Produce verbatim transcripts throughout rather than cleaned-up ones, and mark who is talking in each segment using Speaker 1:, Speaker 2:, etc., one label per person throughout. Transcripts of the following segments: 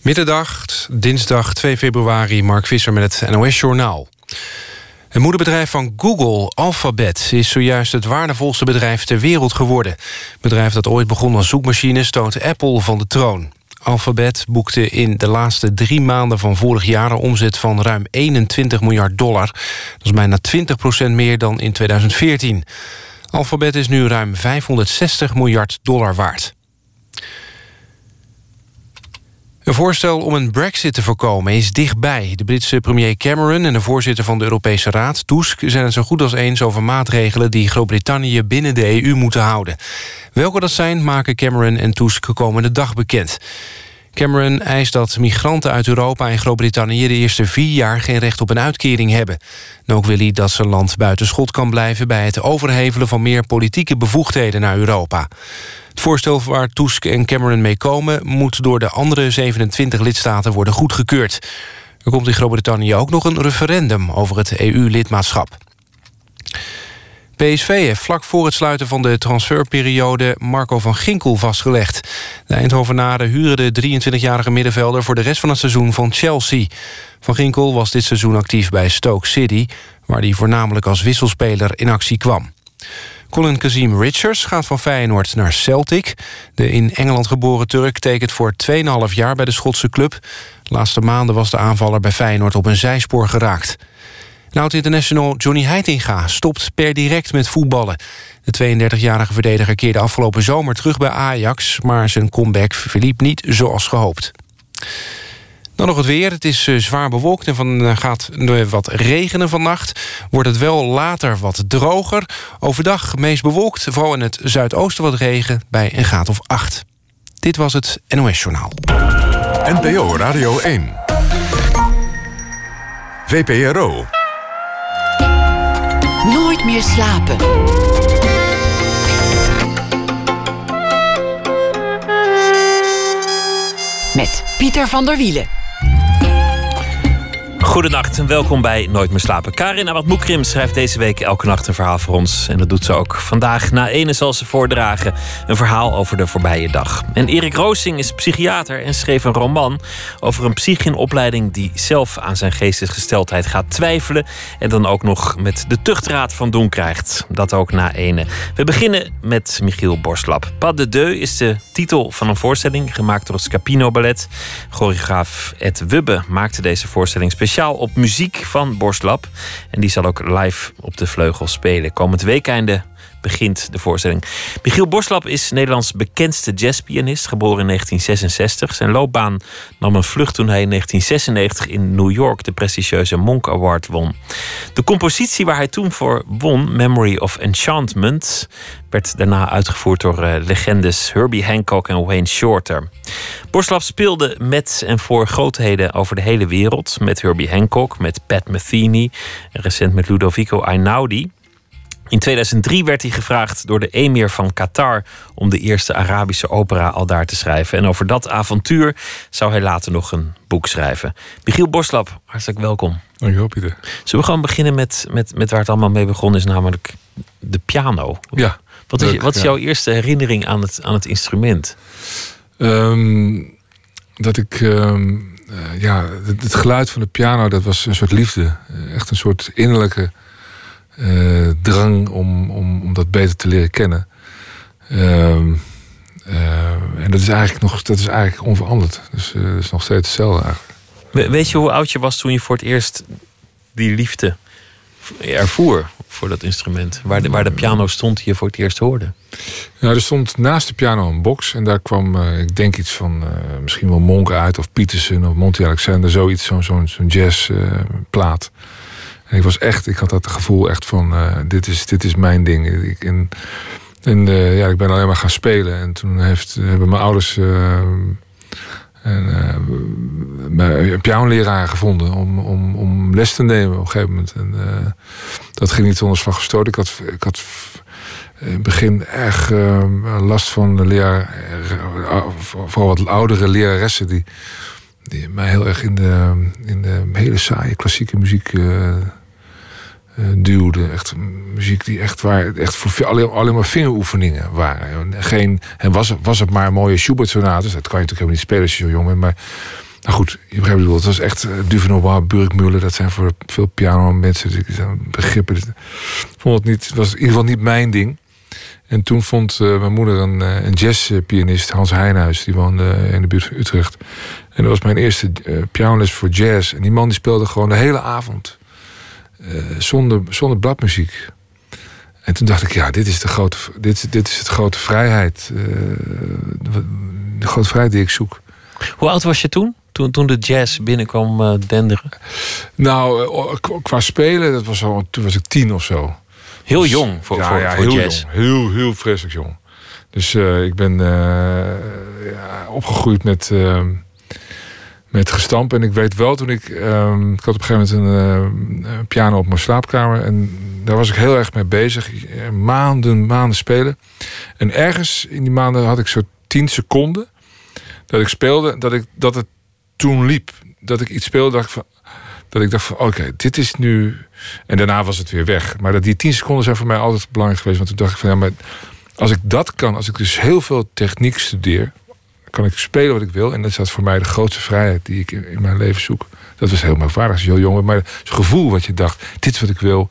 Speaker 1: Midderdag, dinsdag twee februari, Mark Visser met het N O S-journaal. Het moederbedrijf van Google, Alphabet, is zojuist het waardevolste bedrijf ter wereld geworden. Het bedrijf dat ooit begon als zoekmachine stoot Apple van de troon. Alphabet boekte in de laatste drie maanden van vorig jaar een omzet van ruim eenentwintig miljard dollar. Dat is bijna twintig procent meer dan in tweeduizend veertien. Alphabet is nu ruim vijfhonderdzestig miljard dollar waard. Een voorstel om een brexit te voorkomen is dichtbij. De Britse premier Cameron en de voorzitter van de Europese Raad, Tusk, zijn het zo goed als eens over maatregelen die Groot-Brittannië binnen de E U moeten houden. Welke dat zijn, maken Cameron en Tusk komende dag bekend. Cameron eist dat migranten uit Europa en Groot-Brittannië de eerste vier jaar geen recht op een uitkering hebben. En ook wil hij dat zijn land buiten schot kan blijven bij het overhevelen van meer politieke bevoegdheden naar Europa. Het voorstel waar Tusk en Cameron mee komen moet door de andere zevenentwintig lidstaten worden goedgekeurd. Er komt in Groot-Brittannië ook nog een referendum over het E U-lidmaatschap. P S V heeft vlak voor het sluiten van de transferperiode Marco van Ginkel vastgelegd. De Eindhovenaren huren de drieëntwintigjarige middenvelder voor de rest van het seizoen van Chelsea. Van Ginkel was dit seizoen actief bij Stoke City, waar hij voornamelijk als wisselspeler in actie kwam. Colin Kazim Richards gaat van Feyenoord naar Celtic. De in Engeland geboren Turk tekent voor twee komma vijf jaar bij de Schotse club. De laatste maanden was de aanvaller bij Feyenoord op een zijspoor geraakt. Oud-international Johnny Heitinga stopt per direct met voetballen. De tweeëndertigjarige verdediger keerde afgelopen zomer terug bij Ajax, maar zijn comeback verliep niet zoals gehoopt. Dan nog het weer. Het is uh, zwaar bewolkt en van uh, gaat uh, wat regenen vannacht. Wordt het wel later wat droger. Overdag meest bewolkt, vooral in het zuidoosten wat regen bij een graad of acht. Dit was het N O S-journaal.
Speaker 2: N P O Radio één. V P R O.
Speaker 3: Nooit meer slapen. Met Pieter van der Wielen.
Speaker 4: Goedenacht en welkom bij Nooit meer slapen. Karin Abad-Moekrim schrijft deze week elke nacht een verhaal voor ons. En dat doet ze ook vandaag. Na ene zal ze voordragen een verhaal over de voorbije dag. En Erik Roosing is psychiater en schreef een roman over een psych in opleiding die zelf aan zijn geestesgesteldheid gaat twijfelen. En dan ook nog met de tuchtraad van doen krijgt. Dat ook na ene. We beginnen met Michiel Borslap. Pas de Deux is de titel van een voorstelling gemaakt door het Scapino Ballet. Choreograaf Ed Wubbe maakte deze voorstelling speciaal op muziek van Borslap. En die zal ook live op de vleugel spelen. Komend weekeinde begint de voorstelling. Michiel Borslap is Nederlands bekendste jazzpianist, geboren in negentien zesenzestig. Zijn loopbaan nam een vlucht toen hij in negentien zesennegentig in New York de prestigieuze Monk Award won. De compositie waar hij toen voor won, Memory of Enchantment, werd daarna uitgevoerd door uh, legendes Herbie Hancock en Wayne Shorter. Borslap speelde met en voor grootheden over de hele wereld. Met Herbie Hancock, met Pat Metheny en recent met Ludovico Einaudi. In tweeduizend drie werd hij gevraagd door de emir van Qatar om de eerste Arabische opera al daar te schrijven. En over dat avontuur zou hij later nog een boek schrijven. Michiel Borslap, hartelijk welkom.
Speaker 5: Dankjewel, Pieter.
Speaker 4: Zullen we gewoon beginnen met, met, met waar het allemaal mee begonnen is, namelijk de piano?
Speaker 5: Ja.
Speaker 4: Wat is,
Speaker 5: leuk,
Speaker 4: wat is
Speaker 5: ja.
Speaker 4: jouw eerste herinnering aan het, aan het instrument?
Speaker 5: Um, dat ik... Um, uh, ja, het, het geluid van de piano, dat was een soort liefde. Uh, echt een soort innerlijke uh, drang om, om, om dat beter te leren kennen. Um, uh, en dat is eigenlijk nog dat is eigenlijk onveranderd. Dus uh, dat is nog steeds hetzelfde eigenlijk.
Speaker 4: We, weet je hoe oud je was toen je voor het eerst die liefde ervoer voor dat instrument? Waar de, waar de piano stond die je voor het eerst hoorde?
Speaker 5: Ja, er stond naast de piano een box. En daar kwam, uh, ik denk iets van uh, misschien wel Monk uit. Of Peterson of Monty Alexander. Zoiets, zo'n zo'n zo'n jazzplaat. Uh, en ik was echt, ik had dat gevoel echt van, uh, dit, is, dit is mijn ding. Ik, en en uh, ja, ik ben alleen maar gaan spelen. En toen heeft, hebben mijn ouders Uh, En, uh, een pianoleraar gevonden om, om, om les te nemen op een gegeven moment. En, uh, dat ging niet zonder slag gestoten. Ik had, ik had in het begin erg uh, last van de leraar, uh, vooral wat oudere leraressen die, die mij heel erg in de, in de hele saaie klassieke muziek uh, uh, duwde. Echt muziek die echt waar, echt voor alleen, alleen maar vingeroefeningen waren. Geen, en was, was het maar mooie Schubert-sonates, dat kan je natuurlijk helemaal niet spelen als je zo jong bent, maar Nou goed, je begrijpt wat ik bedoel. Het was echt uh, Duvenot, Burgmüller. Dat zijn voor veel piano mensen die zijn begrippen. Ik vond het niet, was in ieder geval niet mijn ding. En toen vond uh, mijn moeder een, uh, een jazzpianist, Hans Heijnhuis. Die woonde uh, in de buurt van Utrecht. En dat was mijn eerste uh, pianoles voor jazz. En die man die speelde gewoon de hele avond. Uh, zonder, zonder bladmuziek. En toen dacht ik, ja, dit is de grote, dit, dit is de grote vrijheid. Uh, de grote vrijheid die ik zoek.
Speaker 4: Hoe oud was je toen? Toen, toen de jazz binnenkwam uh, denderen?
Speaker 5: Nou, uh, qua spelen, dat was al, toen was ik tien of zo.
Speaker 4: Heel dus, jong voor,
Speaker 5: ja,
Speaker 4: voor,
Speaker 5: ja,
Speaker 4: voor
Speaker 5: heel
Speaker 4: jazz.
Speaker 5: Jong, heel, heel vreselijk jong. Dus uh, ik ben uh, ja, opgegroeid met, uh, met gestamp. En ik weet wel, toen ik... Um, ik had op een gegeven moment een uh, piano op mijn slaapkamer. En daar was ik heel erg mee bezig. Maanden, maanden spelen. En ergens in die maanden had ik zo tien seconden... dat ik speelde, dat, ik, dat het toen liep. Dat ik iets speelde, dacht ik van, dat ik dacht van, oké, okay, dit is nu... En daarna was het weer weg. Maar dat die tien seconden zijn voor mij altijd belangrijk geweest. Want toen dacht ik van, ja, maar als ik dat kan... als ik dus heel veel techniek studeer... kan ik spelen wat ik wil. En dat is dat voor mij de grootste vrijheid die ik in mijn leven zoek. Dat was heel merkwaardig als je heel jong bent. Maar het gevoel wat je dacht, dit is wat ik wil...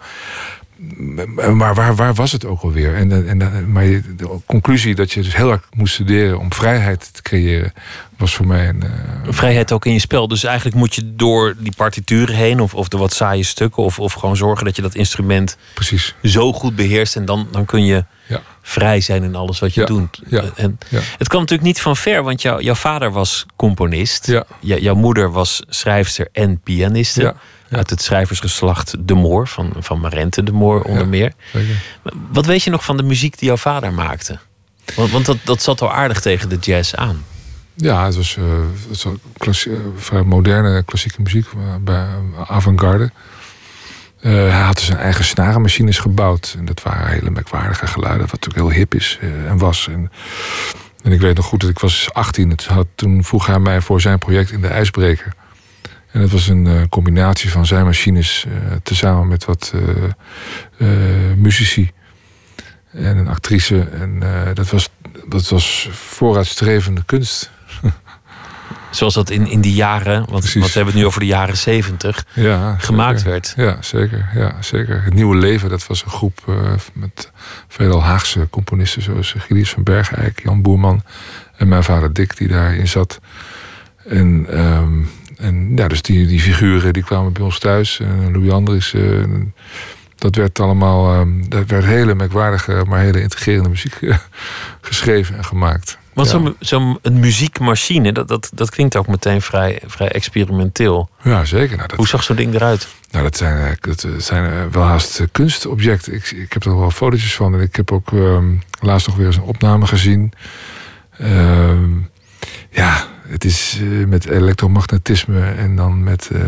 Speaker 5: Maar waar, waar was het ook alweer? En, en, maar de conclusie dat je dus heel erg moest studeren om vrijheid te creëren, was voor mij een... Uh...
Speaker 4: Vrijheid ook in je spel. Dus eigenlijk moet je door die partituren heen, of, of de wat saaie stukken, of, of gewoon zorgen dat je dat instrument
Speaker 5: Precies.
Speaker 4: zo goed beheerst. En dan, dan kun je ja. vrij zijn in alles wat je
Speaker 5: ja.
Speaker 4: doet.
Speaker 5: Ja.
Speaker 4: En
Speaker 5: ja.
Speaker 4: Het kwam natuurlijk niet van ver, want jou, jouw vader was componist.
Speaker 5: Ja.
Speaker 4: J- jouw moeder was schrijfster en pianiste.
Speaker 5: Ja. Ja.
Speaker 4: Uit het schrijversgeslacht De Moor, van, van Marente De Moor onder
Speaker 5: ja,
Speaker 4: meer.
Speaker 5: Zeker.
Speaker 4: Wat weet je nog van de muziek die jouw vader maakte? Want, want dat, dat zat al aardig tegen de jazz aan.
Speaker 5: Ja, het was, uh, het was klassie, uh, vrij moderne klassieke muziek, uh, bij uh, avant-garde. Uh, hij had dus zijn eigen snarenmachines gebouwd. En dat waren hele merkwaardige geluiden, wat natuurlijk heel hip is uh, en was. En, en ik weet nog goed dat ik was achttien. Het had, toen vroeg hij mij voor zijn project in de IJsbreker. En het was een uh, combinatie van zijn machines... Uh, tezamen met wat uh, uh, muzici en een actrice. En uh, dat, was, dat was vooruitstrevende kunst.
Speaker 4: Zoals dat in, in die jaren, want, want we hebben het nu over de jaren zeventig...
Speaker 5: Ja,
Speaker 4: gemaakt
Speaker 5: zeker.
Speaker 4: werd.
Speaker 5: Ja, zeker. Ja, zeker. Het Nieuwe Leven, dat was een groep uh, met veelal Haagse componisten... zoals Gilles van Bergijk, Jan Boerman en mijn vader Dick, die daarin zat. En... Um, En ja, dus die, die figuren die kwamen bij ons thuis. En Louis Andries, uh, dat werd allemaal... Uh, dat werd hele merkwaardige, maar hele integrerende muziek uh, geschreven en gemaakt.
Speaker 4: Want
Speaker 5: ja.
Speaker 4: zo'n, zo'n een muziekmachine, dat, dat, dat klinkt ook meteen vrij, vrij experimenteel.
Speaker 5: Ja, zeker. Nou, dat,
Speaker 4: Hoe zag zo'n ding eruit?
Speaker 5: Nou, dat zijn, dat zijn wel haast kunstobjecten. Ik, ik heb er wel fotootjes van. En ik heb ook uh, laatst nog weer eens een opname gezien. Uh, ja... Het is uh, met elektromagnetisme en dan met uh,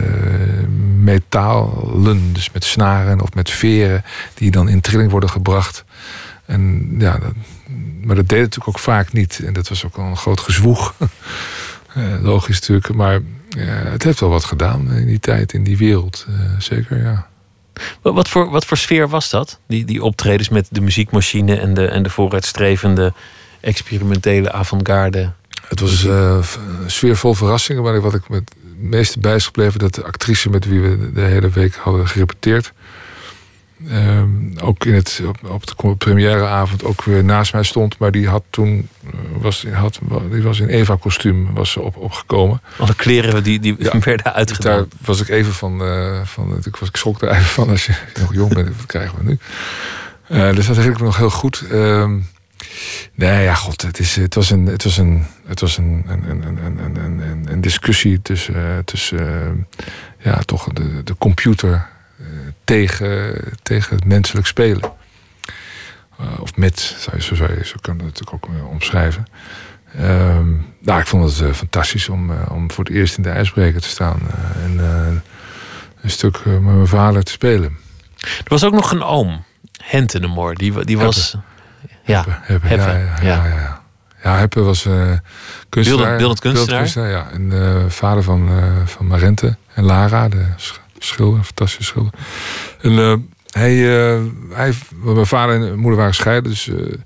Speaker 5: metalen, dus met snaren of met veren... die dan in trilling worden gebracht. En, ja, dat, maar dat deed het natuurlijk ook vaak niet. En dat was ook al een groot gezwoeg. uh, logisch natuurlijk. Maar uh, het heeft wel wat gedaan in die tijd, in die wereld. Uh, zeker, ja.
Speaker 4: Wat voor, wat voor sfeer was dat? Die, die optredens met de muziekmachine en de, en de vooruitstrevende experimentele avant-garde...
Speaker 5: Het was uh, een sfeer vol verrassingen. Maar wat ik me het meeste bij is gebleven... dat de actrice met wie we de hele week hadden gerepeteerd... Uh, ook in het, op, op de premièreavond ook weer naast mij stond. Maar die had toen... Uh, was, had, die was in Eva-kostuum was ze op, opgekomen.
Speaker 4: Alle kleren die, die ja, werden uitgedaan.
Speaker 5: Daar was ik even van... Uh, van ik, was, ik schrok er even van. Als je nog jong bent, wat krijgen we nu? Uh, dus dat herinner ik me nog heel goed... Uh, Nee, ja, god, het, is, het was een, het was een, het was een, een, een, een, een, een discussie tussen, uh, tussen uh, ja, toch de, de computer uh, tegen, tegen het menselijk spelen. Uh, of met, zou je, zo, zou je, zo kan je het natuurlijk ook uh, omschrijven. Uh, nou, ik vond het uh, fantastisch om, uh, om voor het eerst in de IJsbreker te staan uh, en uh, een stuk uh, met mijn vader te spelen.
Speaker 4: Er was ook nog een oom, Hente de Moor, die, die was...
Speaker 5: Heppe.
Speaker 4: Ja,
Speaker 5: Heppe, Heppe, ja, ja, ja, ja, ja. ja Heppe was uh, kunstenaar.
Speaker 4: Beeldend, beeldend kunstenaar.
Speaker 5: kunstenaar. Ja. En uh, vader van, uh, van Marente en Lara, de schilder, fantastische schilder. En uh, hij, uh, hij, mijn vader en moeder waren gescheiden, dus uh,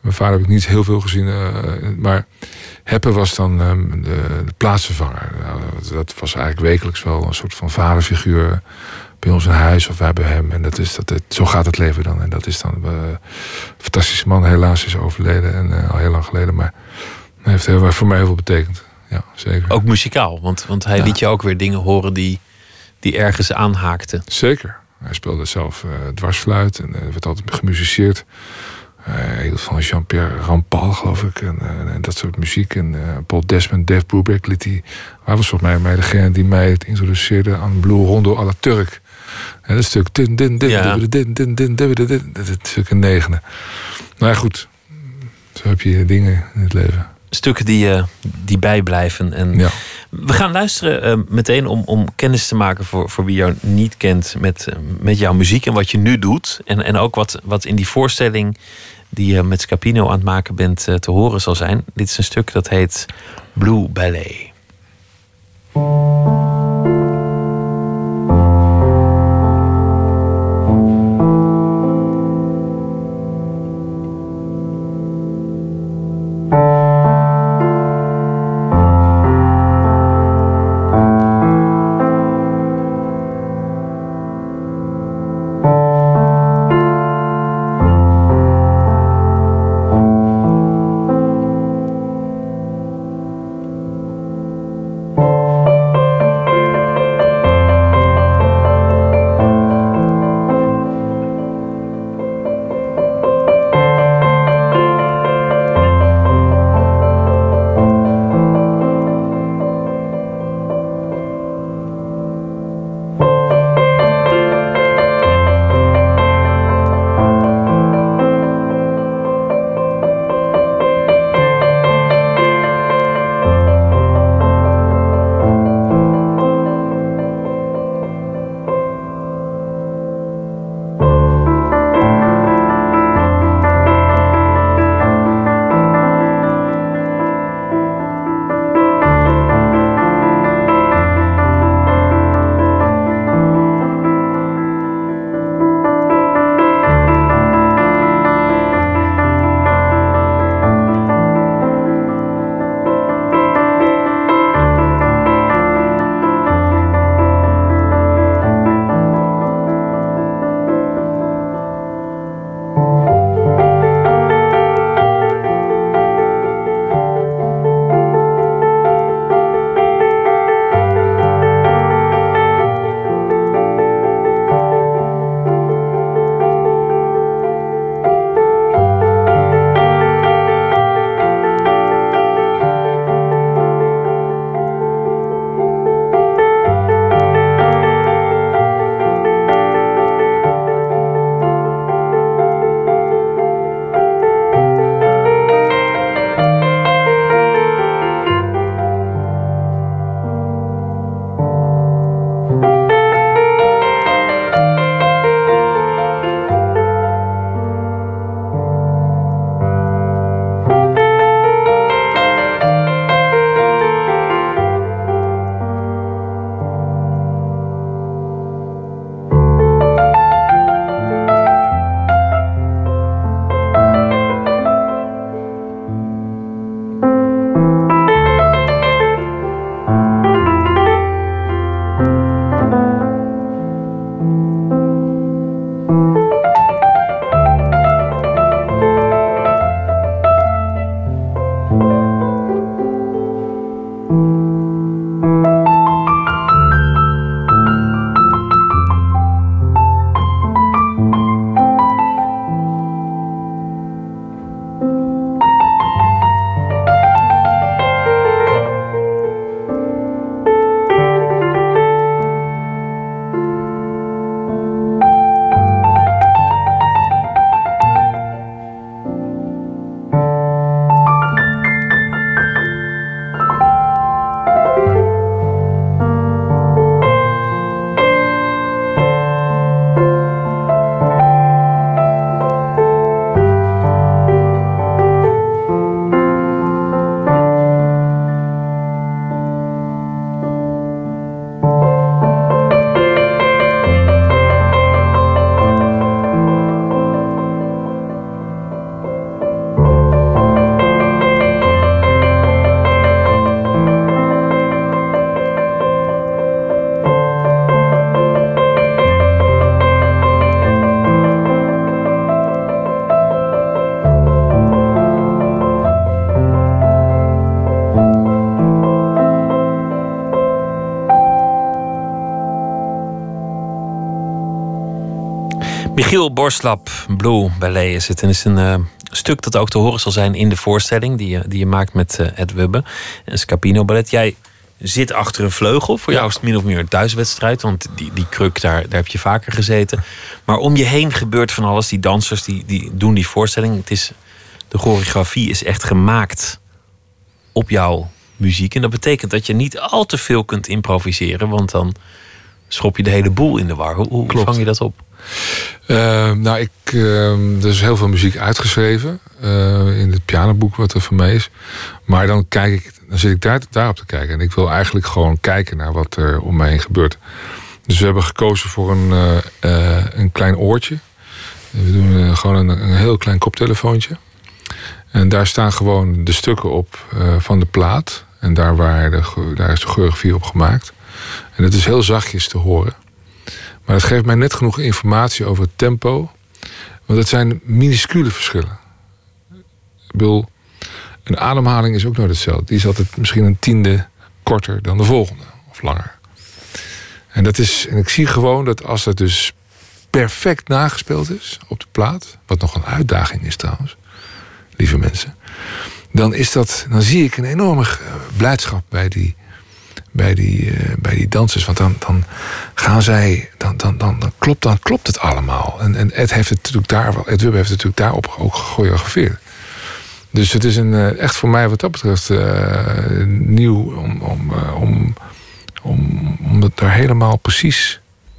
Speaker 5: Mijn vader heb ik niet heel veel gezien. Uh, maar Heppe was dan um, de, de plaatsvervanger. Nou, dat was eigenlijk wekelijks wel een soort van vaderfiguur bij ons in huis of wij bij hem. En dat is dat het, zo gaat het leven dan. En dat is dan uh, een fantastische man. Helaas is overleden en uh, al heel lang geleden. Maar hij heeft heel, voor mij heel veel betekend. Ja, zeker.
Speaker 4: Ook muzikaal, want, want hij ja. liet je ook weer dingen horen die, die ergens aanhaakten.
Speaker 5: Zeker. Hij speelde zelf uh, dwarsfluit en uh, werd altijd gemusiceerd. Uh, hij hield van Jean-Pierre Rampal, geloof ik. En, uh, en dat soort muziek. En uh, Paul Desmond, Dave Brubeck liet hij. Hij was volgens mij, mij degene die mij het introduceerde aan Blue Rondo à la Turk. En dat stuk. Din, din, din, ja. din, din, din, din, din, din, dat is stuk een negende. Nou ja, goed. Zo heb je dingen in het leven.
Speaker 4: Stukken die, uh, die bijblijven. En
Speaker 5: ja.
Speaker 4: We gaan luisteren uh, meteen om, om kennis te maken voor, voor wie jou niet kent met, uh, met jouw muziek en wat je nu doet. En, en ook wat, wat in die voorstelling die je met Scapino aan het maken bent uh, te horen zal zijn. Dit is een stuk dat heet Blue Ballet. Michiel Borslap, Blue Ballet is het. En het is een uh, stuk dat ook te horen zal zijn in de voorstelling die je, die je maakt met uh, Ed Wubbe. Een Scapino Ballet. Jij zit achter een vleugel. Voor jou is het min of meer een thuiswedstrijd. Want die, die kruk, daar, daar heb je vaker gezeten. Maar om je heen gebeurt van alles. Die dansers die, die doen die voorstelling. Het is, de choreografie is echt gemaakt op jouw muziek. En dat betekent dat je niet al te veel kunt improviseren. Want dan schop je de hele boel in de war. Hoe, hoe vang je dat op?
Speaker 5: Uh, nou, ik, uh, er is heel veel muziek uitgeschreven. Uh, in het pianoboek wat er voor mij is. Maar dan kijk ik, dan zit ik daar, daarop te kijken. En ik wil eigenlijk gewoon kijken naar wat er om mij heen gebeurt. Dus we hebben gekozen voor een, uh, uh, een klein oortje. We doen uh, gewoon een, een heel klein koptelefoontje. En daar staan gewoon de stukken op uh, van de plaat. En daar, waar de, daar is de choreografie op gemaakt. En dat is heel zachtjes te horen. Maar dat geeft mij net genoeg informatie over het tempo. Want het zijn minuscule verschillen. Ik bedoel, een ademhaling is ook nooit hetzelfde. Die is altijd misschien een tiende korter dan de volgende. Of langer. En, dat is, en ik zie gewoon dat als dat dus perfect nagespeeld is op de plaat. Wat nog een uitdaging is trouwens. Lieve mensen. Dan, is dat, dan zie ik een enorme blijdschap bij die... Bij die, uh, bij die dansers. Want dan, dan gaan zij. Dan, dan, dan, dan, klopt, dan klopt het allemaal. En, en Ed heeft het natuurlijk daar. Ed Wubbe heeft het natuurlijk daarop ook gechoreografeerd. Dus het is een, uh, echt voor mij wat dat betreft uh, nieuw om, om, uh, om, om, om het daar helemaal precies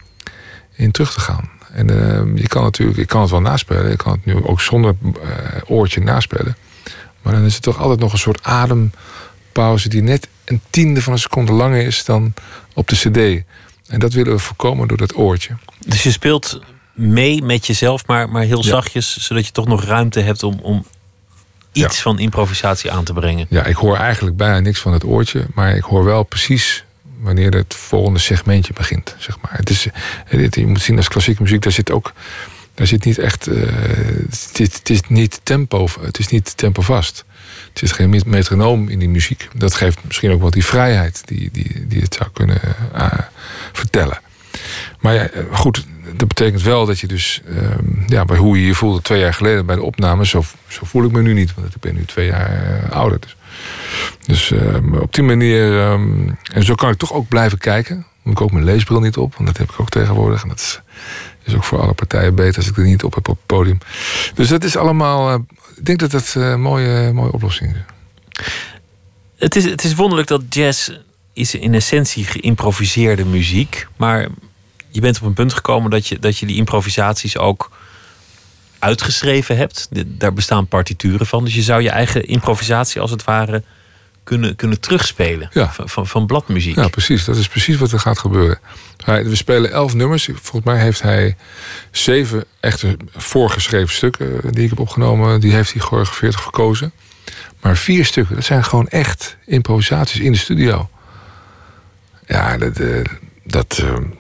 Speaker 5: in terug te gaan. En uh, je kan natuurlijk, ik kan het wel naspelen. Ik kan het nu ook zonder uh, oortje naspelen. Maar dan is het toch altijd nog een soort adempauze die net een tiende van een seconde langer is dan op de cd. En dat willen we voorkomen door dat oortje.
Speaker 4: Dus je speelt mee met jezelf, maar, maar heel ja. zachtjes, zodat je toch nog ruimte hebt om, om iets ja. van improvisatie aan te brengen.
Speaker 5: Ja, ik hoor eigenlijk bijna niks van het oortje, maar ik hoor wel precies wanneer het volgende segmentje begint. Zeg maar. Het is, je moet zien als klassieke muziek, daar zit ook, daar zit niet echt, uh, het, is, het is niet tempo, het is niet tempo vast. Het zit geen metronoom in die muziek. Dat geeft misschien ook wel die vrijheid die, die, die het zou kunnen uh, vertellen. Maar ja, goed, dat betekent wel dat je dus... Uh, ja, bij hoe je je voelde twee jaar geleden bij de opname... zo, zo voel ik me nu niet, want ik ben nu twee jaar uh, ouder. Dus, dus uh, op die manier... Um, en zo kan ik toch ook blijven kijken. Moet ik ook mijn leesbril niet op, want dat heb ik ook tegenwoordig. En dat is, is ook voor alle partijen beter als ik er niet op heb op het podium. Dus dat is allemaal... Uh, ik denk dat dat een mooie, mooie oplossing is.
Speaker 4: Het is. Het is wonderlijk dat jazz is in essentie geïmproviseerde muziek. Maar je bent op een punt gekomen dat je, dat je die improvisaties ook uitgeschreven hebt. Daar bestaan partituren van. Dus je zou je eigen improvisatie als het ware kunnen, kunnen terugspelen. Ja. Van, van, van bladmuziek.
Speaker 5: Ja, precies. Dat is precies wat er gaat gebeuren. We spelen elf nummers. Volgens mij heeft hij zeven echte voorgeschreven stukken die ik heb opgenomen. Die heeft hij choreografeerd of gekozen. Maar vier stukken, dat zijn gewoon echt improvisaties in de studio. Ja, dat, dat,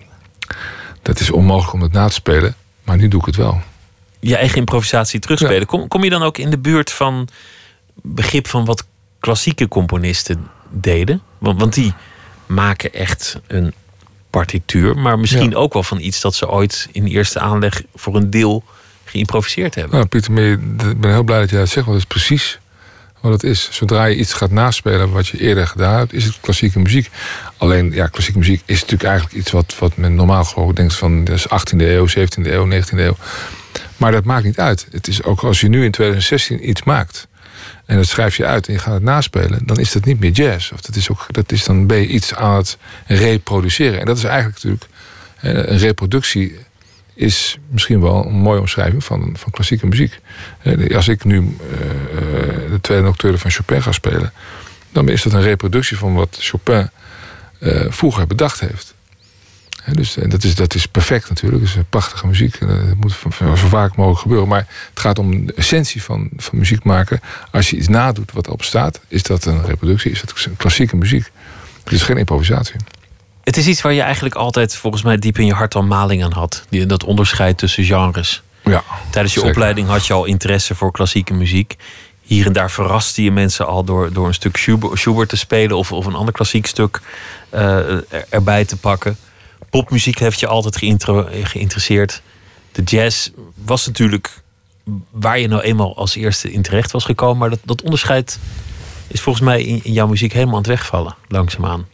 Speaker 5: dat is onmogelijk om het na te spelen. Maar nu doe ik het wel.
Speaker 4: Je eigen improvisatie terugspelen. Ja. Kom, kom je dan ook in de buurt van begrip van wat klassieke componisten deden? Want, want die maken echt een partituur. Maar misschien ja. ook wel van iets dat ze ooit in de eerste aanleg voor een deel geïmproviseerd hebben.
Speaker 5: Nou, Pieter, ik ben heel blij dat jij dat zegt. Want dat is precies wat het is. Zodra je iets gaat naspelen wat je eerder gedaan hebt, is het klassieke muziek. Alleen, ja, klassieke muziek is natuurlijk eigenlijk iets wat, wat men normaal gesproken denkt van dat is achttiende eeuw, zeventiende eeuw, negentiende eeuw. Maar dat maakt niet uit. Het is ook als je nu in twintig zestien iets maakt en dat schrijf je uit en je gaat het naspelen, dan is dat niet meer jazz. Of dat is ook, dat is dan ben je iets aan het reproduceren. En dat is eigenlijk natuurlijk een reproductie. Is misschien wel een mooie omschrijving van, van klassieke muziek. Als ik nu uh, de tweede nocturne van Chopin ga spelen, dan is dat een reproductie van wat Chopin uh, vroeger bedacht heeft. He, dus en dat is, dat is perfect natuurlijk. Dat is een prachtige muziek. Dat moet zo vaak mogelijk gebeuren. Maar het gaat om de essentie van, van muziek maken. Als je iets nadoet wat erop staat, is dat een reproductie, is dat klassieke muziek. Het is geen improvisatie.
Speaker 4: Het is iets waar je eigenlijk altijd volgens mij diep in je hart al maling aan had. Die, dat onderscheid tussen genres.
Speaker 5: Ja,
Speaker 4: Tijdens je zeker. opleiding had je al interesse voor klassieke muziek. Hier en daar verraste je mensen al door, door een stuk Schubert, Schubert te spelen. Of, of een ander klassiek stuk uh, erbij te pakken. Popmuziek heeft je altijd geïnter- geïnteresseerd. de jazz was natuurlijk waar je nou eenmaal als eerste in terecht was gekomen. Maar dat, dat onderscheid is volgens mij in, in jouw muziek helemaal aan het wegvallen, langzaamaan.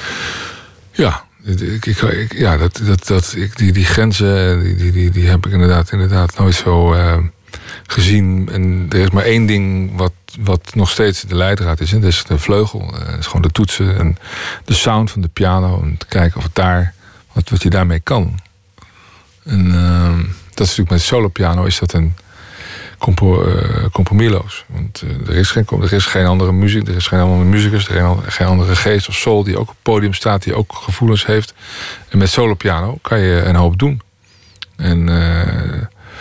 Speaker 5: Ja, ik, ik, ik, ja dat, dat, dat, ik, die, die grenzen die, die, die, die heb ik inderdaad, inderdaad nooit zo uh, gezien. En er is maar één ding wat, wat nog steeds de leidraad is. Hè? Dat is de vleugel. Uh, dat is gewoon de toetsen en de sound van de piano. En te kijken of het daar, wat, wat je daarmee kan. En uh, dat is natuurlijk met solopiano is dat een compo, uh, compromisloos. Want uh, er, is geen, er is geen andere muziek, er is geen andere muzikus, er is geen andere geest of soul die ook op het podium staat, die ook gevoelens heeft. En met solopiano kan je een hoop doen. En uh,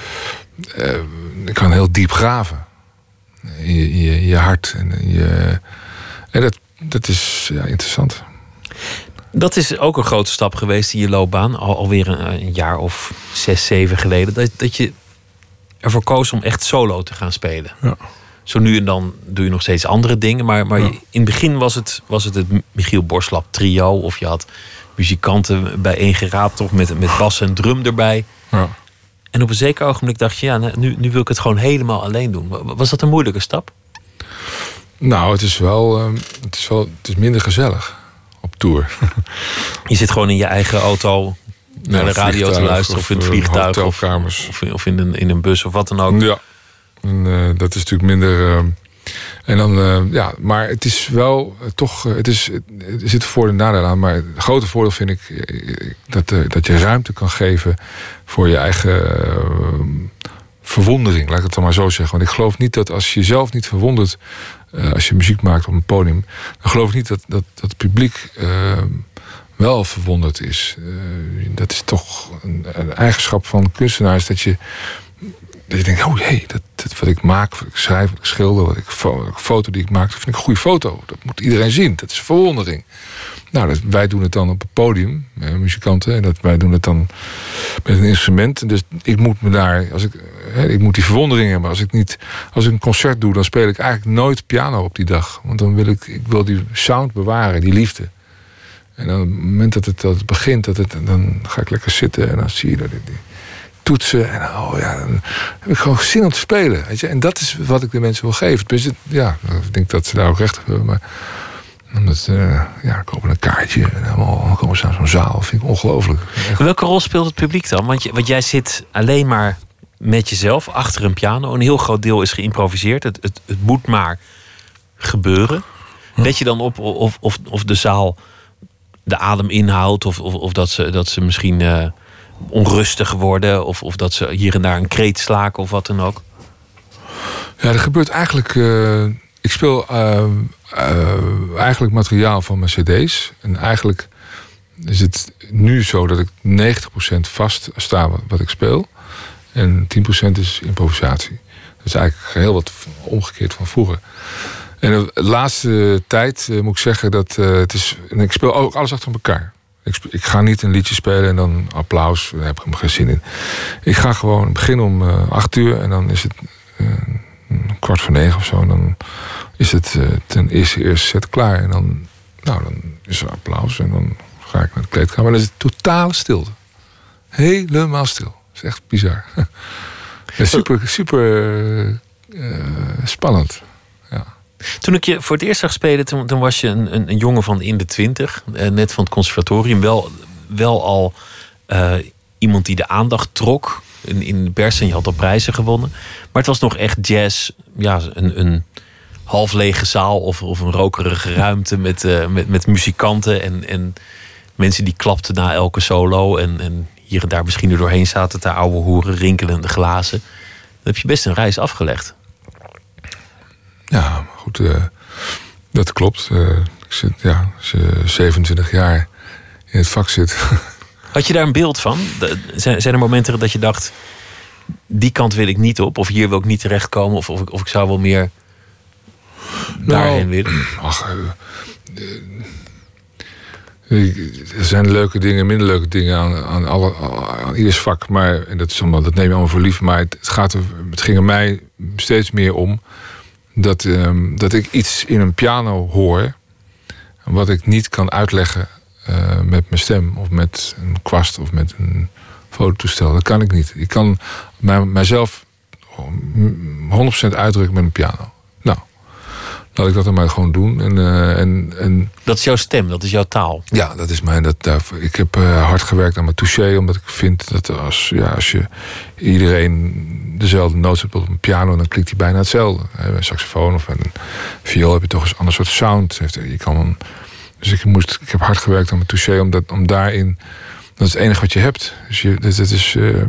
Speaker 5: uh, je kan heel diep graven in je, in je, in je hart. En, in je, en dat, dat is ja, interessant.
Speaker 4: Dat is ook een grote stap geweest in je loopbaan. Al, alweer een, een jaar of zes, zeven geleden. Dat, dat je ervoor koos om echt solo te gaan spelen. Ja. Zo nu en dan doe je nog steeds andere dingen. Maar, maar ja. je, in het begin was het, was het het Michiel Borslap trio. Of je had muzikanten bijeengeraapt. Toch met, met bas en drum erbij. Ja. En op een zeker ogenblik dacht je... ja, nu, nu wil ik het gewoon helemaal alleen doen. Was dat een moeilijke stap?
Speaker 5: Nou, het is wel, uh, het is wel het is minder gezellig op tour.
Speaker 4: Je zit gewoon in je eigen auto naar ja, de radio te luisteren. Of, of in het vliegtuig. Of, of, of in, een, in een bus of wat dan ook.
Speaker 5: Ja, en, uh, dat is natuurlijk minder... Uh, en dan, uh, ja, maar het is wel uh, toch... Uh, het is, er zit voor- en nadeel aan. Maar het grote voordeel vind ik... Uh, dat, uh, dat je ruimte kan geven voor je eigen... Uh, verwondering, laat ik het dan maar zo zeggen. Want ik geloof niet dat als je jezelf niet verwondert... Uh, als je muziek maakt op een podium... dan geloof ik niet dat, dat, dat het publiek uh, wel verwonderd is. Uh, dat is toch een, een eigenschap van kunstenaars... dat je, dat je denkt, oh jee, dat, dat wat ik maak, wat ik schrijf, wat ik schilder... wat ik fo- foto die ik maak, dat vind ik een goede foto. Dat moet iedereen zien, dat is verwondering. Nou, dat, wij doen het dan op het podium, eh, muzikanten... en dat, wij doen het dan met een instrument. Dus ik moet me daar... Als ik, hè, ik moet die verwondering hebben. Als ik, niet, als ik een concert doe, dan speel ik eigenlijk nooit piano op die dag. Want dan wil ik, ik wil die sound bewaren, die liefde. En dan, op het moment dat het, dat het begint, dat het, dan ga ik lekker zitten... en dan zie je dat ik die toetsen... en oh ja, dan heb ik gewoon zin om te spelen. Weet je? En dat is wat ik de mensen wil geven. Dus het, ja, ik denk dat ze daar ook recht op hebben, maar... Omdat, uh, ja, kopen een kaartje en dan komen ze naar zo'n zaal. Dat vind ik ongelooflijk. Echt.
Speaker 4: Welke rol speelt het publiek dan? Want, je, want jij zit alleen maar met jezelf achter een piano. Een heel groot deel is geïmproviseerd. Het, het, het moet maar gebeuren. Hm. Let je dan op of, of, of de zaal de adem inhoudt? Of, of, of dat, ze, dat ze misschien uh, onrustig worden? Of, of dat ze hier en daar een kreet slaken of wat dan ook?
Speaker 5: Ja, er gebeurt eigenlijk... Uh, ik speel... Uh, Uh, eigenlijk materiaal van mijn cd's. En eigenlijk is het nu zo dat ik negentig procent vast sta wat ik speel. En tien procent is improvisatie. Dat is eigenlijk heel wat omgekeerd van vroeger. En de laatste tijd uh, moet ik zeggen dat uh, het is... En ik speel ook alles achter elkaar. Ik, speel, ik ga niet een liedje spelen en dan applaus. Daar heb ik helemaal geen zin in. Ik ga gewoon beginnen om uh, acht uur en dan is het... Uh, kwart voor negen of zo. En dan is het uh, ten eerste eerste set klaar. En dan, nou, dan is er applaus. En dan ga ik naar de kleedkamer. En dan is het totale stilte. Helemaal stil. Dat is echt bizar. Ja, super, super uh, spannend. Ja.
Speaker 4: Toen ik je voor het eerst zag spelen, toen, toen was je een, een, een jongen van in de twintig. Uh, net van het conservatorium. Wel, wel al uh, iemand die de aandacht trok. In, in de pers en je had al prijzen gewonnen. Maar het was nog echt jazz. Ja, een, een half lege zaal of, of een rokerige ruimte met, uh, met, met muzikanten en, en mensen die klapten na elke solo. En, en hier en daar misschien er doorheen zaten te ouwe hoeren, rinkelende glazen. Dan heb je best een reis afgelegd.
Speaker 5: Ja, goed. Uh, dat klopt. Uh, ik zit, ja, als je zevenentwintig jaar in het vak zit...
Speaker 4: Had je daar een beeld van? Zijn er momenten dat je dacht... die kant wil ik niet op, of hier wil ik niet terechtkomen... of, of, of ik zou wel meer daarheen nou, willen?
Speaker 5: Ach, uh, er zijn leuke dingen, minder leuke dingen aan, aan, alle, aan ieders vak. Maar en dat, is allemaal, dat neem je allemaal voor lief. Maar het, gaat er, het ging er mij steeds meer om... dat, um, dat ik iets in een piano hoor... wat ik niet kan uitleggen... Uh, met mijn stem of met een kwast of met een fototoestel. Dat kan ik niet. Ik kan mij, mijzelf honderd procent uitdrukken met een piano. Nou, laat ik dat dan maar gewoon doen. En, uh, en, en,
Speaker 4: dat is jouw stem, dat is jouw taal.
Speaker 5: Ja, dat is mijn. Dat, daar, ik heb uh, hard gewerkt aan mijn touché, omdat ik vind dat als, ja, als je iedereen dezelfde noot zet op een piano, dan klinkt die bijna hetzelfde. Een saxofoon of een viool heb je toch eens een ander soort sound. Je kan een, dus ik, moest, ik heb hard gewerkt aan mijn touché, om, dat, om daarin. Dat is het enige wat je hebt. Dus je, dat, dat is. Uh,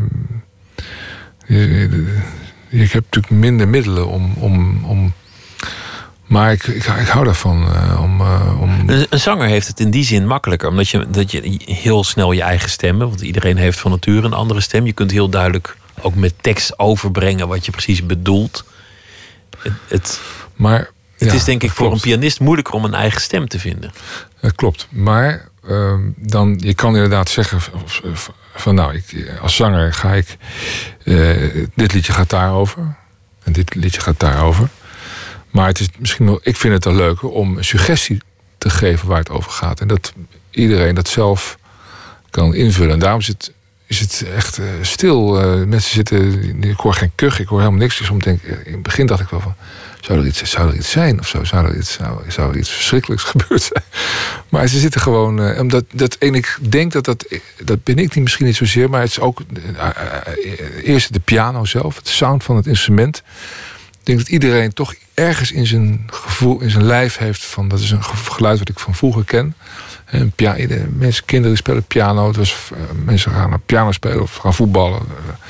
Speaker 5: je, je, je hebt natuurlijk minder middelen om. om, om maar ik, ik, ik hou daarvan. Uh, om, uh, om...
Speaker 4: Een, een zanger heeft het in die zin makkelijker. Omdat je, dat je heel snel je eigen stem hebt. Want iedereen heeft van nature een andere stem. Je kunt heel duidelijk ook met tekst overbrengen wat je precies bedoelt. Het, het,
Speaker 5: maar,
Speaker 4: het
Speaker 5: ja,
Speaker 4: is denk ik voor
Speaker 5: klopt.
Speaker 4: een pianist moeilijker om een eigen stem te vinden.
Speaker 5: Dat klopt. Maar uh, dan, je kan inderdaad zeggen van nou, ik, als zanger ga ik. Uh, dit liedje gaat daarover. En dit liedje gaat daarover. Maar het is misschien wel, ik vind het wel leuker om een suggestie te geven waar het over gaat. En dat iedereen dat zelf kan invullen. En daarom is het, is het echt uh, stil. Uh, mensen zitten, ik hoor geen kuch, ik hoor helemaal niks. Dus om denk, in het begin dacht ik wel van, zou er iets, zou er iets zijn of zo? Zou er iets, zou, zou er iets verschrikkelijks gebeurd zijn? Maar ze zitten gewoon, uh, omdat dat, en ik denk dat dat, dat ben ik niet misschien niet zozeer, maar het is ook uh, uh, eerst de piano zelf, het sound van het instrument. Ik denk dat iedereen toch ergens in zijn gevoel, in zijn lijf heeft van, dat is een geluid wat ik van vroeger ken. En pia, mensen, kinderen spelen piano, het was, uh, mensen gaan naar piano spelen of gaan voetballen.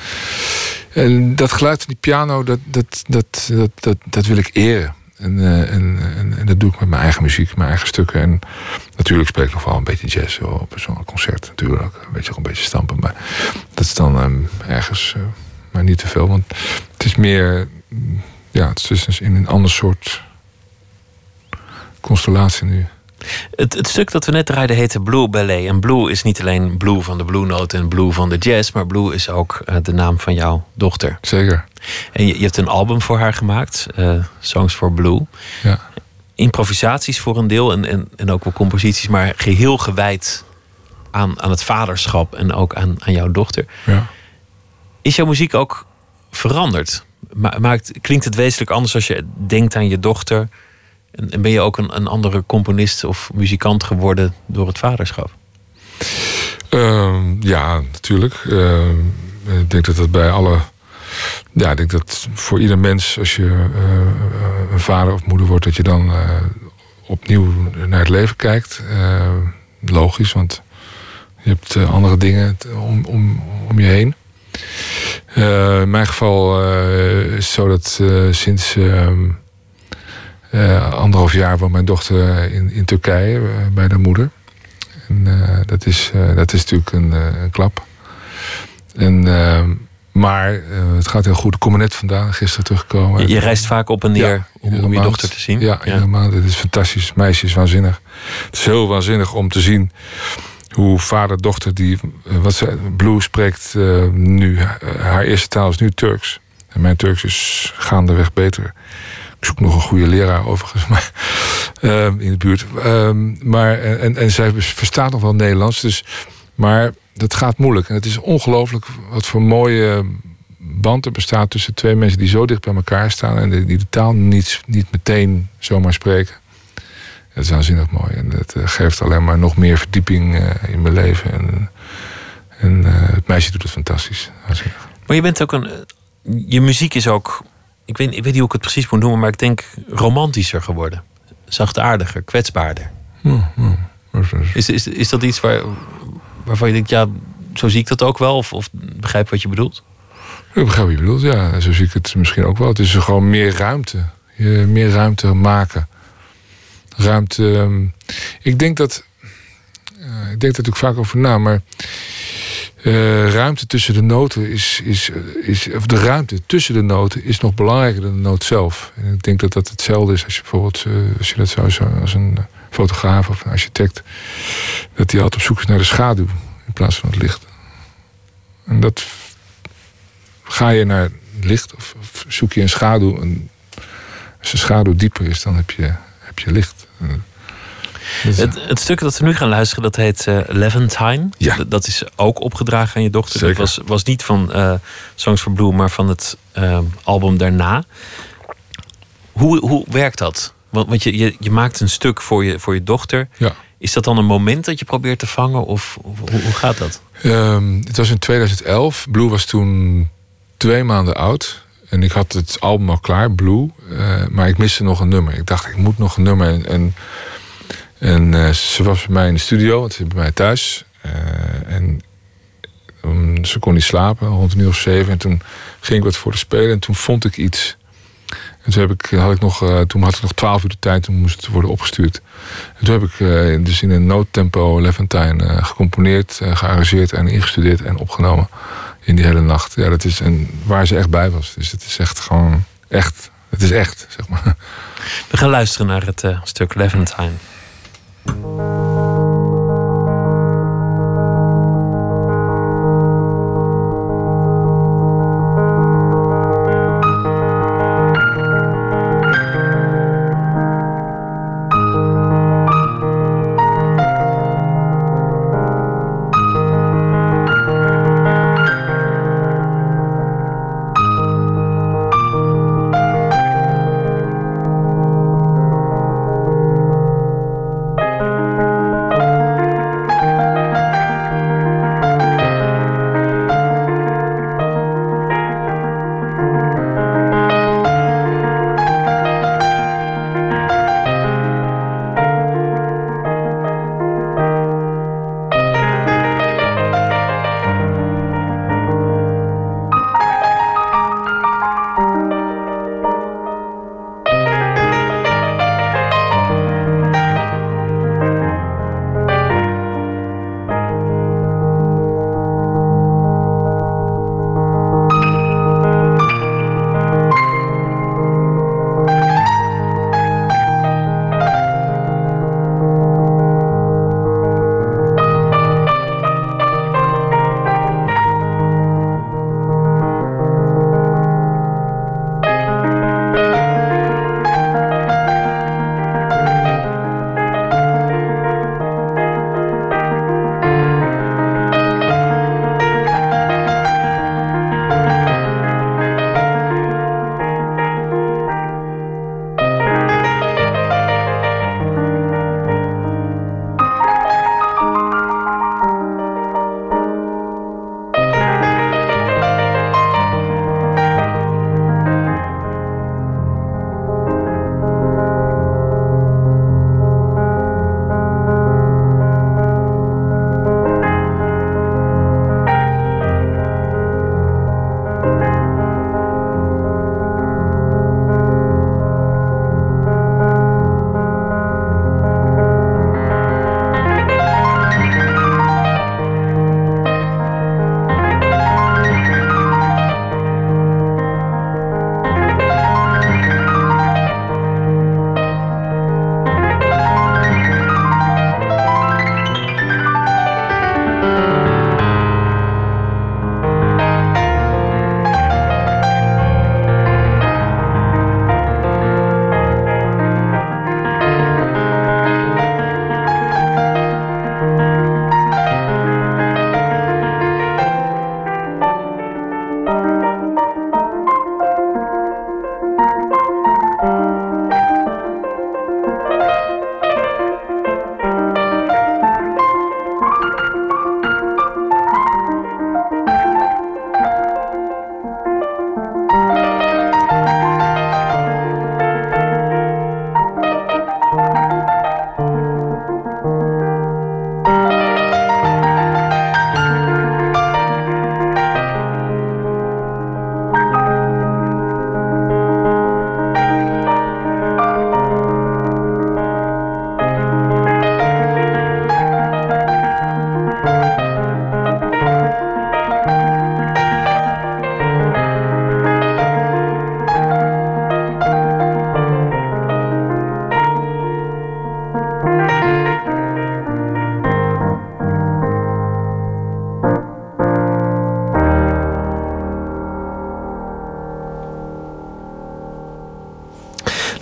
Speaker 5: En dat geluid van die piano, dat, dat, dat, dat, dat, dat wil ik eren. En, uh, en, en, en dat doe ik met mijn eigen muziek, mijn eigen stukken. En natuurlijk speel ik nog wel een beetje jazz op zo'n concert. Natuurlijk ook een beetje, ook een beetje stampen. Maar dat is dan um, ergens, uh, maar niet te veel. Want het is meer, ja, het is dus in een ander soort constellatie nu.
Speaker 4: Het, het stuk dat we net draaiden heette Blue Ballet. En Blue is niet alleen Blue van de Blue Note en Blue van de jazz, maar Blue is ook uh, de naam van jouw dochter.
Speaker 5: Zeker.
Speaker 4: En je, je hebt een album voor haar gemaakt, uh, Songs for Blue.
Speaker 5: Ja.
Speaker 4: Improvisaties voor een deel en, en, en ook wel composities, maar geheel gewijd aan, aan het vaderschap en ook aan, aan jouw dochter.
Speaker 5: Ja.
Speaker 4: Is jouw muziek ook veranderd? Ma- maakt, klinkt het wezenlijk anders als je denkt aan je dochter? En, en ben je ook een, een andere componist of muzikant geworden door het vaderschap?
Speaker 5: Uh, ja, natuurlijk. Uh, ik denk dat dat bij alle. Ja, ik denk dat voor ieder mens, als je uh, een vader of moeder wordt, dat je dan uh, opnieuw naar het leven kijkt. Uh, logisch, want je hebt uh, andere dingen om, om, om je heen. Uh, in mijn geval uh, is het zo dat uh, sinds uh, uh, anderhalf jaar woont mijn dochter in, in Turkije uh, bij de moeder. En uh, dat, is, uh, dat is natuurlijk een, uh, een klap. En, uh, maar uh, het gaat heel goed. Ik kom er net vandaan, gisteren teruggekomen.
Speaker 4: Je, je reist vaak op en neer
Speaker 5: ja,
Speaker 4: om, om je
Speaker 5: maand.
Speaker 4: dochter te zien?
Speaker 5: Ja,
Speaker 4: ja.
Speaker 5: iedere maand. Het is fantastisch. Het meisje is waanzinnig. Het is heel waanzinnig om te zien hoe vader-dochter die, wat ze, Blue spreekt uh, nu, uh, haar eerste taal is nu Turks. En mijn Turks is gaandeweg beter. Ik zoek nog een goede leraar overigens, maar, uh, in de buurt. Uh, maar, en, en zij verstaat nog wel Nederlands, dus, maar dat gaat moeilijk. En het is ongelooflijk wat voor mooie band er bestaat tussen twee mensen die zo dicht bij elkaar staan en die de taal niet, niet meteen zomaar spreken. Dat is waanzinnig mooi. En dat geeft alleen maar nog meer verdieping uh, in mijn leven. En, en uh, het meisje doet het fantastisch. Waanzinnig.
Speaker 4: Maar je bent ook een. Je muziek is ook. Ik weet, ik weet niet hoe ik het precies moet noemen, maar ik denk romantischer geworden. Zachtaardiger, kwetsbaarder.
Speaker 5: Ja, ja.
Speaker 4: Is, is, is dat iets waar, waarvan je denkt, ja, zo zie ik dat ook wel? Of, of begrijp wat je bedoelt?
Speaker 5: Ik begrijp wat je bedoelt, ja. Zo zie ik het misschien ook wel. Het is gewoon meer ruimte. Je, meer ruimte maken. Ruimte. Um, ik denk dat. Uh, ik denk daar natuurlijk vaak over na, maar. Uh, ruimte tussen de noten is, is, is. Of de ruimte tussen de noten is nog belangrijker dan de noot zelf. En ik denk dat dat hetzelfde is als je bijvoorbeeld. Uh, als je dat zou zo als een fotograaf of een architect. Dat die altijd op zoek is naar de schaduw in plaats van het licht. En dat. Ga je naar licht of, of zoek je een schaduw. En als de schaduw dieper is, dan heb je, heb je licht. Dus,
Speaker 4: Het, het stuk dat we nu gaan luisteren, dat heet uh, Levantine.
Speaker 5: Ja.
Speaker 4: D- dat is ook opgedragen aan je dochter.
Speaker 5: Zeker.
Speaker 4: Dat was, was niet van uh, Songs for Blue, maar van het uh, album daarna. Hoe, hoe werkt dat? Want, want je, je, je maakt een stuk voor je, voor je dochter.
Speaker 5: ja.
Speaker 4: Is dat dan een moment dat je probeert te vangen? Of, of hoe, hoe gaat dat?
Speaker 5: Um, het was in tweeduizend elf. Blue was toen twee maanden oud. En ik had het album al klaar, Blue. Uh, maar ik miste nog een nummer. Ik dacht, ik moet nog een nummer. En, en, en uh, ze was bij mij in de studio. Want ze is bij mij thuis. Uh, en um, ze kon niet slapen, rond een uur of zeven. En toen ging ik wat voor de spelen. En toen vond ik iets. En toen, heb ik, had ik nog, uh, toen had ik nog twaalf uur de tijd. Toen moest het worden opgestuurd. En toen heb ik uh, dus in een noodtempo Levantine uh, gecomponeerd, uh, gearrangeerd en ingestudeerd en opgenomen. In die hele nacht. Ja, dat is en waar ze echt bij was. Dus het is echt gewoon echt. Het is echt, zeg maar.
Speaker 4: We gaan luisteren naar het uh, stuk Levantine.
Speaker 6: Thank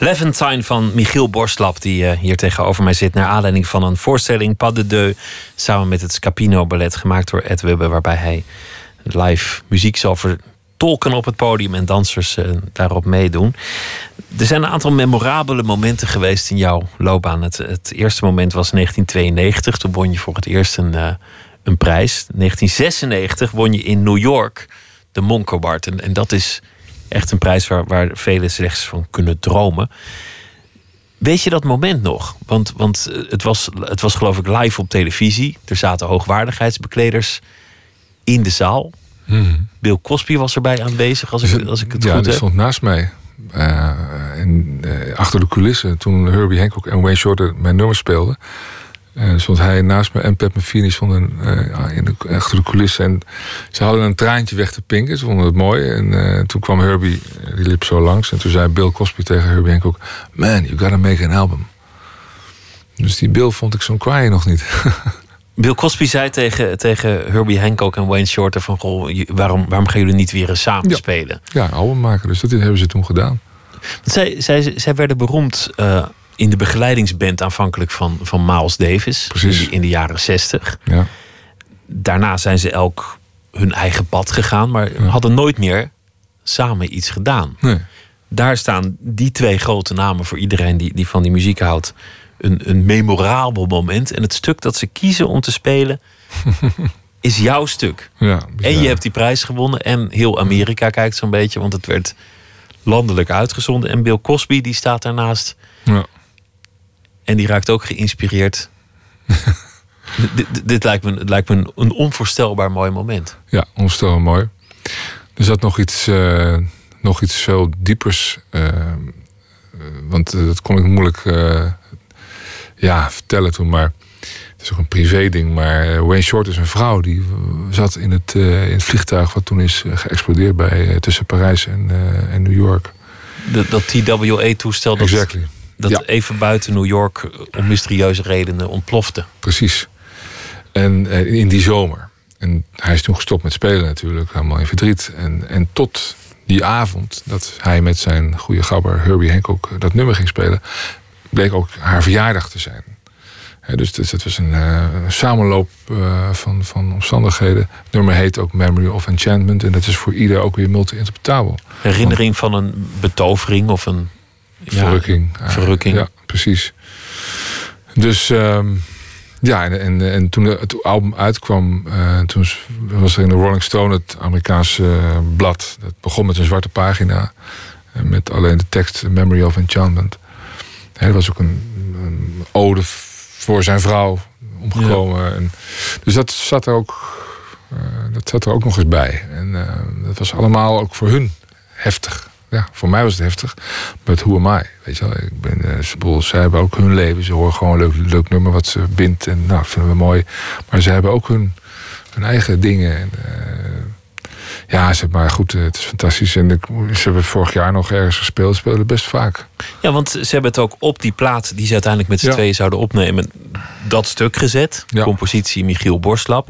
Speaker 4: Levantine van Michiel Borslap, die uh, hier tegenover mij zit, naar aanleiding van een voorstelling Pas de Deux, samen met het Scapino Ballet, gemaakt door Ed Wubbe, waarbij hij live muziek zal vertolken op het podium en dansers uh, daarop meedoen. Er zijn een aantal memorabele momenten geweest in jouw loopbaan. Het, het eerste moment was negentien tweeënnegentig. Toen won je voor het eerst een, uh, een prijs. negentien zesennegentig won je in New York de Monco-Bart. En, en dat is echt een prijs waar, waar velen slechts van kunnen dromen. Weet je dat moment nog? Want, want het, was, het was geloof ik live op televisie. Er zaten hoogwaardigheidsbekleders in de zaal. Hmm. Bill Cosby was erbij aanwezig, als ik, als ik het
Speaker 5: ja,
Speaker 4: goed heb.
Speaker 5: Ja, die stond naast mij. Uh, en, uh, achter de coulissen, toen Herbie Hancock en Wayne Shorter mijn nummer speelden, uh, stond hij naast me en Pat Metheny stonden uh, in de, achter de coulissen. En ze hadden een traantje weg te pinken, ze vonden het mooi. En uh, toen kwam Herbie, die liep zo langs. En toen zei Bill Cosby tegen Herbie Hancock: "Man, you gotta make an album." Dus die Bill vond ik zo'n kwaai nog niet.
Speaker 4: Bill Cosby zei tegen, tegen Herbie Hancock en Wayne Shorter van, goh, waarom, waarom gaan jullie niet weer eens samen
Speaker 5: ja.
Speaker 4: spelen?
Speaker 5: Ja, een album maken. Dus dat hebben ze toen gedaan.
Speaker 4: Want zij, zij, zij werden beroemd uh, in de begeleidingsband aanvankelijk van, van Miles Davis.
Speaker 5: Precies.
Speaker 4: In, de, in de jaren zestig.
Speaker 5: Ja.
Speaker 4: Daarna zijn ze elk hun eigen pad gegaan, maar ja. hadden nooit meer samen iets gedaan.
Speaker 5: Nee.
Speaker 4: Daar staan die twee grote namen voor iedereen die, die van die muziek houdt. Een, een memorabel moment. En het stuk dat ze kiezen om te spelen is jouw stuk.
Speaker 5: Ja,
Speaker 4: en je hebt die prijs gewonnen. En heel Amerika kijkt zo'n beetje. Want het werd landelijk uitgezonden. En Bill Cosby die staat daarnaast.
Speaker 5: Ja.
Speaker 4: En die raakt ook geïnspireerd. dit, dit, dit lijkt me, het lijkt me een, een onvoorstelbaar mooi moment.
Speaker 5: Ja, onvoorstelbaar mooi. Er zat nog iets, uh, nog iets veel diepers. Uh, want uh, dat kon ik moeilijk uh, ja, vertellen toen. Maar het is ook een privé ding. Maar uh, Wayne Shorter, zijn vrouw, die zat in het, uh, in het vliegtuig wat toen is uh, geëxplodeerd bij, uh, tussen Parijs en, uh, en New York.
Speaker 4: De, dat T W A-toestel dat,
Speaker 5: exactly.
Speaker 4: dat
Speaker 5: ja.
Speaker 4: even buiten New York om mysterieuze redenen ontplofte.
Speaker 5: Precies. En uh, in die zomer. En hij is toen gestopt met spelen natuurlijk, helemaal in verdriet. En, en tot die avond dat hij met zijn goede gabber Herbie Hancock dat nummer ging spelen, bleek ook haar verjaardag te zijn. He, dus het, het was een uh, samenloop uh, van, van omstandigheden. Het nummer heet ook Memory of Enchantment. En dat is voor ieder ook weer multi-interpretabel.
Speaker 4: Herinnering van een betovering of een ja,
Speaker 5: verrukking.
Speaker 4: verrukking.
Speaker 5: Ja, precies. Dus um, ja, en, en, en toen het album uitkwam, uh, toen was er in de Rolling Stone, het Amerikaanse uh, blad. Dat begon met een zwarte pagina. Uh, met alleen de tekst Memory of Enchantment. He, er was ook een, een ode voor zijn vrouw omgekomen. Ja. En, dus dat zat er ook, uh, dat zat er ook nog eens bij. En uh, dat was allemaal ook voor hun heftig. Ja, voor mij was het heftig. But who am I? Weet je wel, ik ben, uh, ze, ze hebben ook hun leven. Ze horen gewoon een leuk, leuk nummer wat ze bindt. En nou, dat vinden we mooi. Maar ze hebben ook hun, hun eigen dingen. En, uh, ja, ze, maar goed, het is fantastisch. En ik, ze hebben vorig jaar nog ergens gespeeld. Ze spelen best vaak.
Speaker 4: Ja, want ze hebben het ook op die plaat die ze uiteindelijk met z'n ja. tweeën zouden opnemen, dat stuk gezet. Ja. Compositie Michiel Borslap.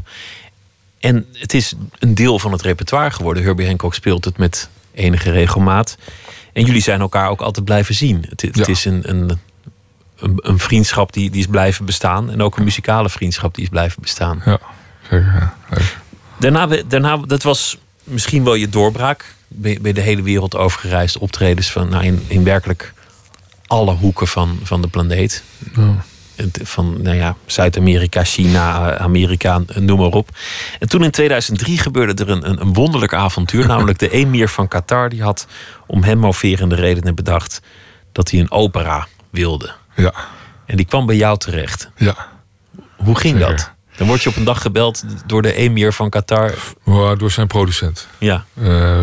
Speaker 4: En het is een deel van het repertoire geworden. Herbie Hancock speelt het met enige regelmaat. En jullie zijn elkaar ook altijd blijven zien. Het, het ja. is een, een, een, een vriendschap die, die is blijven bestaan. En ook een muzikale vriendschap die is blijven bestaan.
Speaker 5: Ja, zeker. Ja. Leuk.
Speaker 4: Daarna, daarna, dat was misschien wel je doorbraak. Ben je de hele wereld overgereisd. Optredens van, nou, in, in werkelijk alle hoeken van, van de planeet.
Speaker 5: Ja.
Speaker 4: Van nou ja, Zuid-Amerika, China, Amerika, noem maar op. En toen in tweeduizend drie gebeurde er een, een, een wonderlijk avontuur. Namelijk de emir van Qatar, die had om hem moverende redenen bedacht dat hij een opera wilde.
Speaker 5: Ja.
Speaker 4: En die kwam bij jou terecht.
Speaker 5: Ja.
Speaker 4: Hoe ging
Speaker 5: Zeker.
Speaker 4: dat? Dan word je op een dag gebeld door de emir van Qatar.
Speaker 5: Door zijn producent.
Speaker 4: Ja.
Speaker 5: Uh,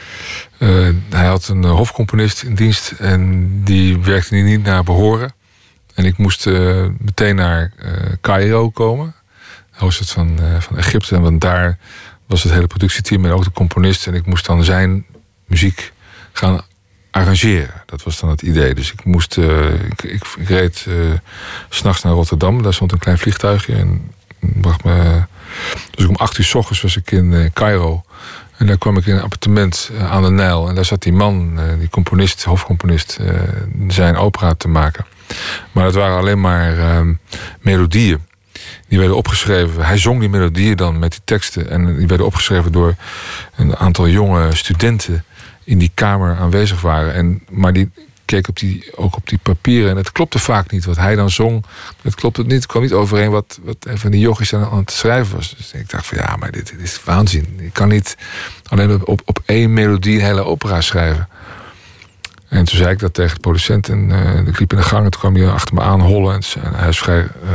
Speaker 5: uh, hij had een hofcomponist in dienst en die werkte niet naar behoren. En ik moest uh, meteen naar uh, Cairo komen, de hoofdstad van, uh, van Egypte. Want daar was het hele productieteam en ook de componist. En ik moest dan zijn muziek gaan arrangeren. Dat was dan het idee. Dus ik moest, uh, ik, ik, ik reed uh, 's nachts naar Rotterdam. Daar stond een klein vliegtuigje en bracht me. Dus om acht uur 's ochtends was ik in uh, Cairo. En daar kwam ik in een appartement uh, aan de Nijl. En daar zat die man, uh, die componist, hoofdcomponist, uh, zijn opera te maken. Maar dat waren alleen maar uh, melodieën. Die werden opgeschreven. Hij zong die melodieën dan met die teksten. En die werden opgeschreven door een aantal jonge studenten in die kamer aanwezig waren. En, maar die keek op die, ook op die papieren. En het klopte vaak niet. Wat hij dan zong, het klopte niet. Het kwam niet overeen wat, wat een van die yogis dan aan het schrijven was. Dus ik dacht van ja, maar dit, dit is waanzin. Ik kan niet alleen op, op één melodie een hele opera schrijven. En toen zei ik dat tegen de producent. En uh, ik liep in de gang en toen kwam hij achter me aan hollen. En hij is vrij uh,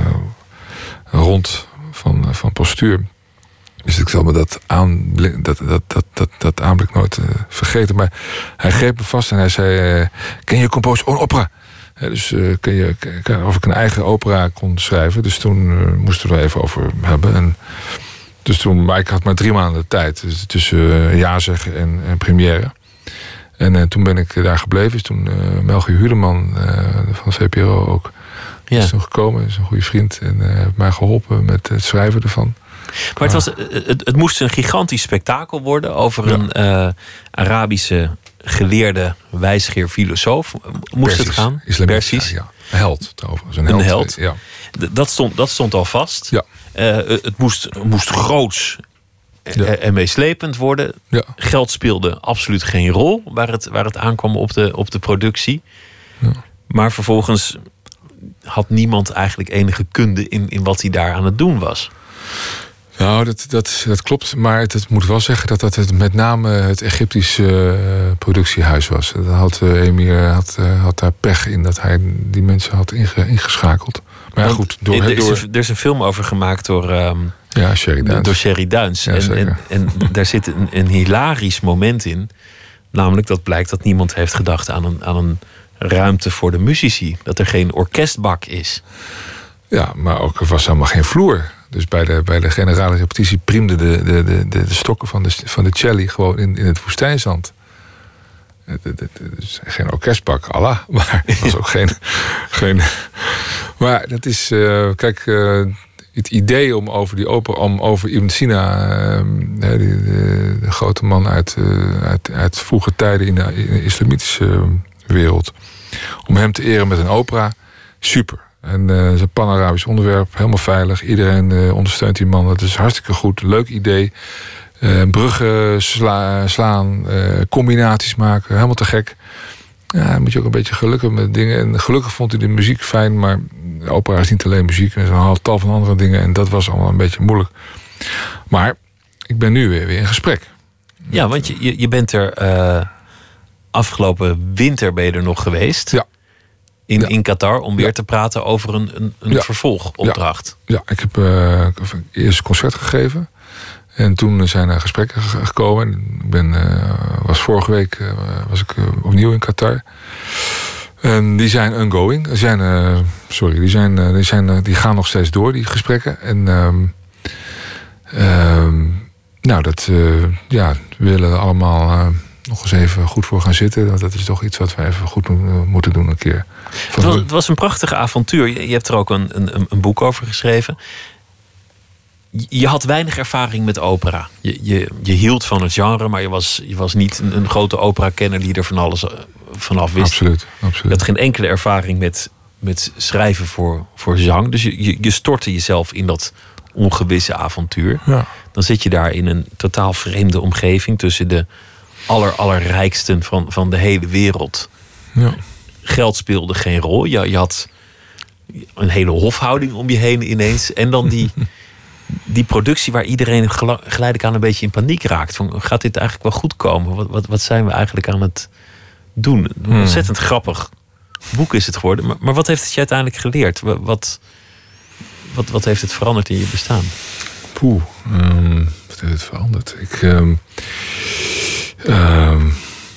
Speaker 5: rond van, uh, van postuur. Dus ik zal me dat, aanblik, dat, dat, dat, dat, dat aanblik nooit uh, vergeten. Maar hij greep me vast en hij zei... Uh, ken je compose een opera? Uh, dus uh, ken je, ken, of ik een eigen opera kon schrijven. Dus toen uh, moesten we er even over hebben. En dus toen, maar ik had maar drie maanden de tijd. Dus tussen uh, ja zeggen en, en première. En uh, toen ben ik daar gebleven. Dus toen uh, Melchior Huleman uh, van de V P R O ook... Ja. Is toen gekomen, is een goede vriend. En uh, heeft mij geholpen met het schrijven ervan.
Speaker 4: Maar het, was, het, het moest een gigantisch spektakel worden over ja. een uh, Arabische geleerde wijsgeer, filosoof. Moest Persisch, het gaan?
Speaker 5: Persisch. Ja, ja. Een held trouwens. Een held. Een held. Ja.
Speaker 4: Dat, stond, dat stond al vast.
Speaker 5: Ja.
Speaker 4: Uh, het moest, moest groots ja. en meeslepend worden.
Speaker 5: Ja.
Speaker 4: Geld speelde absoluut geen rol waar het, waar het aankwam op de, op de productie. Ja. Maar vervolgens had niemand eigenlijk enige kunde in, in wat hij daar aan het doen was.
Speaker 5: Nou, dat, dat, dat klopt. Maar het, het moet wel zeggen dat dat het met name het Egyptische uh, productiehuis was. Dat had uh, Emir had, uh, had daar pech in dat hij die mensen had inge, ingeschakeld. Maar ja, goed. Door,
Speaker 4: er,
Speaker 5: door...
Speaker 4: is een, er is een film over gemaakt door, um,
Speaker 5: ja, Sherry Duins.
Speaker 4: door Sherry Duins.
Speaker 5: Ja,
Speaker 4: en, en, en daar zit een, een hilarisch moment in. Namelijk dat blijkt dat niemand heeft gedacht aan een, aan een ruimte voor de muzici. Dat er geen orkestbak is.
Speaker 5: Ja, maar ook er was helemaal geen vloer. Dus bij de, bij de generale repetitie priemden de, de, de, de stokken van de, van de celli gewoon in, in het woestijnzand. Dus geen orkestbak, Allah. Maar het was ook geen, geen. Maar dat is. Uh, kijk, uh, het idee om over die opera, om over Ibn Sina, uh, de, de, de grote man uit, uh, uit, uit vroege tijden in de, in de islamitische wereld, om hem te eren met een opera, super. En uh, het is een pan-Arabisch onderwerp, helemaal veilig. Iedereen uh, ondersteunt die man. Dat is hartstikke goed, leuk idee. Uh, bruggen sla, slaan, uh, combinaties maken, helemaal te gek. Ja, dan moet je ook een beetje gelukkig met dingen. En gelukkig vond hij de muziek fijn, maar de opera is niet alleen muziek. Er zijn een tal van andere dingen en dat was allemaal een beetje moeilijk. Maar ik ben nu weer, weer in gesprek.
Speaker 4: Ja, want je, je bent er uh, afgelopen winter ben je er nog geweest.
Speaker 5: Ja.
Speaker 4: In,
Speaker 5: ja.
Speaker 4: in Qatar om weer
Speaker 5: ja.
Speaker 4: te praten over een, een, een
Speaker 5: ja.
Speaker 4: vervolgopdracht.
Speaker 5: Ja, ja ik heb uh, eerst een concert gegeven. En toen zijn er gesprekken gekomen. Ik ben, uh, was vorige week uh, was ik uh, opnieuw in Qatar. En die zijn ongoing. Die zijn, uh, sorry, die, zijn, uh, die, zijn, uh, die gaan nog steeds door, die gesprekken. En um, um, nou, dat uh, ja, we willen allemaal uh, nog eens even goed voor gaan zitten. Want dat is toch iets wat we even goed moeten doen een keer.
Speaker 4: Het was, het was een prachtige avontuur. Je, je hebt er ook een, een, een boek over geschreven. Je had weinig ervaring met opera. Je, je, je hield van het genre, maar je was, je was niet een, een grote opera-kenner die er van alles vanaf wist.
Speaker 5: Absoluut, absoluut.
Speaker 4: Je had geen enkele ervaring met, met schrijven voor, voor zang. Dus je, je, je stortte jezelf in dat ongewisse avontuur.
Speaker 5: Ja.
Speaker 4: Dan zit je daar in een totaal vreemde omgeving tussen de aller, allerrijksten van, van de hele wereld.
Speaker 5: Ja.
Speaker 4: Geld speelde geen rol. Je, je had een hele hofhouding om je heen ineens. En dan die, die productie waar iedereen geleidelijk aan een beetje in paniek raakt. Van, gaat dit eigenlijk wel goed komen? Wat, wat, wat zijn we eigenlijk aan het doen? Een hmm. ontzettend grappig boek is het geworden. Maar, maar wat heeft het je uiteindelijk geleerd? Wat, wat, wat heeft het veranderd in je bestaan?
Speaker 5: Poeh, um, wat heeft het veranderd? Ik... Um, um,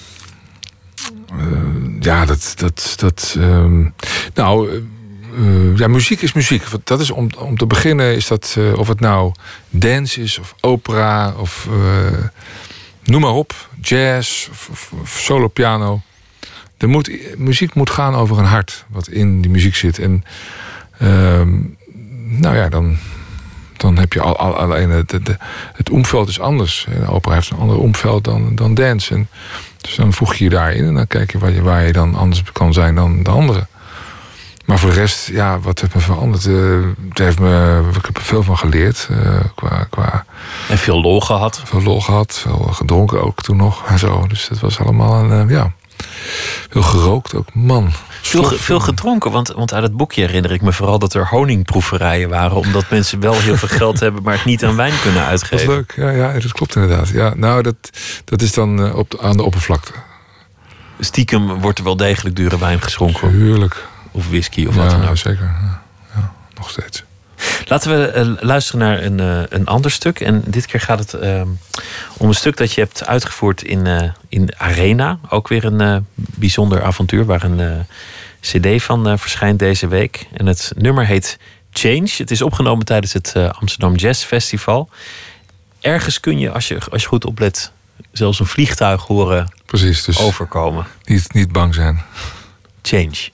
Speaker 5: uh, ja, dat... dat, dat um, nou... Uh, ja, muziek is muziek. Dat is om, om te beginnen is dat... Uh, of het nou dance is, of opera, of... Uh, noem maar op. Jazz, of, of, of solo piano. Er moet, muziek moet gaan over een hart wat in die muziek zit. En uh, nou ja, dan, dan heb je al, al, alleen het, het, het omveld is anders. Opera heeft een ander omveld dan, dan dance. En dus dan voeg je je daarin en dan kijk je waar, je waar je dan anders kan zijn dan de anderen. Maar voor de rest, ja, wat heeft me veranderd? Uh, het heeft me, ik heb er veel van geleerd. Uh, qua, qua
Speaker 4: en veel lol gehad.
Speaker 5: Veel lol gehad, veel gedronken ook toen nog. En zo. Dus het was allemaal, een, uh, ja, veel gerookt ook. Man.
Speaker 4: Veel, veel gedronken, want, want uit het boekje herinner ik me vooral dat er honingproeverijen waren. Omdat mensen wel heel veel geld hebben, maar het niet aan wijn kunnen uitgeven.
Speaker 5: Dat is leuk, ja, ja, dat klopt inderdaad. Ja, nou, dat, dat is dan uh, op de, aan de oppervlakte.
Speaker 4: Stiekem wordt er wel degelijk dure wijn geschonken.
Speaker 5: Tuurlijk.
Speaker 4: Of whisky of
Speaker 5: ja,
Speaker 4: wat dan ook.
Speaker 5: Zeker, ja, ja, nog steeds.
Speaker 4: Laten we uh, luisteren naar een, uh, een ander stuk. En dit keer gaat het uh, om een stuk dat je hebt uitgevoerd in, uh, in Arena. Ook weer een uh, bijzonder avontuur waar een uh, cd van uh, verschijnt deze week. En het nummer heet Change. Het is opgenomen tijdens het uh, Amsterdam Jazz Festival. Ergens kun je, als je, als je goed oplet, zelfs een vliegtuig horen
Speaker 5: Precies, dus
Speaker 4: overkomen.
Speaker 5: Niet, niet bang zijn.
Speaker 4: Change.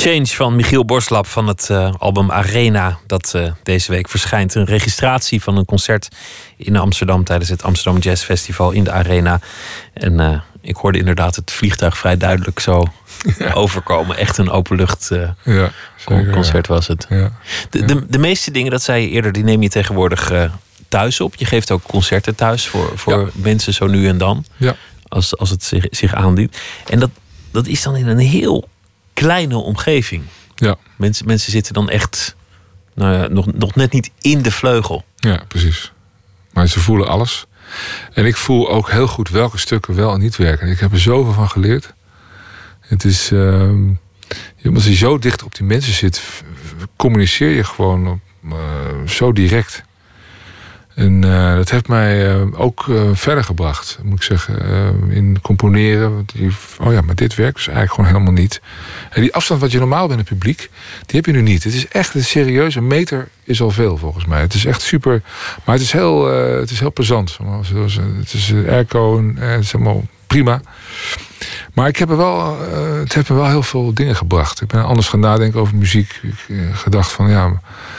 Speaker 4: Change van Michiel Borslap van het uh, album Arena. Dat uh, deze week verschijnt. Een registratie van een concert in Amsterdam tijdens het Amsterdam Jazz Festival in de Arena. En uh, ik hoorde inderdaad het vliegtuig vrij duidelijk zo ja. overkomen. Echt een openlucht uh, ja, zeker, concert ja. was het. Ja. De, de, de meeste dingen, dat zei je eerder, die neem je tegenwoordig uh, thuis op. Je geeft ook concerten thuis voor, voor ja. mensen zo nu en dan. Ja. Als, als het zich, zich aandient. En dat, dat is dan in een heel kleine omgeving. Ja. Mensen, mensen zitten dan echt nou ja, nog, nog net niet in de vleugel.
Speaker 5: Ja, precies. Maar ze voelen alles. En ik voel ook heel goed welke stukken wel en niet werken. Ik heb er zoveel van geleerd. Het is... Uh, omdat je zo dicht op die mensen zit, communiceer je gewoon op, uh, zo direct. En uh, dat heeft mij uh, ook uh, verder gebracht, moet ik zeggen. Uh, in componeren. Die, oh ja, maar dit werkt dus eigenlijk gewoon helemaal niet. En die afstand wat je normaal bent in het publiek, die heb je nu niet. Het is echt een serieuze meter is al veel volgens mij. Het is echt super. Maar het is heel, uh, het is heel plezant. Het is uh, airco en uh, het is helemaal prima. Maar ik heb er wel, uh, het heeft me wel heel veel dingen gebracht. Ik ben anders gaan nadenken over muziek. Ik uh, gedacht van ja,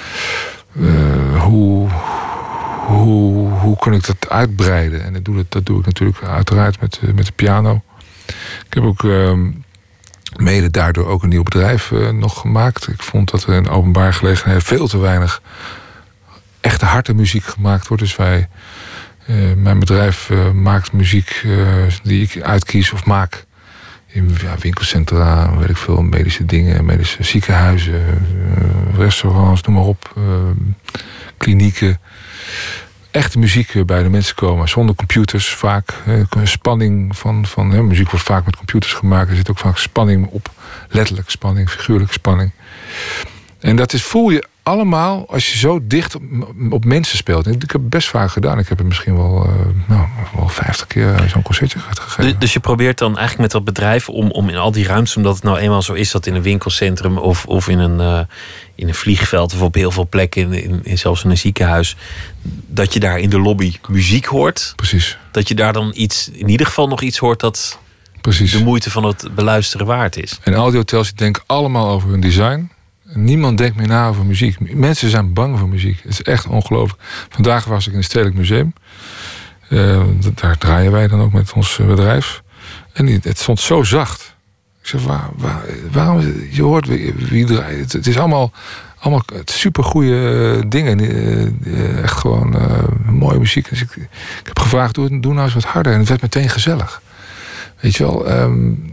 Speaker 5: uh, hoe... Hoe, hoe kan ik dat uitbreiden? En dat doe, dat doe ik natuurlijk uiteraard met, met de piano. Ik heb ook uh, mede daardoor ook een nieuw bedrijf uh, nog gemaakt. Ik vond dat er in openbare gelegenheid veel te weinig echte harde muziek gemaakt wordt. Dus wij, uh, mijn bedrijf uh, maakt muziek uh, die ik uitkies of maak. In ja, winkelcentra, weet ik veel, medische dingen, medische ziekenhuizen, uh, restaurants, noem maar op, uh, klinieken. Echte muziek bij de mensen komen, zonder computers vaak. Spanning van, van hè, muziek wordt vaak met computers gemaakt. Er zit ook vaak spanning op, letterlijke spanning, figuurlijke spanning. En dat is, voel je allemaal als je zo dicht op, op mensen speelt. Ik heb het best vaak gedaan. Ik heb het misschien wel, uh, nou, wel vijftig keer zo'n concertje gegeven.
Speaker 4: Dus je probeert dan eigenlijk met dat bedrijf om, om in al die ruimtes, omdat het nou eenmaal zo is dat in een winkelcentrum of, of in een, uh, in een vliegveld of op heel veel plekken, in, in, in zelfs in een ziekenhuis, dat je daar in de lobby muziek hoort.
Speaker 5: Precies.
Speaker 4: Dat je daar dan iets, in ieder geval nog iets hoort dat
Speaker 5: Precies.
Speaker 4: de moeite van het beluisteren waard is.
Speaker 5: En al die hotels die denken allemaal over hun design. Niemand denkt meer na over muziek. Mensen zijn bang voor muziek. Het is echt ongelooflijk. Vandaag was ik in het Stedelijk Museum. Uh, daar draaien wij dan ook met ons bedrijf. En het stond zo zacht. Ik zeg, waar, waar, waarom? Je hoort wie, wie draait. Het, het is allemaal, allemaal supergoeie dingen. Uh, echt gewoon uh, mooie muziek. Dus ik, ik heb gevraagd, doe, doe nou eens wat harder. En het werd meteen gezellig. Weet je wel... Um,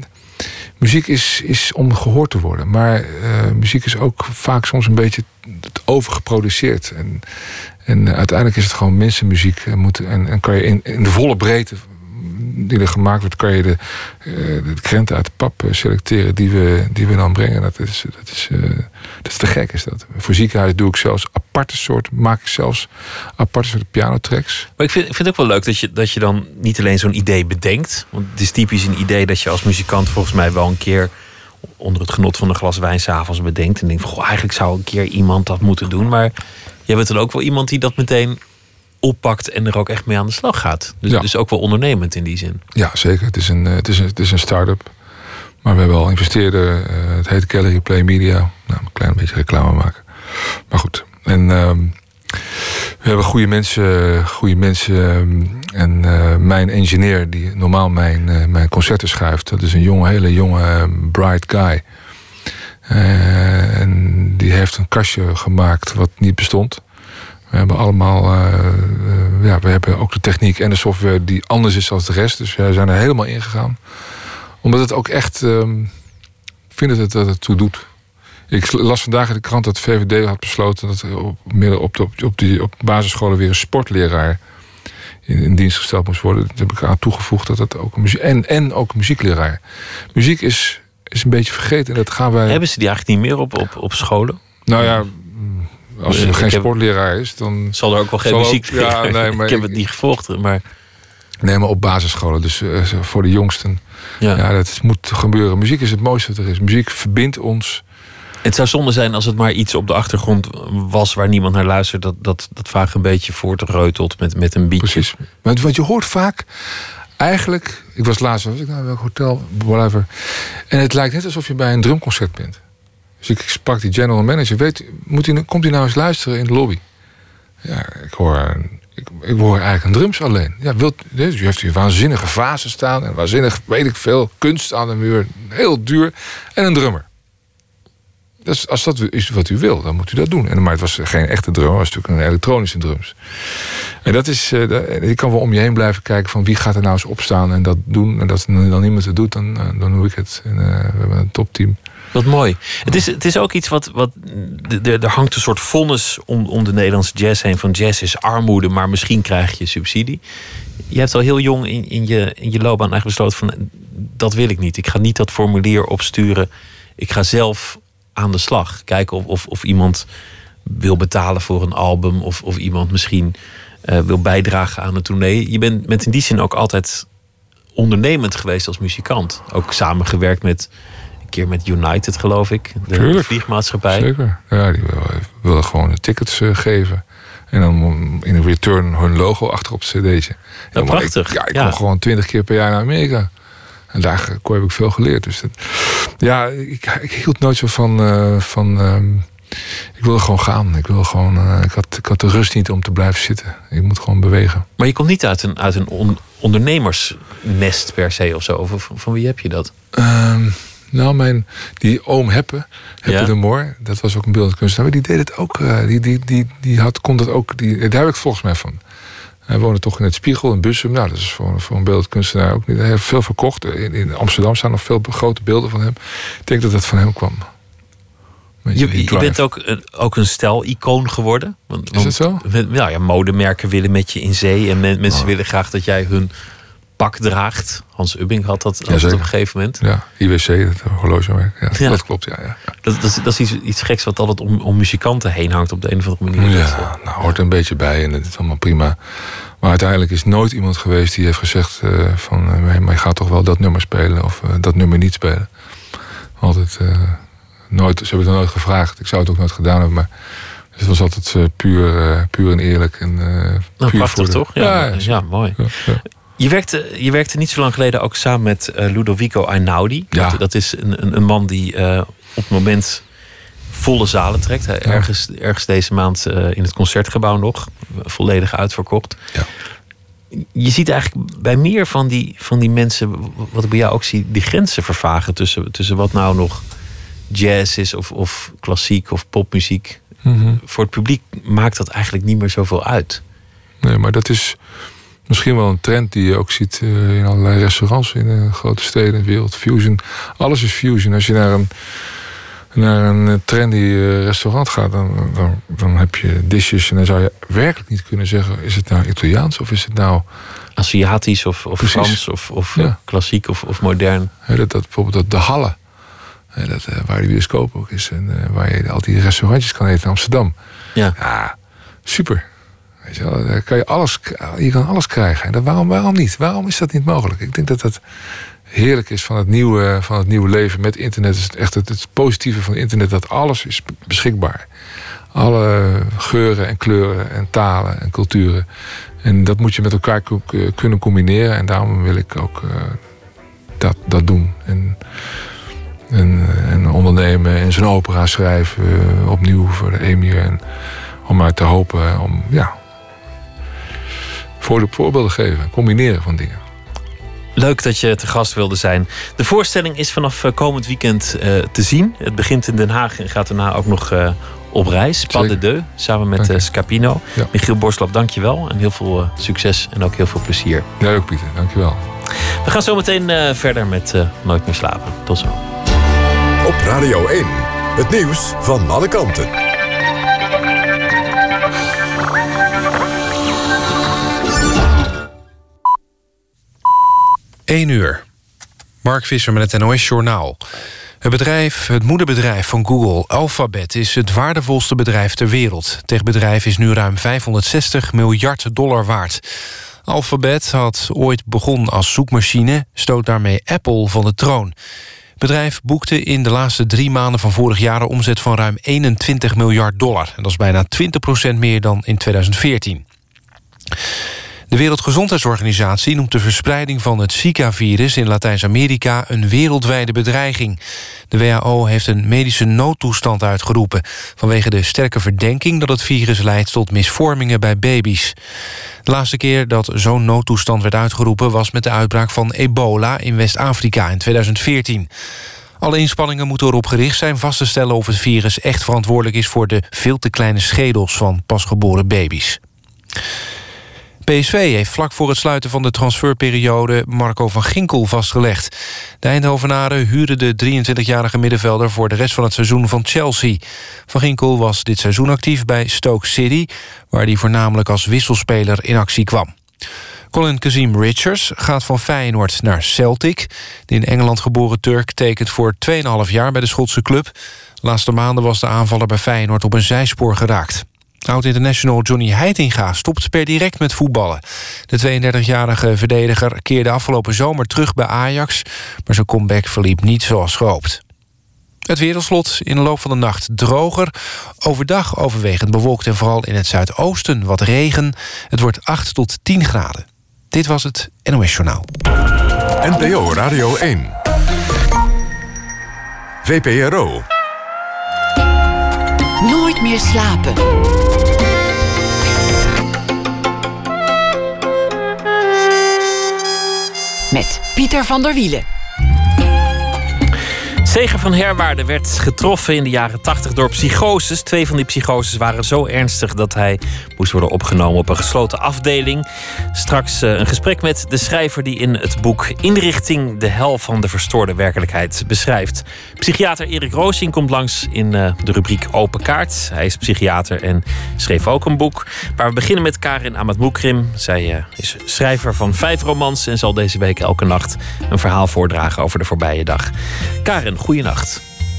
Speaker 5: Muziek is, is om gehoord te worden. Maar uh, muziek is ook vaak soms een beetje overgeproduceerd. En, en uh, uiteindelijk is het gewoon mensenmuziek. En, moet, en, en kan je in, in de volle breedte die er gemaakt wordt, kan je de, uh, de krenten uit de pap selecteren die we, die we dan brengen. Dat is, dat, is, uh, dat is te gek, is dat. Voor ziekenhuis doe ik zelfs aparte soort, maak ik zelfs aparte soort pianotracks.
Speaker 4: Maar ik vind, ik vind het ook wel leuk dat je, dat je dan niet alleen zo'n idee bedenkt. Want het is typisch een idee dat je als muzikant volgens mij wel een keer onder het genot van een glas wijn 's avonds bedenkt. En denkt van, goh, eigenlijk zou een keer iemand dat moeten doen. Maar jij bent dan ook wel iemand die dat meteen oppakt en er ook echt mee aan de slag gaat. Dus, ja. dus ook wel ondernemend in die zin.
Speaker 5: Ja, zeker. Het is een, het is een, het is een start-up. Maar we hebben al investeerden. Uh, het heet Gallery Play Media. Nou, een klein beetje reclame maken. Maar goed. En uh, we hebben goede mensen. Goede mensen um, en uh, mijn engineer, die normaal mijn, uh, mijn concerten schrijft. Dat is een jonge, hele jonge, uh, bright guy. Uh, en die heeft een kastje gemaakt wat niet bestond. We hebben allemaal, uh, uh, ja, we hebben ook de techniek en de software die anders is dan de rest. Dus wij zijn er helemaal in gegaan. Omdat het ook echt, um, ik vind dat het, dat het toe doet. Ik las vandaag in de krant dat de V V D had besloten dat op, midden op, de, op, die, op basisscholen weer een sportleraar in, in dienst gesteld moest worden. Daar heb ik aan toegevoegd dat het ook een muziek en, en ook een muziekleraar. Muziek is, is een beetje vergeten en dat gaan wij.
Speaker 4: Hebben ze die eigenlijk niet meer op, op, op scholen?
Speaker 5: Nou ja. Als er geen heb, sportleraar is, dan
Speaker 4: zal er ook wel geen muziek
Speaker 5: ook, ja, nee, maar
Speaker 4: ik heb het niet gevolgd, maar
Speaker 5: nee, maar op basisscholen, dus uh, voor de jongsten. Ja, ja dat is, moet gebeuren. Muziek is het mooiste wat er is. Muziek verbindt ons.
Speaker 4: Het zou zonde zijn als het maar iets op de achtergrond was waar niemand naar luistert. Dat, dat, dat vaak een beetje voortreutelt met, met een beatje.
Speaker 5: Precies. Want, want je hoort vaak eigenlijk, ik was laatst, was ik nou welk hotel, whatever. En het lijkt net alsof je bij een drumconcert bent. Dus ik sprak die general manager. Weet, moet hij, komt hij nou eens luisteren in de lobby? Ja, ik hoor, ik, ik hoor eigenlijk een drums alleen. Ja, wilt, dus je heeft hier waanzinnige vazen staan en waanzinnig, weet ik veel, kunst aan de muur, heel duur en een drummer. Dus als dat is wat u wil, dan moet u dat doen. En, maar het was geen echte drum, het was natuurlijk een elektronische drums. En dat is, uh, dat, je kan wel om je heen blijven kijken van wie gaat er nou eens opstaan en dat doen. En dat dan niemand het doet, dan, dan doe ik het. En, uh, we hebben een topteam.
Speaker 4: Wat mooi. Het is, het is ook iets wat... wat er hangt een soort vonnis om, om de Nederlandse jazz heen. Van jazz is armoede, maar misschien krijg je subsidie. Je hebt al heel jong in, in, je, in je loopbaan eigenlijk besloten van... dat wil ik niet. Ik ga niet dat formulier opsturen. Ik ga zelf aan de slag. Kijken of, of, of iemand wil betalen voor een album. Of, of iemand misschien uh, wil bijdragen aan een tournee. Je bent met in die zin ook altijd ondernemend geweest als muzikant. Ook samengewerkt met... keer met United, geloof ik. De
Speaker 5: Tuurlijk.
Speaker 4: Vliegmaatschappij.
Speaker 5: Zeker. Ja, die wilden gewoon de tickets uh, geven. En dan in een return hun logo achter op het cd'tje.
Speaker 4: Ja, ja, prachtig.
Speaker 5: Ik, ja, ik
Speaker 4: ja.
Speaker 5: kom gewoon twintig keer per jaar naar Amerika. En daar heb ik veel geleerd. Dus dat, ja, ik, ik hield nooit zo van... Uh, van um, ik wilde gewoon gaan. Ik, wilde gewoon, uh, ik, had, ik had de rust niet om te blijven zitten. Ik moet gewoon bewegen.
Speaker 4: Maar je komt niet uit een, uit een on, ondernemersnest per se of zo. Of, van, van wie heb je dat?
Speaker 5: Um, Nou, mijn, die oom Heppe, Heppe
Speaker 4: ja.
Speaker 5: de Moor, dat was ook een beeldend kunstenaar. Maar die deed het ook, uh, die, die, die, die had, kon dat ook, die, daar heb ik volgens mij van. Hij woonde toch in het Spiegel, in Bussum. Nou, dat is voor, voor een beeldend kunstenaar ook niet. Hij heeft veel verkocht. In, in Amsterdam staan nog veel grote beelden van hem. Ik denk dat dat van hem kwam.
Speaker 4: Je, je bent ook een, ook een stijl-icoon geworden. Want,
Speaker 5: is dat zo?
Speaker 4: Want, nou ja, modemerken willen met je in zee. En men, mensen oh. willen graag dat jij hun pak draagt. Hans Ubbing had dat
Speaker 5: ja,
Speaker 4: op een gegeven moment.
Speaker 5: Ja, I W C, dat horlogemerk. Ja, ja. Dat klopt, ja. ja.
Speaker 4: Dat, dat, is, dat is iets, iets geks wat altijd om, om muzikanten heen hangt op de een of andere manier.
Speaker 5: Ja, dat, nou, hoort er een beetje bij en het is allemaal prima. Maar uiteindelijk is nooit iemand geweest die heeft gezegd uh, van... Uh, maar je gaat toch wel dat nummer spelen of uh, dat nummer niet spelen. Altijd, uh, nooit, ze hebben het nooit gevraagd. Ik zou het ook nooit gedaan hebben, maar... Het was altijd uh, puur, uh, puur en eerlijk. En, uh,
Speaker 4: nou,
Speaker 5: puur
Speaker 4: prachtig
Speaker 5: de...
Speaker 4: toch? Ja, ja, ja, ja mooi.
Speaker 5: Ja, ja.
Speaker 4: Je werkte, je werkte niet zo lang geleden ook samen met uh, Ludovico Einaudi.
Speaker 5: Ja.
Speaker 4: Dat, dat is een, een, een man die uh, op het moment volle zalen trekt. Hij,
Speaker 5: Ja.
Speaker 4: ergens, ergens deze maand uh, in het Concertgebouw nog. Volledig uitverkocht.
Speaker 5: Ja.
Speaker 4: Je ziet eigenlijk bij meer van die, van die mensen... wat ik bij jou ook zie, die grenzen vervagen... tussen, tussen wat nou nog jazz is of, of klassiek of popmuziek.
Speaker 5: Mm-hmm.
Speaker 4: Voor het publiek maakt dat eigenlijk niet meer zoveel uit.
Speaker 5: Nee, maar dat is misschien wel een trend die je ook ziet uh, in allerlei restaurants in uh, grote steden, de wereld. Fusion. Alles is fusion. Als je naar een, naar een trendy uh, restaurant gaat, dan, dan, dan heb je dishes. En dan zou je werkelijk niet kunnen zeggen, is het nou Italiaans of is het nou...
Speaker 4: Aziatisch of, of Frans of, of
Speaker 5: ja.
Speaker 4: klassiek of, of modern.
Speaker 5: He, dat, dat, bijvoorbeeld dat de Halle. He, dat, uh, waar de bioscoop ook is. En uh, waar je al die restaurantjes kan eten in Amsterdam.
Speaker 4: Ja,
Speaker 5: ja super. Weet je wel, daar kan je, alles, je kan alles krijgen. En dat, waarom, waarom niet? Waarom is dat niet mogelijk? Ik denk dat dat heerlijk is van het nieuwe, van het nieuwe leven met internet. Het is echt het, het positieve van internet, dat alles is beschikbaar. Alle geuren en kleuren en talen en culturen. En dat moet je met elkaar kunnen combineren. En daarom wil ik ook uh, dat, dat doen. En, en, en ondernemen en zo'n opera schrijven uh, opnieuw voor de Emir. En om maar te hopen om, ja, voor de voorbeelden geven. Combineren van dingen.
Speaker 4: Leuk dat je te gast wilde zijn. De voorstelling is vanaf komend weekend uh, te zien. Het begint in Den Haag en gaat daarna ook nog uh, op reis. Pas de Deux, samen met uh, Scapino. Ja. Michiel Borslap, dank je wel. En heel veel uh, succes en ook heel veel plezier.
Speaker 5: Ja, ook Pieter, dank je wel.
Speaker 4: We gaan zo meteen uh, verder met uh, Nooit meer slapen. Tot zo.
Speaker 2: Op Radio één, het nieuws van alle kanten.
Speaker 1: één uur. Mark Visser met het N O S-journaal. Het bedrijf, het moederbedrijf van Google, Alphabet, is het waardevolste bedrijf ter wereld. Het techbedrijf is nu ruim vijfhonderdzestig miljard dollar waard. Alphabet had ooit begonnen als zoekmachine, stoot daarmee Apple van de troon. Het bedrijf boekte in de laatste drie maanden van vorig jaar een omzet van ruim eenentwintig miljard dollar. En dat is bijna twintig procent meer dan in tweeduizend veertien. De Wereldgezondheidsorganisatie noemt de verspreiding van het Zika-virus in Latijns-Amerika een wereldwijde bedreiging. De W H O heeft een medische noodtoestand uitgeroepen vanwege de sterke verdenking dat het virus leidt tot misvormingen bij baby's. De laatste keer dat zo'n noodtoestand werd uitgeroepen was met de uitbraak van ebola in West-Afrika in tweeduizend veertien. Alle inspanningen moeten erop gericht zijn vast te stellen of het virus echt verantwoordelijk is voor de veel te kleine schedels van pasgeboren baby's. P S V heeft vlak voor het sluiten van de transferperiode Marco van Ginkel vastgelegd. De Eindhovenaren huurden de drieëntwintigjarige middenvelder voor de rest van het seizoen van Chelsea. Van Ginkel was dit seizoen actief bij Stoke City, waar hij voornamelijk als wisselspeler in actie kwam. Colin Kazim Richards gaat van Feyenoord naar Celtic. De in Engeland geboren Turk tekent voor twee komma vijf jaar bij de Schotse club. De laatste maanden was de aanvaller bij Feyenoord op een zijspoor geraakt. Oud-international Johnny Heitinga stopt per direct met voetballen. De tweeëndertigjarige verdediger keerde afgelopen zomer terug bij Ajax, maar zijn comeback verliep niet zoals gehoopt. Het wereldslot in de loop van de nacht droger. Overdag overwegend bewolkt en vooral in het zuidoosten wat regen. Het wordt acht tot tien graden. Dit was het N O S Journaal.
Speaker 2: N P O Radio één. V P R O.
Speaker 3: Nooit meer slapen. Met Pieter van der Wielen.
Speaker 4: Zeger van Herwaarden werd getroffen in de jaren tachtig door psychoses. Twee van die psychoses waren zo ernstig dat hij moest worden opgenomen op een gesloten afdeling. Straks uh, een gesprek met de schrijver die in het boek Inrichting de hel van de verstoorde werkelijkheid beschrijft. Psychiater Erik Roosing komt langs in uh, de rubriek Open Kaart. Hij is psychiater en schreef ook een boek. Maar we beginnen met Karin Ahmad-Moukrim. Zij uh, is schrijver van vijf romans en zal deze week elke nacht een verhaal voordragen over de voorbije dag. Karin, goeienacht.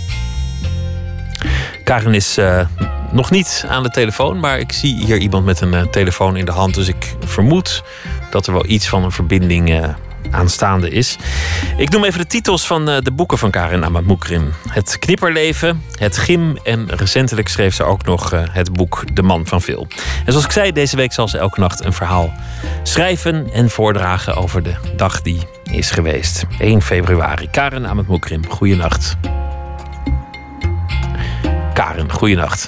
Speaker 4: Karin is uh, nog niet aan de telefoon, maar ik zie hier iemand met een uh, telefoon in de hand. Dus ik vermoed dat er wel iets van een verbinding uh, aanstaande is. Ik noem even de titels van uh, de boeken van Karin Ahmad-Moukrim. Het Knipperleven, Het Gym en recentelijk schreef ze ook nog uh, het boek De Man van Veel. En zoals ik zei, deze week zal ze elke nacht een verhaal schrijven en voordragen over de dag die is geweest. één februari. Karin Ahmad-Moukrim, goeienacht. Karin, goeienacht.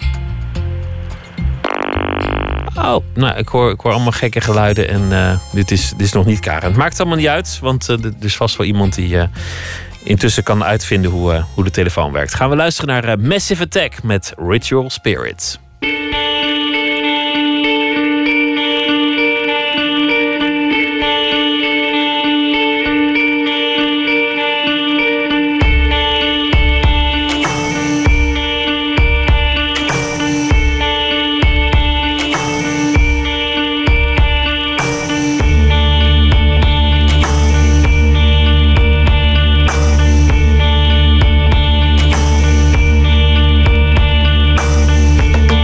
Speaker 4: Oh, nou, ik hoor, ik hoor allemaal gekke geluiden en uh, dit, is, dit is nog niet Karin. Het maakt allemaal niet uit, want uh, er is vast wel iemand die uh, intussen kan uitvinden hoe, uh, hoe de telefoon werkt. Gaan we luisteren naar uh, Massive Attack met Ritual Spirits.
Speaker 6: Thank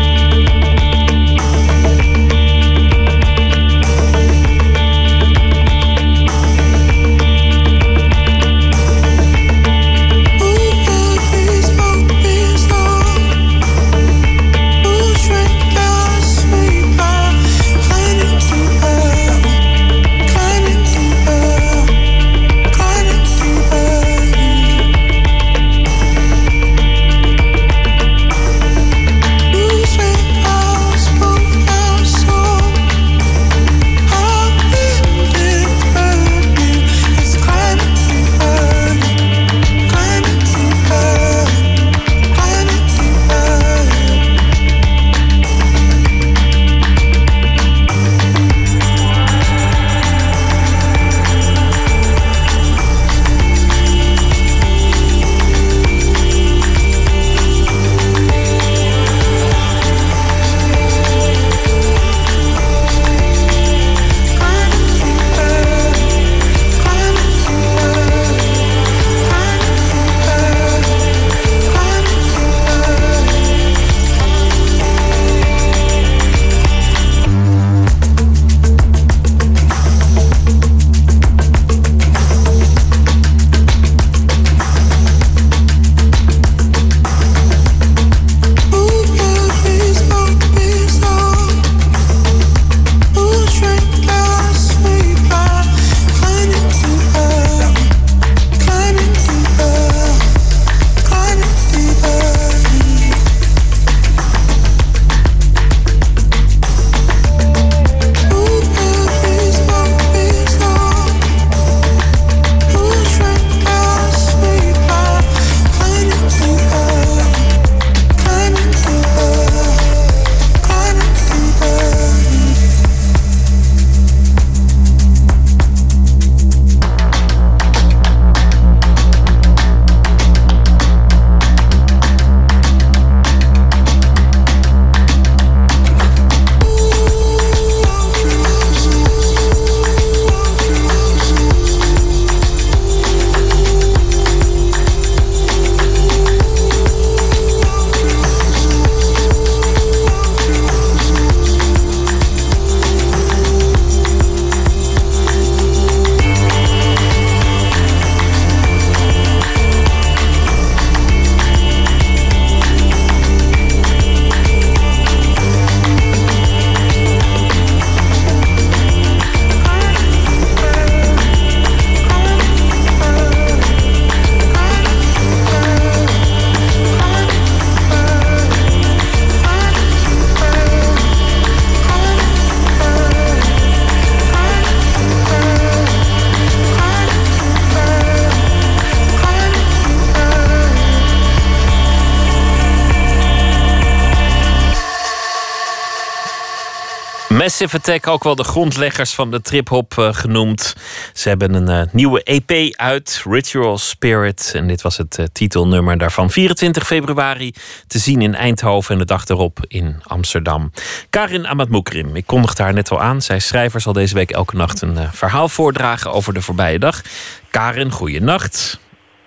Speaker 4: Massive Attack, ook wel de grondleggers van de trip-hop uh, genoemd. Ze hebben een uh, nieuwe E P uit, Ritual Spirit. En dit was het uh, titelnummer daarvan. vierentwintig februari te zien in Eindhoven en de dag erop in Amsterdam. Karin Ahmad-Moukrim, ik kondigde haar net al aan. Zij schrijver zal deze week elke nacht een uh, verhaal voordragen over de voorbije dag. Karin, goeienacht.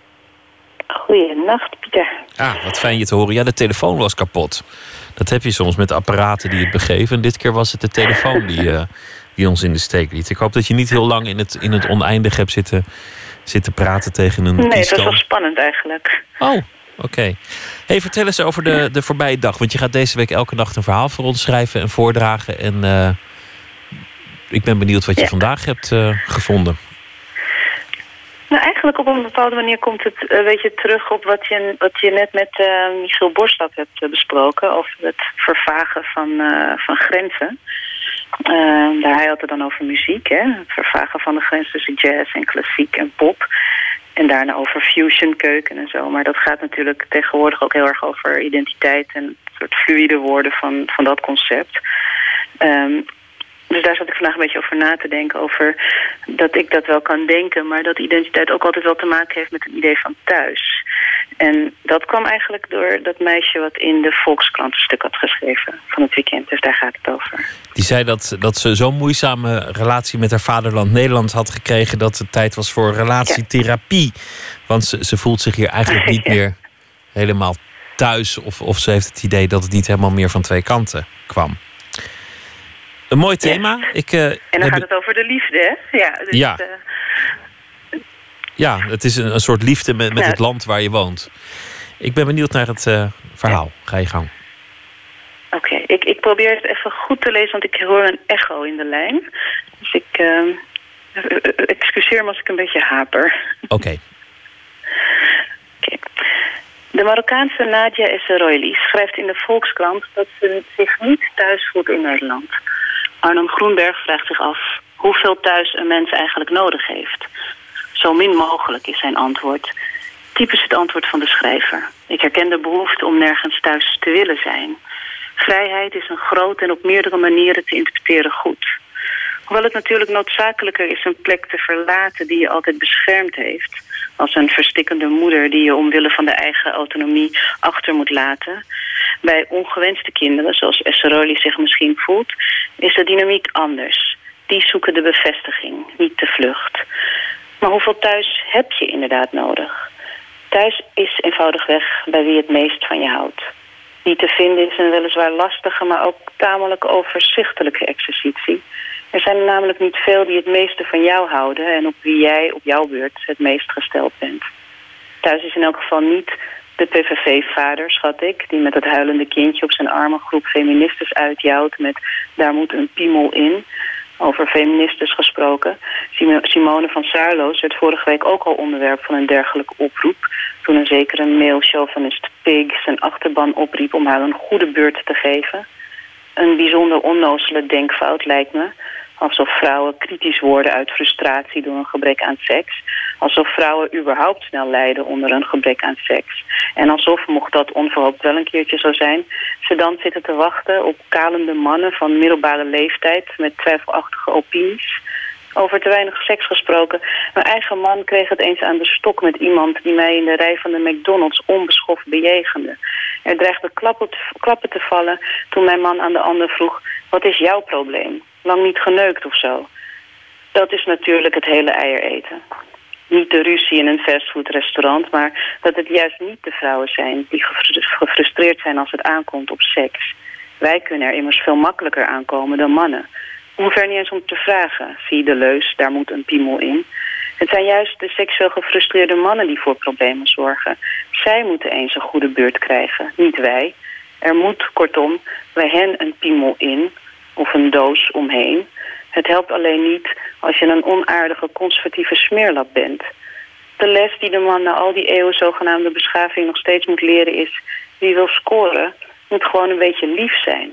Speaker 6: Goeienacht, Pieter.
Speaker 4: Ah, wat fijn je te horen. Ja, de telefoon was kapot. Dat heb je soms met apparaten die het begeven. En dit keer was het de telefoon die, uh, die ons in de steek liet. Ik hoop dat je niet heel lang in het, in het oneindige hebt zitten, zitten praten tegen een
Speaker 6: Nee,
Speaker 4: pistool.
Speaker 6: het was wel spannend eigenlijk.
Speaker 4: Oh, oké. Okay. Hey, vertel eens over de, de voorbije dag. Want je gaat deze week elke nacht een verhaal voor ons schrijven en voordragen. En uh, ik ben benieuwd wat je ja. vandaag hebt uh, gevonden.
Speaker 6: Nou, eigenlijk op een bepaalde manier komt het een beetje terug op wat je, wat je net met uh, Michiel Borslap hebt uh, besproken. Over het vervagen van, uh, van grenzen. Uh, daar hij had het dan over muziek, hè? Het vervagen van de grens tussen jazz en klassiek en pop. En daarna over fusion, keuken en zo. Maar dat gaat natuurlijk tegenwoordig ook heel erg over identiteit en het soort fluïde worden van, van dat concept. Um, Dus daar zat ik vandaag een beetje over na te denken. Over dat ik dat wel kan denken. Maar dat identiteit ook altijd wel te maken heeft met het idee van thuis. En dat kwam eigenlijk door dat meisje wat in de Volkskrant een stuk had geschreven van het weekend. Dus daar gaat het over.
Speaker 4: Die zei dat, dat ze zo'n moeizame relatie met haar vaderland Nederland had gekregen. Dat het tijd was voor relatietherapie. Ja. Want ze, ze voelt zich hier eigenlijk niet ja. meer helemaal thuis. Of, of ze heeft het idee dat het niet helemaal meer van twee kanten kwam. Een mooi thema.
Speaker 6: Ja.
Speaker 4: Ik, uh,
Speaker 6: en dan heb... gaat het over de liefde, hè? Ja. Dus
Speaker 4: ja.
Speaker 6: Het, uh...
Speaker 4: ja, het is een, een soort liefde met, met ja. het land waar je woont. Ik ben benieuwd naar het uh, verhaal. Ja. Ga je gang.
Speaker 6: Oké, okay. ik, ik probeer het even goed te lezen, want ik hoor een echo in de lijn. Dus ik uh, excuseer me als ik een beetje haper.
Speaker 4: Oké. Okay.
Speaker 6: Okay. De Marokkaanse Nadia Esseroili schrijft in de Volkskrant dat ze zich niet thuis voelt in Nederland. Arnon Groenberg vraagt zich af hoeveel thuis een mens eigenlijk nodig heeft. Zo min mogelijk is zijn antwoord. Typisch het antwoord van de schrijver. Ik herken de behoefte om nergens thuis te willen zijn. Vrijheid is een groot en op meerdere manieren te interpreteren goed. Hoewel het natuurlijk noodzakelijker is een plek te verlaten die je altijd beschermd heeft, als een verstikkende moeder die je omwille van de eigen autonomie achter moet laten. Bij ongewenste kinderen, zoals Esseroili zich misschien voelt, is de dynamiek anders. Die zoeken de bevestiging, niet de vlucht. Maar hoeveel thuis heb je inderdaad nodig? Thuis is eenvoudigweg bij wie het meest van je houdt. Die te vinden is een weliswaar lastige, maar ook tamelijk overzichtelijke exercitie. Er zijn er namelijk niet veel die het meeste van jou houden en op wie jij op jouw beurt het meest gesteld bent. Thuis is in elk geval niet de P V V-vader, schat ik, die met het huilende kindje op zijn arm een groep feministes uitjouwt met daar moet een piemel in. Over feministes gesproken. Simone van Saarloos werd vorige week ook al onderwerp van een dergelijke oproep, toen een zekere male chauvinist Pig zijn achterban opriep om haar een goede beurt te geven. Een bijzonder onnozele denkfout lijkt me. Alsof vrouwen kritisch worden uit frustratie door een gebrek aan seks. Alsof vrouwen überhaupt snel lijden onder een gebrek aan seks. En alsof, mocht dat onverhoopt wel een keertje zo zijn, ze dan zitten te wachten op kalende mannen van middelbare leeftijd met twijfelachtige opinies. Over te weinig seks gesproken. Mijn eigen man kreeg het eens aan de stok met iemand die mij in de rij van de McDonald's onbeschoft bejegende. Er dreigde klappen te, klappen te vallen toen mijn man aan de ander vroeg: wat is jouw probleem? Lang niet geneukt of zo? Dat is natuurlijk het hele eieren. Niet de ruzie in een fastfoodrestaurant, maar dat het juist niet de vrouwen zijn die gefrustreerd zijn als het aankomt op seks. Wij kunnen er immers veel makkelijker aankomen dan mannen. Hoever niet eens om te vragen. Zie de leus, daar moet een piemel in. Het zijn juist de seksueel gefrustreerde mannen die voor problemen zorgen. Zij moeten eens een goede beurt krijgen, niet wij. Er moet, kortom, bij hen een piemel in of een doos omheen. Het helpt alleen niet als je een onaardige conservatieve smeerlap bent. De les die de man na al die eeuwen zogenaamde beschaving nog steeds moet leren is: wie wil scoren, moet gewoon een beetje lief zijn.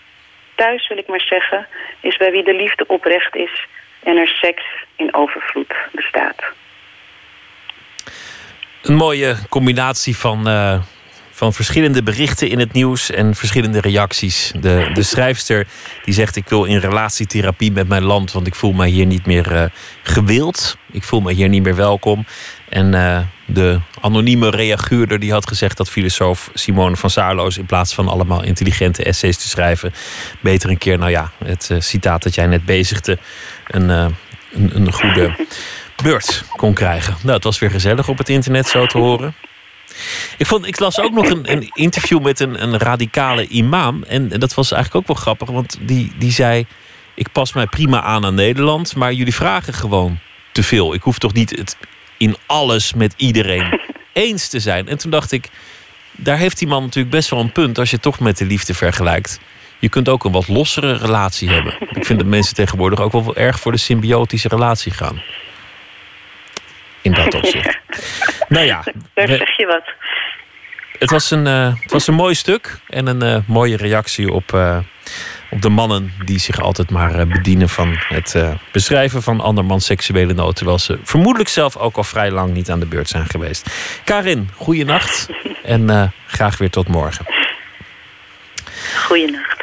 Speaker 6: Thuis, wil ik maar zeggen, is bij wie de liefde oprecht is en er seks in overvloed bestaat.
Speaker 4: Een mooie combinatie van, uh, van verschillende berichten in het nieuws en verschillende reacties. De, de schrijfster die zegt: ik wil in relatietherapie met mijn land, want ik voel mij hier niet meer uh, gewild. Ik voel me hier niet meer welkom. En uh, de anonieme reaguurder die had gezegd dat filosoof Simone van Saarloos, in plaats van allemaal intelligente essays te schrijven, beter een keer, nou ja, het uh, citaat dat jij net bezigde, een, uh, een, een goede beurt kon krijgen. Nou, het was weer gezellig op het internet zo te horen. Ik, vond, ik las ook nog een, een interview met een, een radicale imam. En dat was eigenlijk ook wel grappig, want die, die zei: ik pas mij prima aan aan Nederland, maar jullie vragen gewoon te veel. Ik hoef toch niet het in alles met iedereen eens te zijn. En toen dacht ik, daar heeft die man natuurlijk best wel een punt als je het toch met de liefde vergelijkt. Je kunt ook een wat lossere relatie hebben. Ik vind dat mensen tegenwoordig ook wel erg voor de symbiotische relatie gaan. In dat opzicht. Nou ja.
Speaker 6: Daar zeg je wat.
Speaker 4: Het was een, uh, het was een mooi stuk en een uh, mooie reactie op, uh, op de mannen die zich altijd maar uh, bedienen van het uh, beschrijven van andermans seksuele nood, terwijl ze vermoedelijk zelf ook al vrij lang niet aan de beurt zijn geweest. Karin, goeienacht en uh, graag weer tot morgen.
Speaker 6: Goeienacht.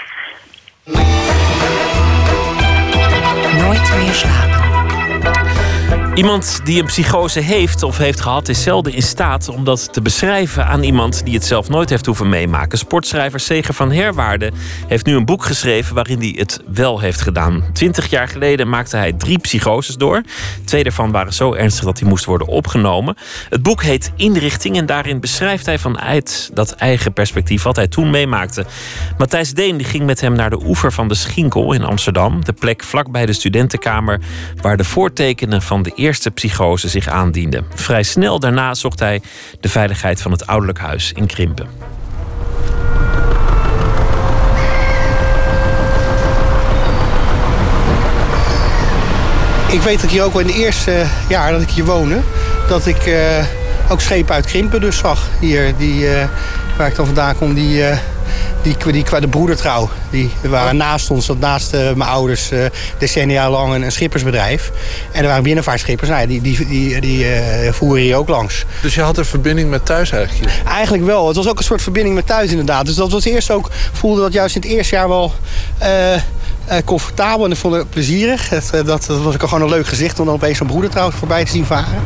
Speaker 3: Nooit meer slapen.
Speaker 4: Iemand die een psychose heeft of heeft gehad is zelden in staat om dat te beschrijven aan iemand die het zelf nooit heeft hoeven meemaken. Sportschrijver Zeger van Herwaarden heeft nu een boek geschreven waarin hij het wel heeft gedaan. Twintig jaar geleden maakte hij drie psychoses door. Twee daarvan waren zo ernstig dat hij moest worden opgenomen. Het boek heet Inrichting en daarin beschrijft hij vanuit dat eigen perspectief wat hij toen meemaakte. Matthijs Deen die ging met hem naar de oever van de Schinkel in Amsterdam. De plek vlakbij de studentenkamer waar de voortekenen van de eerste psychose zich aandiende. Vrij snel daarna zocht hij de veiligheid van het ouderlijk huis in Krimpen.
Speaker 7: Ik weet dat ik hier ook wel in de eerste jaar dat ik hier woonde, dat ik uh, ook schepen uit Krimpen dus zag. Hier, die, uh, waar ik dan vandaan kom, die, uh, die, die qua de broedertrouw. Die waren naast ons, dat naast uh, mijn ouders uh, decennia lang een, een schippersbedrijf. En er waren binnenvaartschippers, nou, die, die, die, die uh, voeren hier ook langs.
Speaker 5: Dus je had een verbinding met thuis eigenlijk hier?
Speaker 7: Eigenlijk wel. Het was ook een soort verbinding met thuis inderdaad. Dus dat was eerst ook, voelde dat juist in het eerste jaar wel Uh, Uh, comfortabel en ik vond het plezierig. Het, uh, dat, dat was ook gewoon een leuk gezicht om dan opeens zo'n broedertrouw voorbij te zien varen.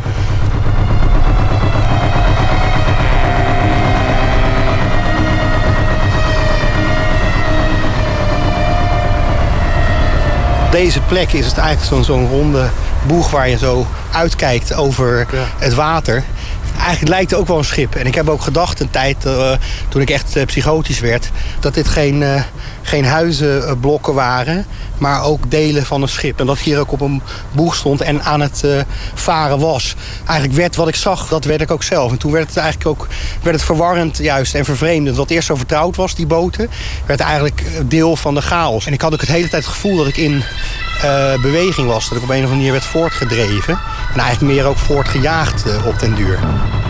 Speaker 7: Deze plek is het eigenlijk zo'n zo'n ronde boeg waar je zo uitkijkt over ja. het water. Eigenlijk lijkt het ook wel een schip. En ik heb ook gedacht een tijd, uh, toen ik echt uh, psychotisch werd, dat dit geen, uh, geen huizenblokken waren, maar ook delen van een schip. En dat hier ook op een boeg stond en aan het uh, varen was. Eigenlijk werd wat ik zag, dat werd ik ook zelf. En toen werd het eigenlijk ook werd het verwarrend juist en vervreemdend. Wat eerst zo vertrouwd was, die boten, werd eigenlijk deel van de chaos. En ik had ook het hele tijd het gevoel dat ik in uh, beweging was. Dat ik op een of andere manier werd voortgedreven. En eigenlijk meer ook voortgejaagd uh, op den duur.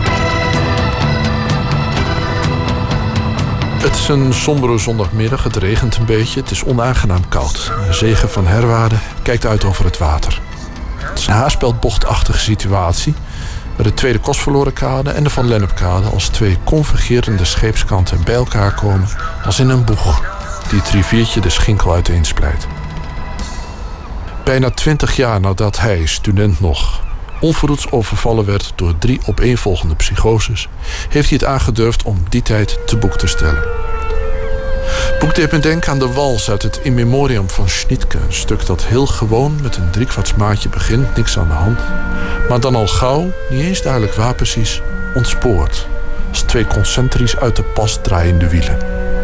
Speaker 8: Het is een sombere zondagmiddag, het regent een beetje, het is onaangenaam koud. Zeger van Herwaarden kijkt uit over het water. Het is een haarspeldbochtachtige situatie, waar de Tweede Kostverlorenkade en de Van Lennepkade als twee convergerende scheepskanten bij elkaar komen, als in een boeg die het riviertje de Schinkel uiteensplijt. Bijna twintig jaar nadat hij, student nog, onverhoeds overvallen werd door drie opeenvolgende psychoses, heeft hij het aangedurfd om die tijd te boek te stellen. Het boek deed me denken aan de wals uit het In Memoriam van Schnittke. Een stuk dat heel gewoon met een driekwartsmaatje begint, niks aan de hand, maar dan al gauw, niet eens duidelijk waar precies, ontspoort. Als twee concentrisch uit de pas draaiende wielen.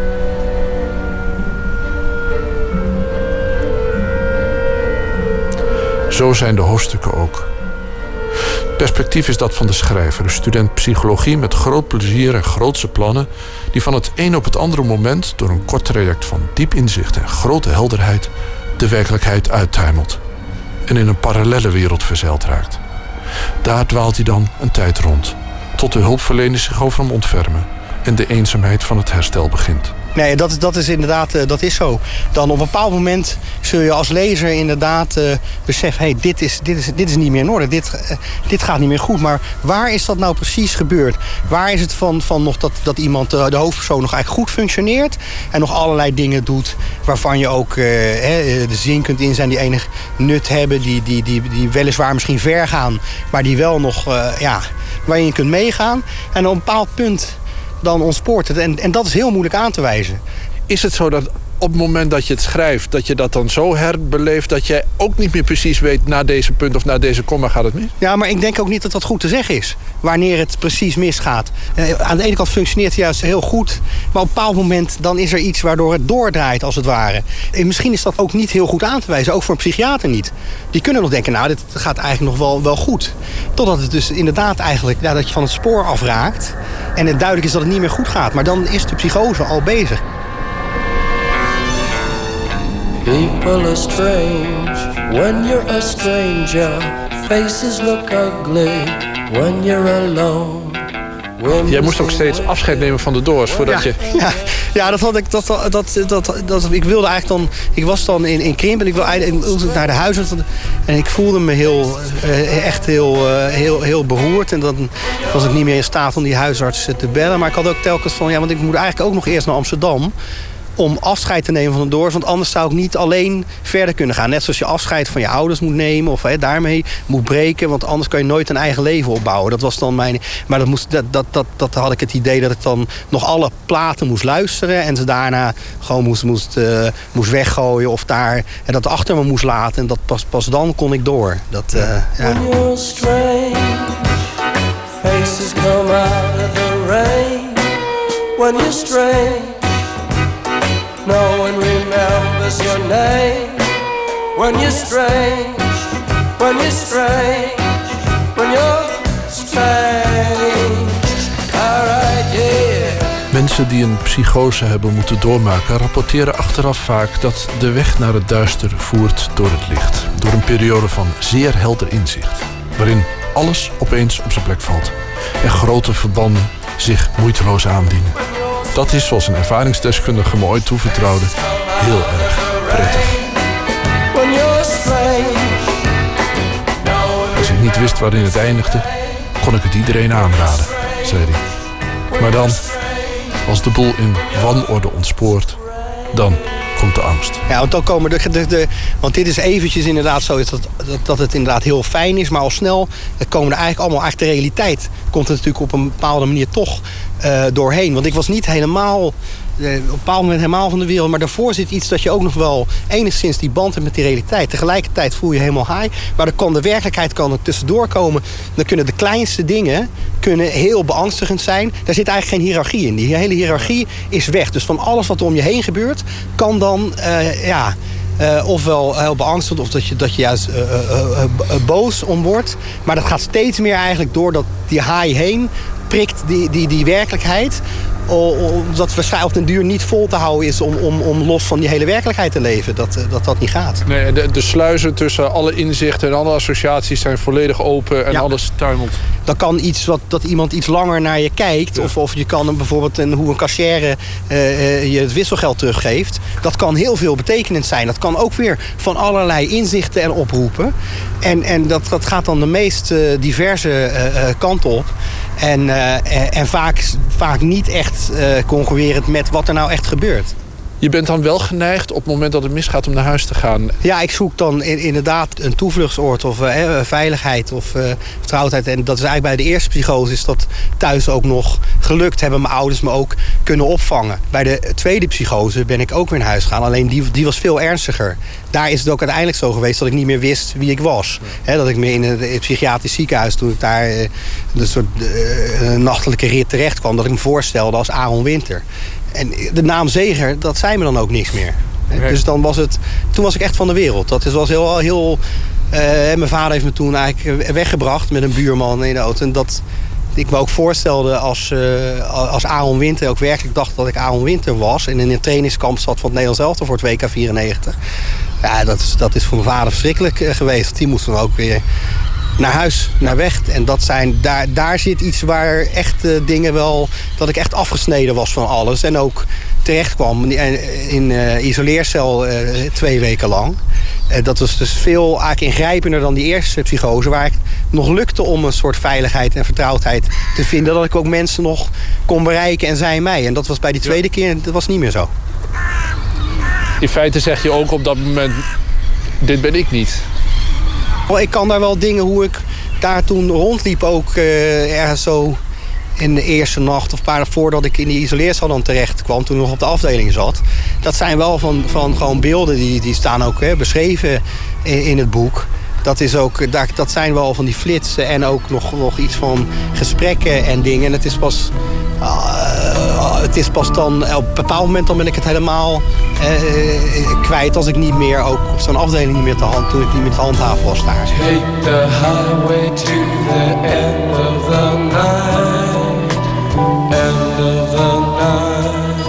Speaker 8: Zo zijn de hoofdstukken ook. Perspectief is dat van de schrijver, een student psychologie met groot plezier en grootse plannen, die van het een op het andere moment door een kort traject van diep inzicht en grote helderheid de werkelijkheid uittuimelt en in een parallelle wereld verzeild raakt. Daar dwaalt hij dan een tijd rond, tot de hulpverleners zich over hem ontfermen en de eenzaamheid van het herstel begint.
Speaker 7: Nee, dat, dat is inderdaad uh, dat is zo. Dan op een bepaald moment zul je als lezer inderdaad uh, beseffen... Hey, dit, is, dit, is, dit is niet meer in orde, dit, uh, dit gaat niet meer goed. Maar waar is dat nou precies gebeurd? Waar is het van, van nog dat, dat iemand, uh, de hoofdpersoon, nog eigenlijk goed functioneert... en nog allerlei dingen doet waarvan je ook uh, hè, de zin kunt in zijn... die enig nut hebben, die, die, die, die weliswaar misschien ver gaan... maar die wel nog, uh, ja, waarin je kunt meegaan. En op een bepaald punt... dan ontspoort het. En, en dat is heel moeilijk aan te wijzen.
Speaker 8: Is het zo dat op het moment dat je het schrijft... dat je dat dan zo herbeleeft... dat je ook niet meer precies weet... na deze punt of na deze komma gaat het mis?
Speaker 7: Ja, maar ik denk ook niet dat dat goed te zeggen is. Wanneer het precies misgaat. Uh, aan de ene kant functioneert het juist heel goed. Maar op een bepaald moment dan is er iets waardoor het doordraait als het ware. En misschien is dat ook niet heel goed aan te wijzen. Ook voor een psychiater niet. Die kunnen nog denken, nou, dit gaat eigenlijk nog wel, wel goed. Totdat het dus inderdaad eigenlijk... Ja, dat je van het spoor afraakt. En het duidelijk is dat het niet meer goed gaat. Maar dan is de psychose al bezig.
Speaker 9: People are strange when you're a stranger. Faces look ugly when you're alone.
Speaker 8: Jij moest ook steeds afscheid nemen van de Doors voordat
Speaker 7: ja,
Speaker 8: je...
Speaker 7: Ja, ja, dat had ik. Dat, dat, dat, dat, dat, ik wilde eigenlijk dan. Ik was dan in, in Krimp en ik wilde eigenlijk naar de huisarts. En ik voelde me heel, echt heel, heel, heel beroerd. En dan was ik niet meer in staat om die huisarts te bellen. Maar ik had ook telkens van, ja, want ik moet eigenlijk ook nog eerst naar Amsterdam. Om afscheid te nemen van de Doors. Want anders zou ik niet alleen verder kunnen gaan. Net zoals je afscheid van je ouders moet nemen. Of hè, daarmee moet breken. Want anders kan je nooit een eigen leven opbouwen. Dat was dan mijn... Maar dat, moest, dat, dat, dat, dat had ik het idee dat ik dan nog alle platen moest luisteren. En ze daarna gewoon moest, moest, uh, moest weggooien. Of daar... En dat achter me moest laten. En dat pas, pas dan kon ik door. Dat, uh, ja.
Speaker 9: When you're strange, faces come out of the rain. When you're strange, no one remembers your name. When you're strange, when you're strange, when you're strange. Alright, yeah.
Speaker 8: Mensen die een psychose hebben moeten doormaken... rapporteren achteraf vaak dat de weg naar het duister voert door het licht. Door een periode van zeer helder inzicht. Waarin alles opeens op zijn plek valt. En grote verbanden zich moeiteloos aandienen. Dat is, zoals een ervaringsdeskundige me ooit toevertrouwde, heel erg prettig. Als ik niet wist waarin het eindigde, kon ik het iedereen aanraden, zei hij. Maar dan, als de boel in wanorde ontspoort, dan komt de angst.
Speaker 7: Ja, want dan komen de, de, de want dit is eventjes inderdaad zo dat, dat, dat het inderdaad heel fijn is, maar al snel komen er eigenlijk allemaal, eigenlijk de realiteit komt er natuurlijk op een bepaalde manier toch uh, doorheen. Want ik was niet helemaal Uh, op een bepaald moment helemaal van de wereld. Maar daarvoor zit iets dat je ook nog wel enigszins die band hebt met die realiteit. Tegelijkertijd voel je helemaal high. Maar dan kan de werkelijkheid kan er tussendoor komen. Dan kunnen de kleinste dingen kunnen heel beangstigend zijn. Daar zit eigenlijk geen hiërarchie in. Die hele hiërarchie is weg. Dus van alles wat er om je heen gebeurt, kan dan uh, ja, uh, ofwel heel beangstigend of dat je, dat je juist uh, uh, uh, uh, boos om wordt. Maar dat gaat steeds meer eigenlijk door dat die high heen prikt die, die, die werkelijkheid. Omdat waarschijnlijk op den duur niet vol te houden is om, om, om los van die hele werkelijkheid te leven. Dat dat, dat niet gaat.
Speaker 8: Nee, de, de sluizen tussen alle inzichten en alle associaties zijn volledig open en ja. Alles tuimelt.
Speaker 7: Dan kan iets wat, dat iemand iets langer naar je kijkt. Ja. Of, of je kan hem bijvoorbeeld een, hoe een cashier uh, je het wisselgeld teruggeeft. Dat kan heel veel betekenend zijn. Dat kan ook weer van allerlei inzichten en oproepen. En, en dat, dat gaat dan de meest uh, diverse uh, kant op. En, uh, en vaak, vaak niet echt uh, congruerend met wat er nou echt gebeurt.
Speaker 8: Je bent dan wel geneigd op het moment dat het misgaat om naar huis te gaan?
Speaker 7: Ja, ik zoek dan in, inderdaad een toevluchtsoord of uh, veiligheid of uh, vertrouwdheid. En dat is eigenlijk bij de eerste psychose is dat thuis ook nog gelukt. Hebben mijn ouders me ook kunnen opvangen. Bij de tweede psychose ben ik ook weer naar huis gegaan. Alleen die, die was veel ernstiger. Daar is het ook uiteindelijk zo geweest dat ik niet meer wist wie ik was. He, dat ik me in het, het psychiatrisch ziekenhuis, toen ik daar uh, een soort uh, nachtelijke rit terecht kwam, dat ik me voorstelde als Aaron Winter. En de naam Zeger, dat zei me dan ook niks meer. Nee. Dus dan was het, toen was ik echt van de wereld. Dat was heel... heel uh, mijn vader heeft me toen eigenlijk weggebracht met een buurman in de auto. En dat ik me ook voorstelde als, uh, als Aaron Winter. Ook werkelijk dacht dat ik Aaron Winter was. En in een trainingskamp zat van het Nederlands elftal voor het W K vierennegentig. Ja, dat is, dat is voor mijn vader verschrikkelijk uh, geweest. Want die moest dan ook weer naar huis, naar weg. En dat zijn, daar, daar zit iets waar echt uh, dingen wel, dat ik echt afgesneden was van alles. En ook terecht kwam in uh, isoleercel uh, twee weken lang. Uh, dat was dus veel eigenlijk ingrijpender dan die eerste psychose, waar ik nog lukte om een soort veiligheid en vertrouwdheid te vinden. Dat ik ook mensen nog kon bereiken en zij mij. En dat was bij die tweede keer, dat was niet meer zo.
Speaker 8: In feite zeg je ook op dat moment, dit ben ik niet.
Speaker 7: Ik kan daar wel dingen hoe ik daar toen rondliep ook uh, ergens zo in de eerste nacht of een paar dagen voordat ik in die isoleercel dan terecht kwam, toen ik nog op de afdeling zat. Dat zijn wel van, van gewoon beelden, die, die staan ook hè, beschreven in, in het boek. Dat, is ook, dat zijn wel van die flitsen en ook nog, nog iets van gesprekken en dingen. En het is pas, uh, het is pas dan, op een bepaald moment dan ben ik het helemaal uh, kwijt als ik niet meer, ook op zo'n afdeling niet meer te hand, toen ik niet meer te handhaven was daar.
Speaker 9: Take the highway to the end of the night, end of the night,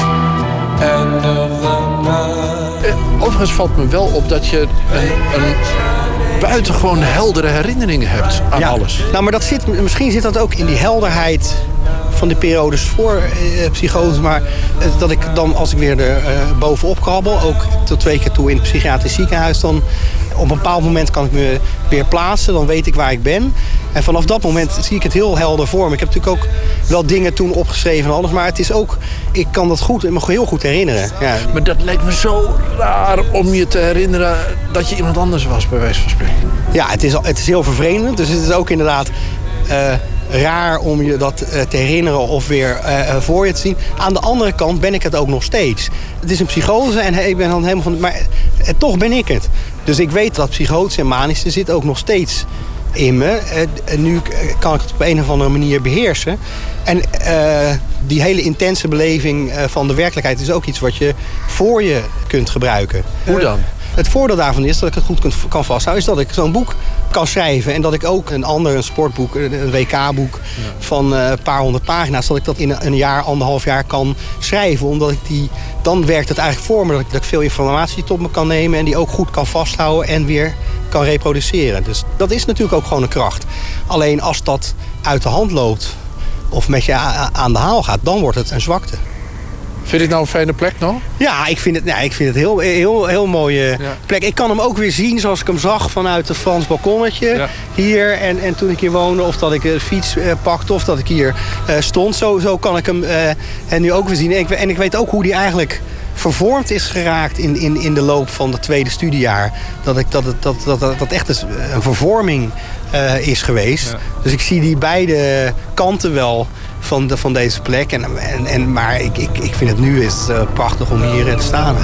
Speaker 9: end of the night.
Speaker 8: Overigens valt me wel op dat je een, een buitengewoon heldere herinneringen hebt aan
Speaker 7: ja.
Speaker 8: alles.
Speaker 7: Nou, maar dat zit, misschien zit dat ook in die helderheid van de periodes voor uh, psychose. Maar uh, dat ik dan, als ik weer er uh, bovenop krabbel, ook tot twee keer toe in het psychiatrisch ziekenhuis, dan op een bepaald moment kan ik me weer plaatsen. Dan weet ik waar ik ben. En vanaf dat moment zie ik het heel helder voor me. Ik heb natuurlijk ook wel dingen toen opgeschreven en alles. Maar het is ook, ik kan dat goed, me heel goed herinneren. Ja.
Speaker 8: Maar dat lijkt me zo raar om je te herinneren dat je iemand anders was, bij wijze van spreken.
Speaker 7: Ja, het is, het is heel vervreemdend. Dus het is ook inderdaad Uh, raar om je dat uh, te herinneren of weer uh, voor je te zien. Aan de andere kant ben ik het ook nog steeds. Het is een psychose en ik ben dan helemaal van, maar uh, toch ben ik het. Dus ik weet dat psychose en manische zit ook nog steeds in me. Uh, nu kan ik het op een of andere manier beheersen. En uh, die hele intense beleving uh, van de werkelijkheid is ook iets wat je voor je kunt gebruiken.
Speaker 8: Hoe dan?
Speaker 7: Het voordeel daarvan is dat ik het goed kan vasthouden, is dat ik zo'n boek kan schrijven. En dat ik ook een ander, een sportboek, een W K-boek ja. van een paar honderd pagina's, dat ik dat in een jaar, anderhalf jaar kan schrijven. Omdat ik die, dan werkt het eigenlijk voor me dat ik, dat ik veel informatie tot me kan nemen en die ook goed kan vasthouden en weer kan reproduceren. Dus dat is natuurlijk ook gewoon een kracht. Alleen als dat uit de hand loopt of met je aan de haal gaat, dan wordt het een zwakte.
Speaker 8: Vind je het nou een fijne plek nog?
Speaker 7: Ja, ik vind het, ja, ik vind het heel, heel, heel mooie ja. plek. Ik kan hem ook weer zien zoals ik hem zag vanuit het Frans balkonnetje ja. hier. En, en toen ik hier woonde, of dat ik de fiets uh, pakte, of dat ik hier uh, stond. Zo, zo kan ik hem uh, en nu ook weer zien. En ik, en ik weet ook hoe die eigenlijk vervormd is geraakt in, in, in de loop van het tweede studiejaar. Dat, ik, dat, dat, dat, dat, dat echt een vervorming uh, is geweest. Ja. Dus ik zie die beide kanten wel van, de, van deze plek. En, en, en, maar ik, ik, ik vind het nu is het, uh, prachtig om hier te staan.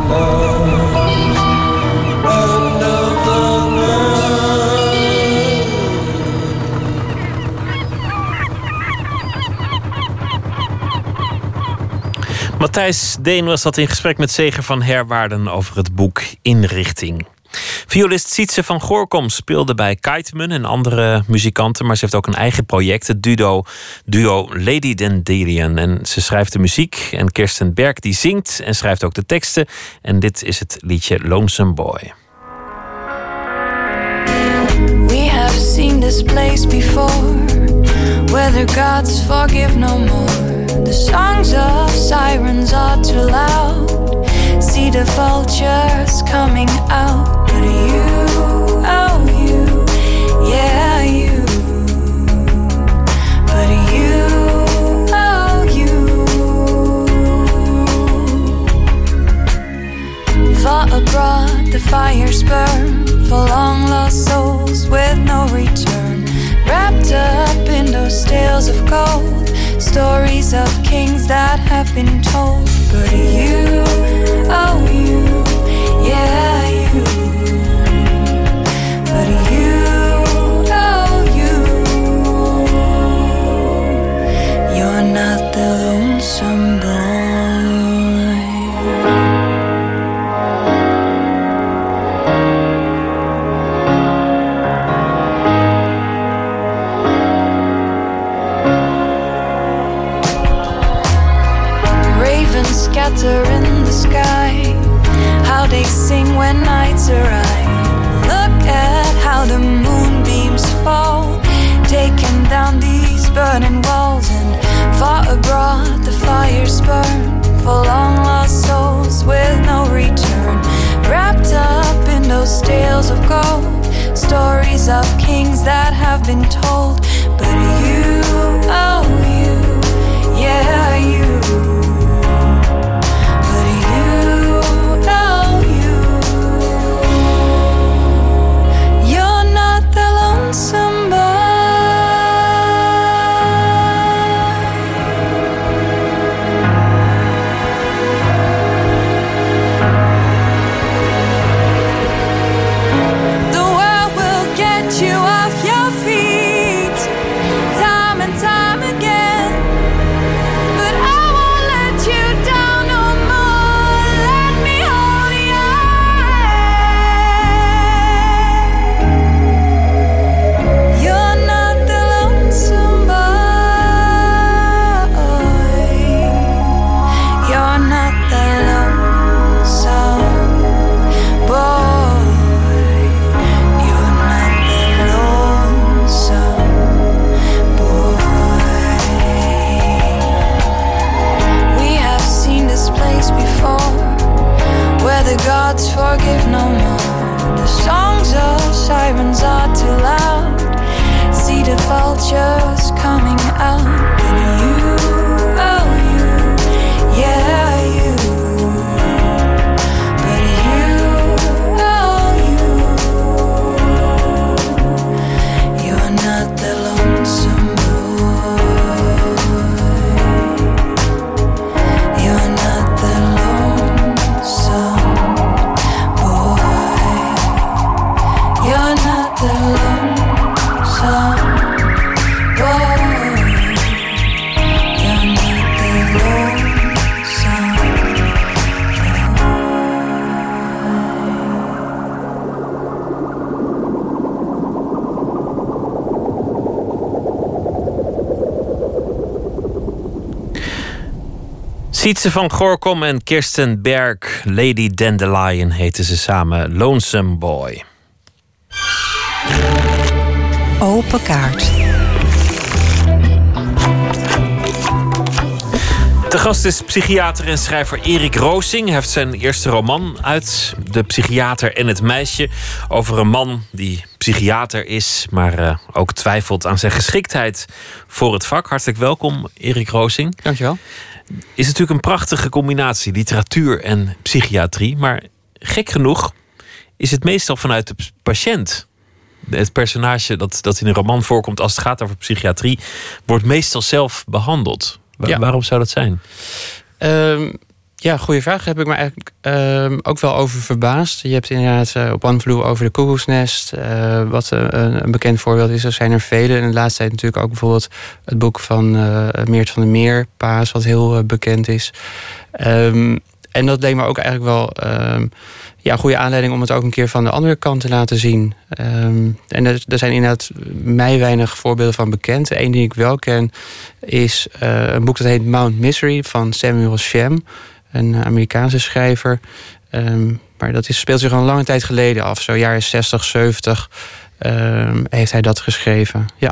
Speaker 4: Matthijs Deen was dat in gesprek met Zeger van Herwaarden over het boek Inrichting. Violist Sietse van Goorkom speelde bij Kiteman en andere muzikanten, maar ze heeft ook een eigen project, het duo, duo Lady Dandelion. En ze schrijft de muziek en Kirsten Berg die zingt en schrijft ook de teksten. En dit is het liedje Lonesome Boy.
Speaker 10: We have seen this place before, whether gods forgive no more. The songs of sirens are too loud. See the vultures coming out. But you, oh you, yeah you. But you, oh you. Far abroad the fires burn for long lost souls with no return. Wrapped up in those tales of gold, stories of kings that have been told. But you, oh you, yeah you. But you, oh you. You're not the lonesome boy. Scatter in the sky, how they sing when nights arrive. Look at how the moonbeams fall, taking down these burning walls. And far abroad the fires burn for long lost souls with no return, wrapped up in those tales of gold, stories of kings that have been told. But you, oh you, yeah you, but you, oh you, you're not the lonesome boy. The gods forgive no more. The songs of sirens are too loud. See the vultures coming out. But you, oh you, yeah you, but you, oh you, you're not the lonesome boy. You're not the lonesome. You're not the lonesome boy. You're not the lonesome
Speaker 4: Sietse van Goorkom en Kirsten Berg, Lady Dandelion heten ze samen, Lonesome Boy.
Speaker 3: Open kaart.
Speaker 4: De gast is psychiater en schrijver Erik Roosing. Hij heeft zijn eerste roman uit, De Psychiater en het Meisje. Over een man die psychiater is, maar uh, ook twijfelt aan zijn geschiktheid voor het vak. Hartelijk welkom, Erik Roosing.
Speaker 11: Dankjewel.
Speaker 4: Is natuurlijk een prachtige combinatie, literatuur en psychiatrie. Maar gek genoeg is het meestal vanuit de patiënt. Het personage dat, dat in een roman voorkomt als het gaat over psychiatrie wordt meestal zelf behandeld. Wa-
Speaker 11: ja.
Speaker 4: Waarom zou dat zijn?
Speaker 11: Um, ja, goede vraag. Daar heb ik me eigenlijk um, ook wel over verbaasd. Je hebt inderdaad uh, op One Flew over de koekoeksnest. Uh, wat uh, een bekend voorbeeld is. Er zijn er vele. En de laatste tijd natuurlijk ook bijvoorbeeld het boek van uh, Meert van der Meer, Paas, wat heel uh, bekend is. Um, en dat leek me ook eigenlijk wel um, ja, een goede aanleiding om het ook een keer van de andere kant te laten zien. Um, en er, er zijn inderdaad mij weinig voorbeelden van bekend. Eén die ik wel ken is uh, een boek dat heet Mount Misery van Samuel Shem, een Amerikaanse schrijver. Um, maar dat is, speelt zich al een lange tijd geleden af. Zo jaren zestig, zeventig um, heeft hij dat geschreven. Ja.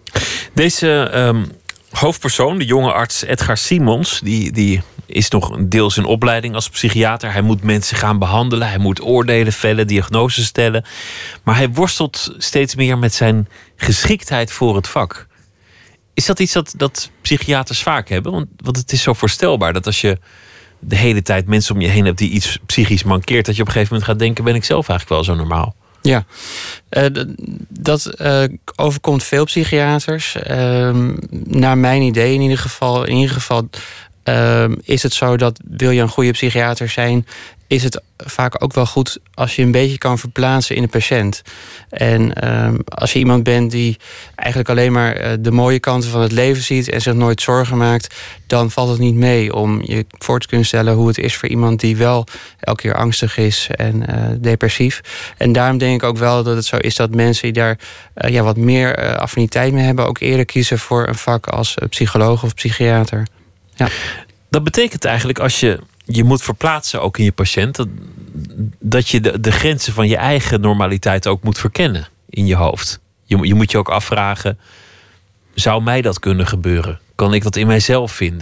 Speaker 4: Deze um, hoofdpersoon, de jonge arts Edgar Simons, die, die is nog deels in opleiding als psychiater. Hij moet mensen gaan behandelen. Hij moet oordelen vellen, diagnoses stellen. Maar hij worstelt steeds meer met zijn geschiktheid voor het vak. Is dat iets dat, dat psychiaters vaak hebben? Want, want het is zo voorstelbaar dat als je de hele tijd mensen om je heen hebt die iets psychisch mankeert, dat je op een gegeven moment gaat denken, ben ik zelf eigenlijk wel zo normaal?
Speaker 11: Ja, uh, d- dat uh, overkomt veel psychiaters. Uh, naar mijn idee in ieder geval. In ieder geval uh, is het zo dat wil je een goede psychiater zijn, is het vaak ook wel goed als je een beetje kan verplaatsen in de patiënt. En um, als je iemand bent die eigenlijk alleen maar uh, de mooie kanten van het leven ziet en zich nooit zorgen maakt, dan valt het niet mee om je voor te kunnen stellen hoe het is voor iemand die wel elke keer angstig is en uh, depressief. En daarom denk ik ook wel dat het zo is dat mensen die daar uh, ja, wat meer uh, affiniteit mee hebben, ook eerder kiezen voor een vak als uh, psycholoog of psychiater. Ja.
Speaker 4: Dat betekent eigenlijk, als je je moet verplaatsen ook in je patiënt, dat, dat je de, de grenzen van je eigen normaliteit ook moet verkennen in je hoofd. Je, je moet je ook afvragen, zou mij dat kunnen gebeuren? Kan ik dat in mijzelf vinden?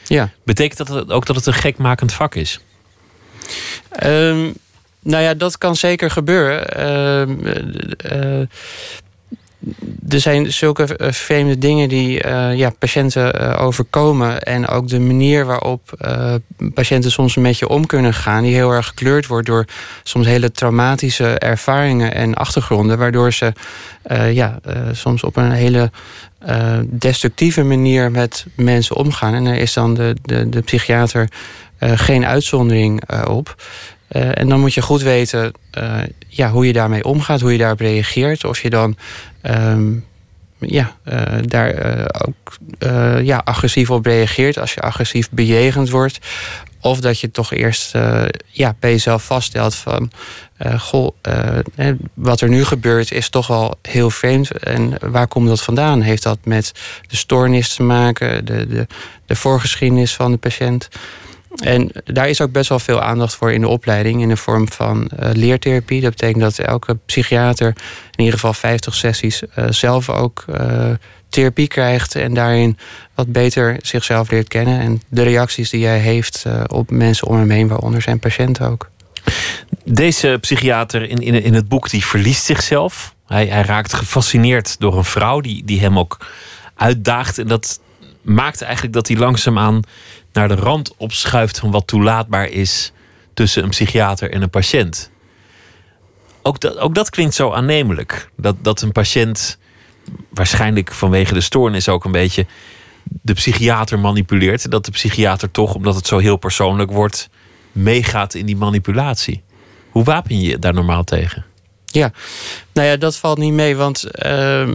Speaker 11: Ja.
Speaker 4: Betekent dat ook dat het een gekmakend vak is?
Speaker 11: Um, nou ja, dat kan zeker gebeuren. Uh, uh, er zijn zulke uh, vreemde dingen die uh, ja, patiënten uh, overkomen. En ook de manier waarop uh, patiënten soms met je om kunnen gaan, die heel erg gekleurd wordt door soms hele traumatische ervaringen en achtergronden. Waardoor ze uh, ja, uh, soms op een hele uh, destructieve manier met mensen omgaan. En daar is dan de, de, de psychiater uh, geen uitzondering uh, op. Uh, en dan moet je goed weten uh, ja, hoe je daarmee omgaat, hoe je daarop reageert. Of je dan um, ja, uh, daar uh, ook uh, ja, agressief op reageert als je agressief bejegend wordt. Of dat je toch eerst uh, ja, bij jezelf vaststelt van Uh, goh, uh, wat er nu gebeurt is toch wel heel vreemd. En waar komt dat vandaan? Heeft dat met de stoornis te maken, de, de, de voorgeschiedenis van de patiënt? En daar is ook best wel veel aandacht voor in de opleiding in de vorm van uh, leertherapie. Dat betekent dat elke psychiater in ieder geval vijftig sessies uh, zelf ook uh, therapie krijgt en daarin wat beter zichzelf leert kennen en de reacties die hij heeft uh, op mensen om hem heen, waaronder zijn patiënten ook.
Speaker 4: Deze psychiater in, in, in het boek die verliest zichzelf. Hij, hij raakt gefascineerd door een vrouw die, die hem ook uitdaagt. En dat maakt eigenlijk dat hij langzaamaan naar de rand opschuift van wat toelaatbaar is tussen een psychiater en een patiënt. Ook dat, ook dat klinkt zo aannemelijk. Dat, dat een patiënt, waarschijnlijk vanwege de stoornis ook een beetje, de psychiater manipuleert. Dat de psychiater toch, omdat het zo heel persoonlijk wordt, meegaat in die manipulatie. Hoe wapen je je daar normaal tegen?
Speaker 11: Ja, nou ja, dat valt niet mee, want uh,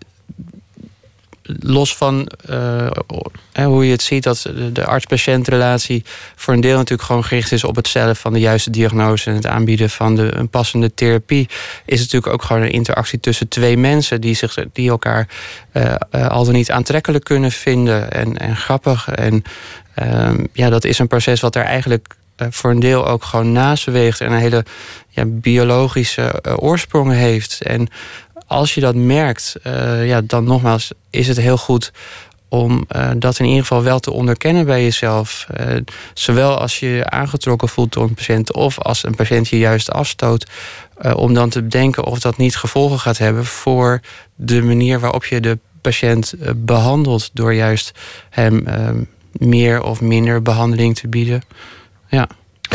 Speaker 11: los van uh, hoe je het ziet, dat de arts-patiëntrelatie voor een deel natuurlijk gewoon gericht is op het stellen van de juiste diagnose en het aanbieden van de, een passende therapie, is het natuurlijk ook gewoon een interactie tussen twee mensen die, zich, die elkaar uh, uh, al dan niet aantrekkelijk kunnen vinden en, en grappig. En uh, ja, dat is een proces wat er eigenlijk Uh, voor een deel ook gewoon naast beweegt en een hele ja, biologische uh, oorsprong heeft. En als je dat merkt, uh, ja, dan nogmaals is het heel goed om uh, dat in ieder geval wel te onderkennen bij jezelf. Uh, zowel als je je aangetrokken voelt door een patiënt of als een patiënt je juist afstoot, uh, om dan te bedenken of dat niet gevolgen gaat hebben voor de manier waarop je de patiënt uh, behandelt, door juist hem uh, meer of minder behandeling te bieden. Ja.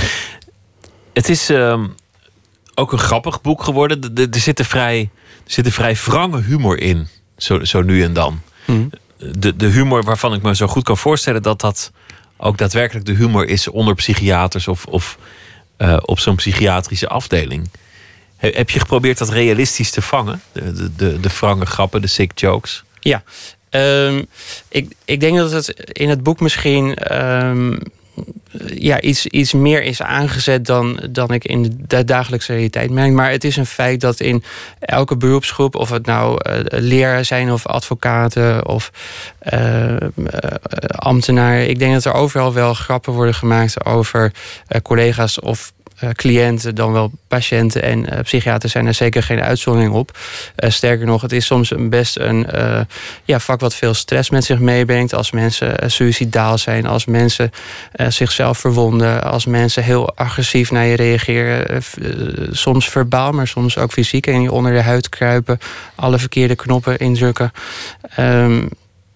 Speaker 4: Het is uh, ook een grappig boek geworden. Er, er, zit, een vrij, er zit een vrij wrange humor in, zo, zo nu en dan. Mm. De, de humor waarvan ik me zo goed kan voorstellen dat dat ook daadwerkelijk de humor is onder psychiaters of, of uh, op zo'n psychiatrische afdeling. He, heb je geprobeerd dat realistisch te vangen? De, de, de, de wrange grappen, de sick jokes?
Speaker 11: Ja. Um, ik, ik denk dat het in het boek misschien Um, ja, iets, iets meer is aangezet dan, dan ik in de dagelijkse realiteit merk. Maar het is een feit dat in elke beroepsgroep, of het nou uh, leraren zijn of advocaten of uh, uh, ambtenaren, ik denk dat er overal wel grappen worden gemaakt over uh, collega's of Uh, cliënten, dan wel patiënten en uh, psychiaters zijn er zeker geen uitzondering op. Uh, sterker nog, het is soms best een uh, ja, vak wat veel stress met zich meebrengt. Als mensen uh, suïcidaal zijn, als mensen uh, zichzelf verwonden, als mensen heel agressief naar je reageren. Uh, soms verbaal, maar soms ook fysiek. En die onder de huid kruipen, alle verkeerde knoppen indrukken. Um,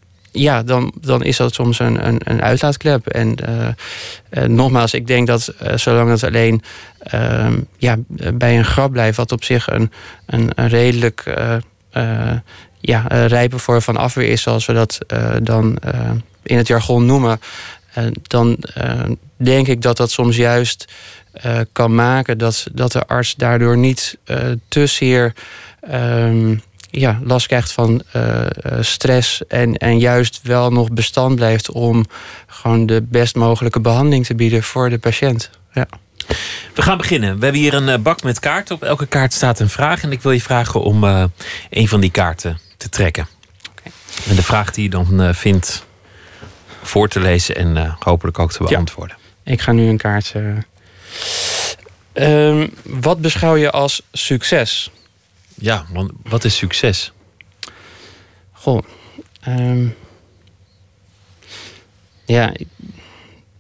Speaker 11: Ja, dan, dan is dat soms een, een, een uitlaatklep. En uh, uh, nogmaals, ik denk dat uh, zolang het alleen uh, ja, bij een grap blijft, wat op zich een, een, een redelijk uh, uh, ja, uh, rijpe vorm van afweer is, zoals we dat uh, dan uh, in het jargon noemen, uh, dan uh, denk ik dat dat soms juist uh, kan maken dat, dat de arts daardoor niet uh, te zeer Um, ja, last krijgt van uh, stress en, en juist wel nog bestand blijft om gewoon de best mogelijke behandeling te bieden voor de patiënt. Ja.
Speaker 4: We gaan beginnen. We hebben hier een bak met kaarten. Op elke kaart staat een vraag en ik wil je vragen om uh, een van die kaarten te trekken. Okay. En de vraag die je dan uh, vindt voor te lezen en uh, hopelijk ook te beantwoorden.
Speaker 11: Ja. Ik ga nu een kaart. Uh... Um, wat beschouw je als succes?
Speaker 4: Ja, want wat is succes?
Speaker 11: Goh. Um, ja,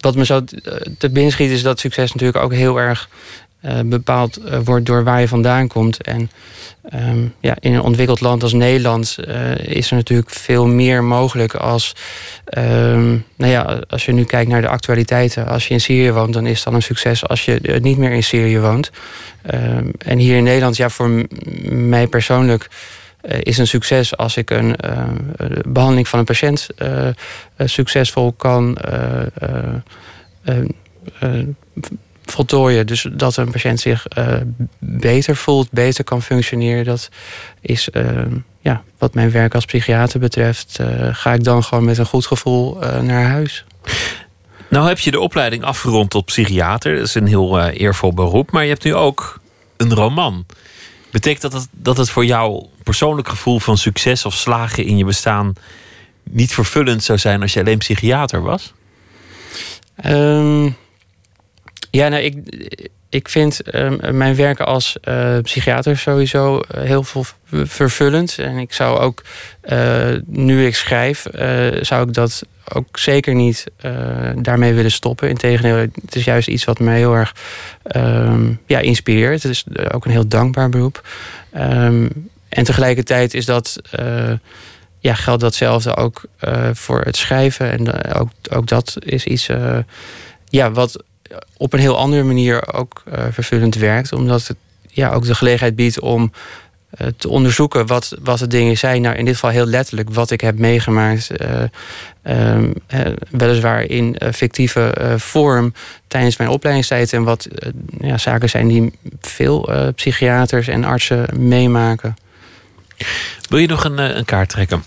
Speaker 11: wat me zo te binnen schiet is dat succes natuurlijk ook heel erg uh, bepaald uh, wordt door waar je vandaan komt. En um, ja, in een ontwikkeld land als Nederland uh, is er natuurlijk veel meer mogelijk als, um, nou ja, als je nu kijkt naar de actualiteiten. Als je in Syrië woont, dan is het dan een succes als je uh, niet meer in Syrië woont. Um, en hier in Nederland, ja, voor m- mij persoonlijk Uh, is een succes als ik een uh, behandeling van een patiënt uh, uh, succesvol kan uh, uh, uh, uh, voltooien. Dus dat een patiënt zich uh, beter voelt, beter kan functioneren. Dat is uh, ja, wat mijn werk als psychiater betreft. Uh, ga ik dan gewoon met een goed gevoel uh, naar huis.
Speaker 4: Nou heb je de opleiding afgerond tot psychiater. Dat is een heel uh, eervol beroep. Maar je hebt nu ook een roman. Betekent dat het, dat het voor jouw persoonlijk gevoel van succes of slagen in je bestaan niet vervullend zou zijn als je alleen psychiater was?
Speaker 11: Um, ja, nou, ik, ik vind um, mijn werken als uh, psychiater sowieso uh, heel veel vervullend. En ik zou ook, uh, nu ik schrijf, uh, zou ik dat ook zeker niet uh, daarmee willen stoppen. Integendeel, het is juist iets wat me heel erg um, ja, inspireert. Het is ook een heel dankbaar beroep. Um, en tegelijkertijd is dat, uh, ja, geldt datzelfde ook uh, voor het schrijven. En uh, ook, ook dat is iets uh, ja, wat op een heel andere manier ook uh, vervullend werkt. Omdat het ja, ook de gelegenheid biedt om uh, te onderzoeken wat, wat de dingen zijn. Nou, in dit geval heel letterlijk wat ik heb meegemaakt. Uh, um, uh, weliswaar in uh, fictieve uh, vorm tijdens mijn opleidingstijd. En wat uh, ja, zaken zijn die veel uh, psychiaters en artsen meemaken.
Speaker 4: Wil je nog een, uh, een kaart trekken?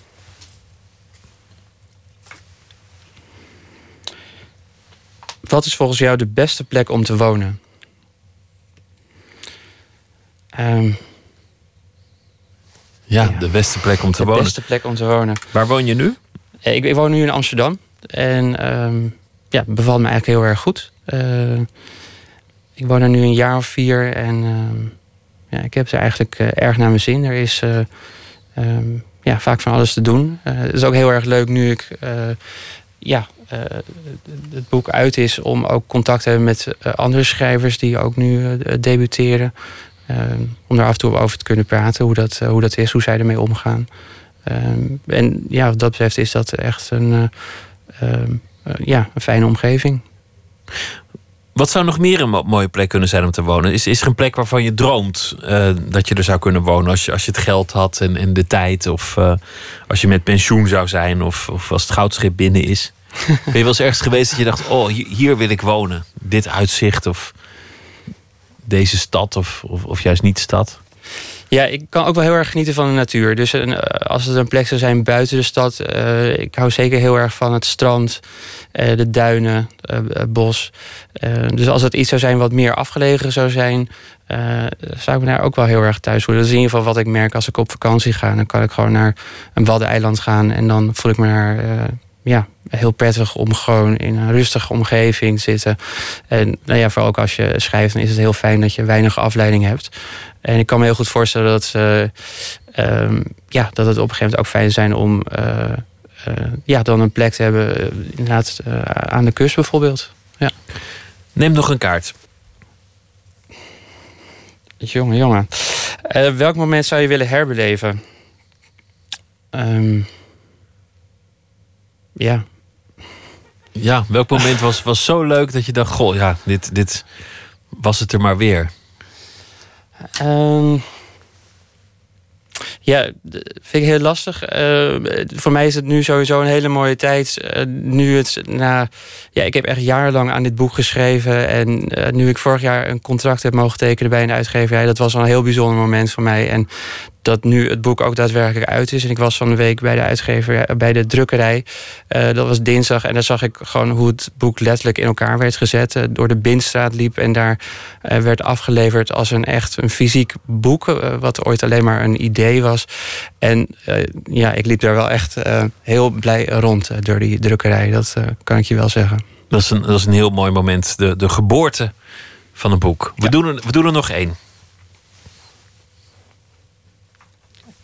Speaker 11: Wat is volgens jou de beste plek om te wonen? Um,
Speaker 4: ja,
Speaker 11: ja,
Speaker 4: de beste plek om te
Speaker 11: de
Speaker 4: wonen.
Speaker 11: De beste plek om te wonen.
Speaker 4: Waar woon je nu?
Speaker 11: Ik, ik woon nu in Amsterdam. En um, ja, het bevalt me eigenlijk heel erg goed. Uh, ik woon er nu een jaar of vier. En uh, ja, ik heb het er eigenlijk uh, erg naar mijn zin. Er is uh, um, ja, vaak van alles te doen. Uh, het is ook heel erg leuk nu ik Uh, ja, uh, het boek uit is om ook contact te hebben met uh, andere schrijvers die ook nu uh, debuteren. Uh, om daar af en toe over te kunnen praten, hoe dat, uh, hoe dat is, hoe zij ermee omgaan. Uh, en ja, wat dat betreft is dat echt een, uh, uh, uh, ja, een fijne omgeving.
Speaker 4: Wat zou nog meer een mo- mooie plek kunnen zijn om te wonen? Is, is er een plek waarvan je droomt uh, dat je er zou kunnen wonen als je, als je het geld had en, en de tijd? Of uh, als je met pensioen zou zijn of, of als het goudschip binnen is? Ben je wel eens ergens geweest dat je dacht, oh, hier, hier wil ik wonen. Dit uitzicht of deze stad of, of, of juist niet de stad?
Speaker 11: Ja, ik kan ook wel heel erg genieten van de natuur. Dus een, als het een plek zou zijn buiten de stad. Uh, ik hou zeker heel erg van het strand, uh, de duinen, uh, het bos. Uh, dus als het iets zou zijn wat meer afgelegen zou zijn, Uh, zou ik me daar ook wel heel erg thuis voelen. Dat is in ieder geval wat ik merk als ik op vakantie ga. Dan kan ik gewoon naar een waddeneiland gaan en dan voel ik me daar uh, ja, heel prettig om gewoon in een rustige omgeving te zitten. En nou ja, vooral ook als je schrijft, dan is het heel fijn dat je weinig afleiding hebt. En ik kan me heel goed voorstellen dat, uh, um, ja, dat het op een gegeven moment ook fijn zijn om uh, uh, ja, dan een plek te hebben, uh, inderdaad, uh, aan de kust bijvoorbeeld. Ja.
Speaker 4: Neem nog een kaart.
Speaker 11: Jongen, jongen. Uh, welk moment zou je willen herbeleven? Um, ja.
Speaker 4: Ja, welk moment was, was zo leuk dat je dacht, goh, ja, dit, dit was het er maar weer?
Speaker 11: Um, ja, vind ik heel lastig. Uh, voor mij is het nu sowieso een hele mooie tijd. Uh, nu het na, ja, ik heb echt jarenlang aan dit boek geschreven. En uh, nu ik vorig jaar een contract heb mogen tekenen bij een uitgeverij, dat was al een heel bijzonder moment voor mij. En dat nu het boek ook daadwerkelijk uit is. En ik was van de week bij de uitgever, bij de drukkerij. Uh, dat was dinsdag. En daar zag ik gewoon hoe het boek letterlijk in elkaar werd gezet. Uh, door de Bindstraat liep en daar uh, werd afgeleverd als een echt een fysiek boek. Uh, wat ooit alleen maar een idee was. En uh, ja, ik liep daar wel echt uh, heel blij rond uh, door die drukkerij. Dat uh, kan ik je wel zeggen.
Speaker 4: Dat is een, dat is een heel mooi moment. De, de geboorte van een boek. We, ja. doen er, we doen er nog één.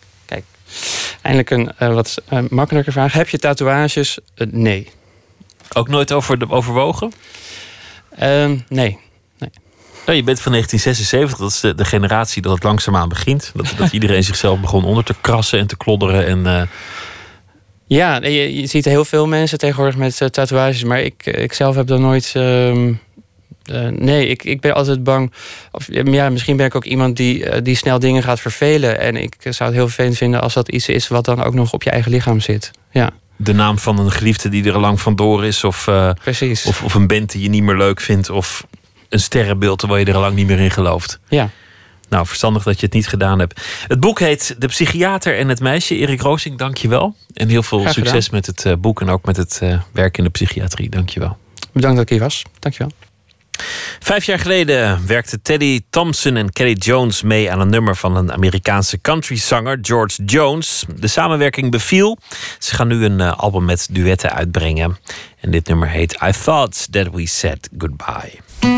Speaker 11: Eindelijk een uh, wat uh, makkelijke vraag. Heb je tatoeages? Uh, nee.
Speaker 4: Ook nooit over de, overwogen?
Speaker 11: Uh, nee. nee.
Speaker 4: Nou, je bent van negentien zesenzeventig, dat is de, de generatie dat het langzaamaan begint. Dat, dat iedereen zichzelf begon onder te krassen en te klodderen. En, uh...
Speaker 11: Ja, je, je ziet heel veel mensen tegenwoordig met uh, tatoeages. Maar ik, ik zelf heb dan nooit... Uh, uh, nee, ik, ik ben altijd bang... Of, ja, misschien ben ik ook iemand die, uh, die snel dingen gaat vervelen. En ik zou het heel vervelend vinden als dat iets is... wat dan ook nog op je eigen lichaam zit. Ja.
Speaker 4: De naam van een geliefde die er al lang vandoor is. Of, uh,
Speaker 11: Precies.
Speaker 4: Of, of een band die je niet meer leuk vindt. Of een sterrenbeeld waar je er al lang niet meer in gelooft.
Speaker 11: Ja.
Speaker 4: Nou, verstandig dat je het niet gedaan hebt. Het boek heet De Psychiater en het Meisje. Erik Roosing, dank je wel. En heel veel
Speaker 11: Graag
Speaker 4: succes
Speaker 11: gedaan.
Speaker 4: met het uh, boek en ook met het uh, werk in de psychiatrie. Dank je wel.
Speaker 11: Bedankt dat ik hier was. Dank je wel.
Speaker 4: Vijf jaar geleden werkten Teddy Thompson en Kelly Jones mee aan een nummer van een Amerikaanse countryzanger, George Jones. De samenwerking beviel. Ze gaan nu een uh, album met duetten uitbrengen. En dit nummer heet I Thought That We Said Goodbye.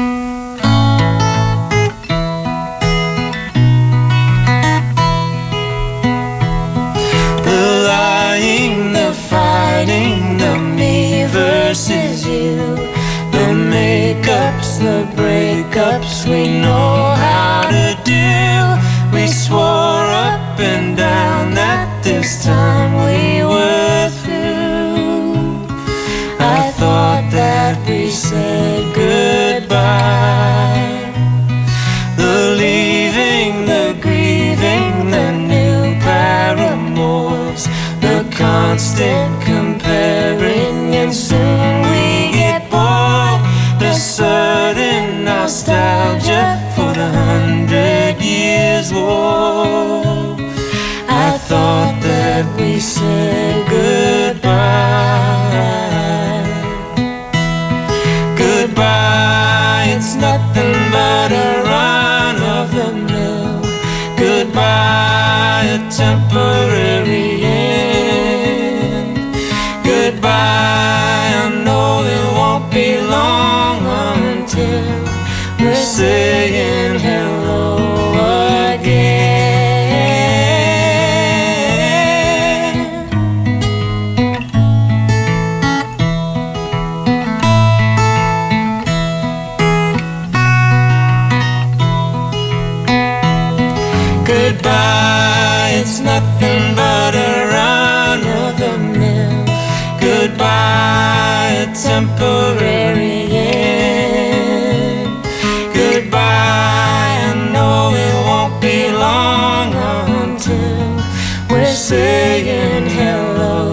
Speaker 9: The lying, the fighting, the me versus you. The makeups, the breakups, we know how to do. We swore up and down that this time we were through. I thought that we said goodbye. The leaving, the grieving, the new paramours, the constant comparing, and soon we get bored. The sudden nostalgia for the hundred years war. I thought that we said goodbye. Goodbye, it's nothing but a run of the mill. Goodbye, a temporary end. Goodbye, I know it won't be long until we're saying hello again. Goodbye, it's nothing but a run of the mill. Goodbye, a temporary end. Goodbye, I know it won't be long until we're saying hello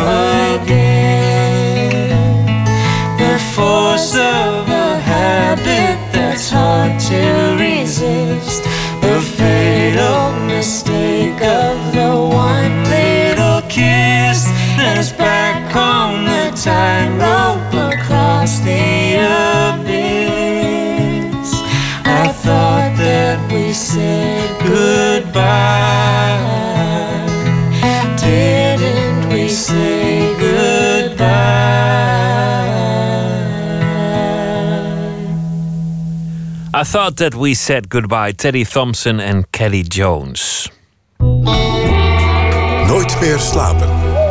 Speaker 9: again. The force of a habit that's hard to resist. The fatal mistake of the one little kiss. Then it's back on the tightrope across the abyss. I thought that we said goodbye. Didn't we say goodbye?
Speaker 4: I Thought That We Said Goodbye. Teddy Thompson en Kelly Jones.
Speaker 2: Nooit meer slapen.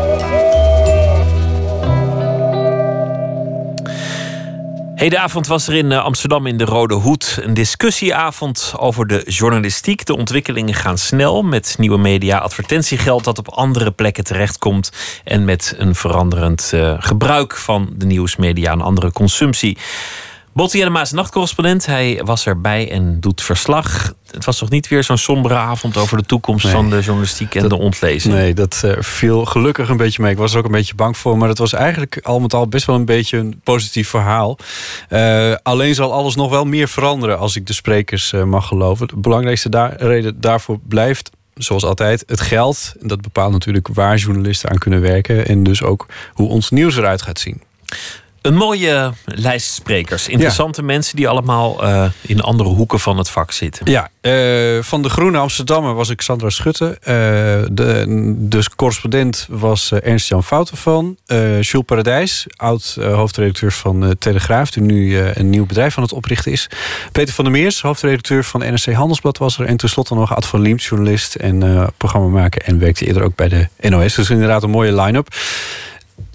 Speaker 4: Hedenavond was er in Amsterdam in de Rode Hoed een discussieavond over de journalistiek. De ontwikkelingen gaan snel met nieuwe media, advertentiegeld dat op andere plekken terechtkomt en met een veranderend uh, gebruik van de nieuwsmedia en andere consumptie. Botti Jellema is nachtcorrespondent. Hij was erbij en doet verslag. Het was toch niet weer zo'n sombere avond over de toekomst nee, van de journalistiek en
Speaker 12: dat,
Speaker 4: de ontlezing?
Speaker 12: Nee, dat uh, viel gelukkig een beetje mee. Ik was er ook een beetje bang voor. Maar het was eigenlijk al met al best wel een beetje een positief verhaal. Uh, alleen zal alles nog wel meer veranderen als ik de sprekers uh, mag geloven. De belangrijkste daar, reden daarvoor blijft, zoals altijd, het geld. Dat bepaalt natuurlijk waar journalisten aan kunnen werken. En dus ook hoe ons nieuws eruit gaat zien.
Speaker 4: Een mooie lijst sprekers. Interessante ja. mensen die allemaal uh, in andere hoeken van het vak zitten.
Speaker 12: Ja, uh, van de Groene Amsterdammer was ik Sandra Schutte. Uh, de, de correspondent was uh, Ernst-Jan Foutenvan. Uh, Jules Paradijs, oud uh, hoofdredacteur van uh, Telegraaf, die nu uh, een nieuw bedrijf aan het oprichten is. Peter van der Meers, hoofdredacteur van N R C Handelsblad was er. En tenslotte nog Ad van Liemt, journalist en uh, programmamaker. En werkte eerder ook bij de N O S. Dus inderdaad een mooie line-up.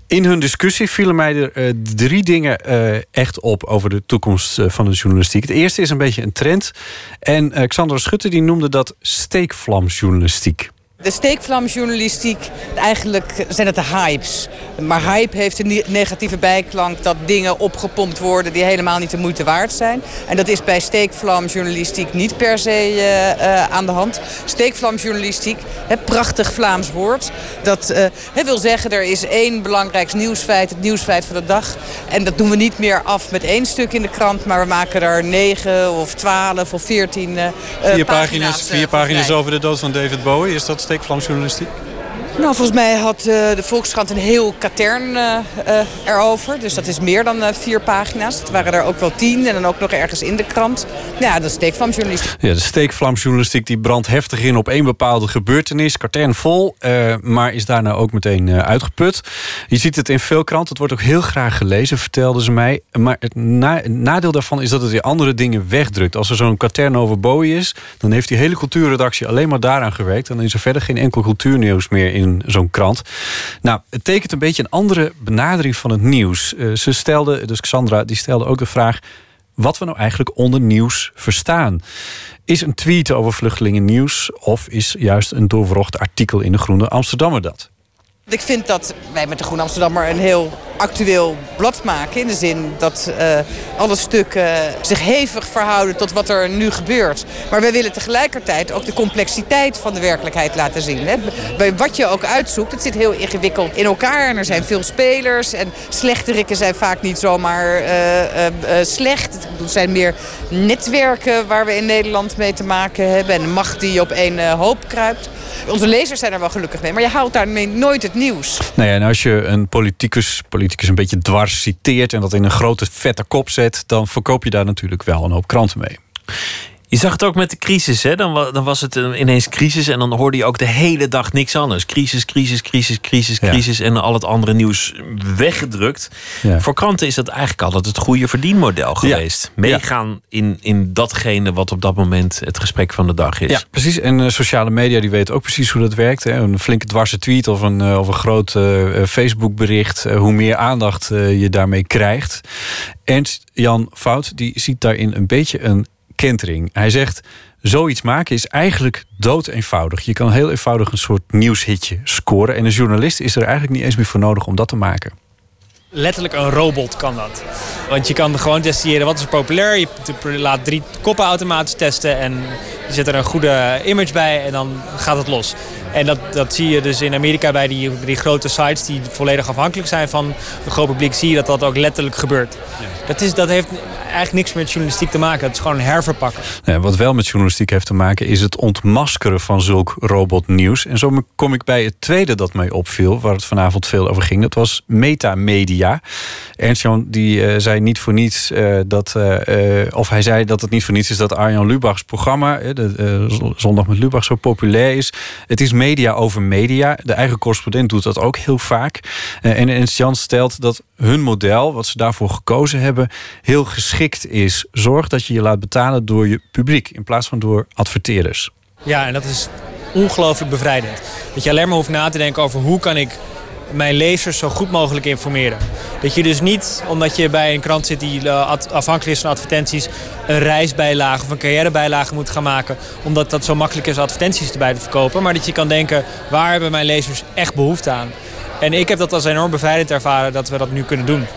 Speaker 12: In hun discussie vielen mij er uh, drie dingen uh, echt op over de toekomst uh, van de journalistiek. Het eerste is een beetje een trend. En uh, Xandra Schutte die noemde dat steekvlamjournalistiek.
Speaker 13: De steekvlamjournalistiek, eigenlijk zijn het de hypes. Maar hype heeft een negatieve bijklank dat dingen opgepompt worden die helemaal niet de moeite waard zijn. En dat is bij steekvlamjournalistiek niet per se uh, uh, aan de hand. Steekvlamjournalistiek, het prachtig Vlaams woord. Dat uh, wil zeggen, er is één belangrijk nieuwsfeit, het nieuwsfeit van de dag. En dat doen we niet meer af met één stuk in de krant, maar we maken er negen of twaalf of veertien uh,
Speaker 14: vier
Speaker 13: pagina's.
Speaker 14: pagina's, vier pagina's over de dood van David Bowie, is dat steekvlamjournalistiek?
Speaker 13: Nou, volgens mij had uh, de Volkskrant een heel katern uh, uh, erover. Dus dat is meer dan uh, vier pagina's. Het waren er ook wel tien en dan ook nog ergens in de krant. Ja, dat is steekvlamjournalistiek.
Speaker 12: Ja, de steekvlamjournalistiek die brandt heftig in op één bepaalde gebeurtenis. Katern vol, uh, maar is daarna ook meteen uh, uitgeput. Je ziet het in veel kranten. Het wordt ook heel graag gelezen, vertelden ze mij. Maar het, na, het nadeel daarvan is dat het weer andere dingen wegdrukt. Als er zo'n katern over Bowie is, dan heeft die hele cultuurredactie alleen maar daaraan gewerkt. Dan is er verder geen enkel cultuurnieuws meer in zo'n krant. Nou, het tekent een beetje een andere benadering van het nieuws. Uh, ze stelde, dus Xandra, die stelde ook de vraag wat we nou eigenlijk onder nieuws verstaan. Is een tweet over vluchtelingen nieuws of is juist een doorwrocht artikel in de Groene Amsterdammer dat?
Speaker 13: Ik vind dat wij met de Groene Amsterdammer een heel actueel blad maken. In de zin dat uh, alle stukken zich hevig verhouden tot wat er nu gebeurt. Maar wij willen tegelijkertijd ook de complexiteit van de werkelijkheid laten zien. Hè. Bij wat je ook uitzoekt, het zit heel ingewikkeld in elkaar. En er zijn veel spelers en slechterikken zijn vaak niet zomaar uh, uh, uh, slecht. Het zijn meer netwerken waar we in Nederland mee te maken hebben. En een macht die op één uh, hoop kruipt. Onze lezers zijn er wel gelukkig mee, maar je haalt daarmee nooit het nieuws.
Speaker 12: Nou ja, en als je een politicus, politicus een beetje dwars citeert en dat in een grote vette kop zet, dan verkoop je daar natuurlijk wel een hoop kranten mee.
Speaker 4: Je zag het ook met de crisis, hè? Dan, dan was het ineens crisis en dan hoorde je ook de hele dag niks anders. Crisis, crisis, crisis, crisis, crisis ja. En al het andere nieuws weggedrukt. Ja. Voor kranten is dat eigenlijk altijd het goede verdienmodel geweest. Ja. Meegaan ja. in, in datgene wat op dat moment het gesprek van de dag is.
Speaker 12: Ja, precies. En uh, sociale media die weten ook precies hoe dat werkt. Hè? Een flinke dwarse tweet of een, uh, of een groot uh, Facebook bericht. Uh, hoe meer aandacht uh, je daarmee krijgt. Ernst Jan Fout die ziet daarin een beetje een kentering. Hij zegt, zoiets maken is eigenlijk doodeenvoudig. Je kan heel eenvoudig een soort nieuwshitje scoren. En een journalist is er eigenlijk niet eens meer voor nodig om dat te maken.
Speaker 15: Letterlijk een robot kan dat. Want je kan gewoon testeren wat is populair. Je laat drie koppen automatisch testen en je zet er een goede image bij en dan gaat het los. En dat, dat zie je dus in Amerika bij die, die grote sites die volledig afhankelijk zijn van een groot publiek. Zie je dat dat ook letterlijk gebeurt. Ja. Dat, is, dat heeft eigenlijk niks met journalistiek te maken. Het is gewoon herverpakken.
Speaker 12: Ja, wat wel met journalistiek heeft te maken is het ontmaskeren van zulk robotnieuws. En zo kom ik bij het tweede dat mij opviel, waar het vanavond veel over ging. Dat was metamedia. Ernst-Jan die uh, zei niet voor niets uh, dat, uh, uh, of hij zei dat het niet voor niets is dat Arjan Lubachs programma, uh, de, uh, Zondag met Lubach, zo populair is. Het is media over media. De eigen correspondent doet dat ook heel vaak. Uh, en Ernst-Jan stelt dat hun model, wat ze daarvoor gekozen hebben, heel geschikt is. Zorg dat je je laat betalen door je publiek in plaats van door adverteerders.
Speaker 15: Ja, en dat is ongelooflijk bevrijdend. Dat je alleen maar hoeft na te denken over hoe kan ik mijn lezers zo goed mogelijk informeren. Dat je dus niet, omdat je bij een krant zit die afhankelijk is van advertenties, een reisbijlage of een carrièrebijlage moet gaan maken, omdat dat zo makkelijk is advertenties erbij te verkopen. Maar dat je kan denken, waar hebben mijn lezers echt behoefte aan? En ik heb dat als enorm bevrijdend ervaren dat we dat nu kunnen doen.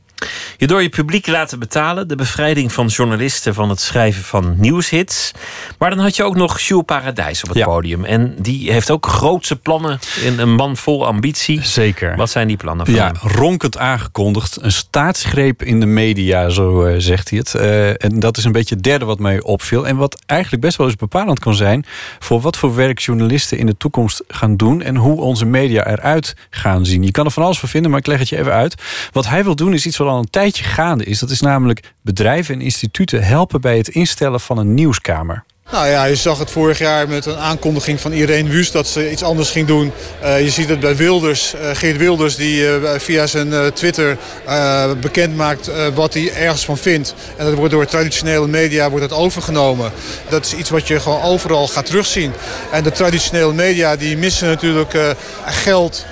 Speaker 4: Je door je publiek laten betalen. De bevrijding van journalisten van het schrijven van nieuwshits. Maar dan had je ook nog Jules Paradijs op het ja. podium. En die heeft ook grootse plannen. Een man vol ambitie.
Speaker 12: Zeker.
Speaker 4: Wat zijn die plannen van
Speaker 12: ja,
Speaker 4: hem?
Speaker 12: Ronkend aangekondigd. Een staatsgreep in de media, zo uh, zegt hij het. Uh, en dat is een beetje het derde wat mij opviel. En wat eigenlijk best wel eens bepalend kan zijn voor wat voor werk journalisten in de toekomst gaan doen. En hoe onze media eruit gaan zien. Je kan er van alles voor vinden, maar ik leg het je even uit. Wat hij wil doen is iets wat al een tijdje gaande is. Dat is namelijk bedrijven en instituten helpen bij het instellen van een nieuwskamer.
Speaker 16: Nou ja, je zag het vorig jaar met een aankondiging van Irene Wüst dat ze iets anders ging doen. Uh, je ziet het bij Wilders, uh, Geert Wilders, die uh, via zijn uh, Twitter uh, bekend maakt uh, wat hij ergens van vindt. En dat wordt door traditionele media wordt dat overgenomen. Dat is iets wat je gewoon overal gaat terugzien. En de traditionele media die missen natuurlijk uh, geld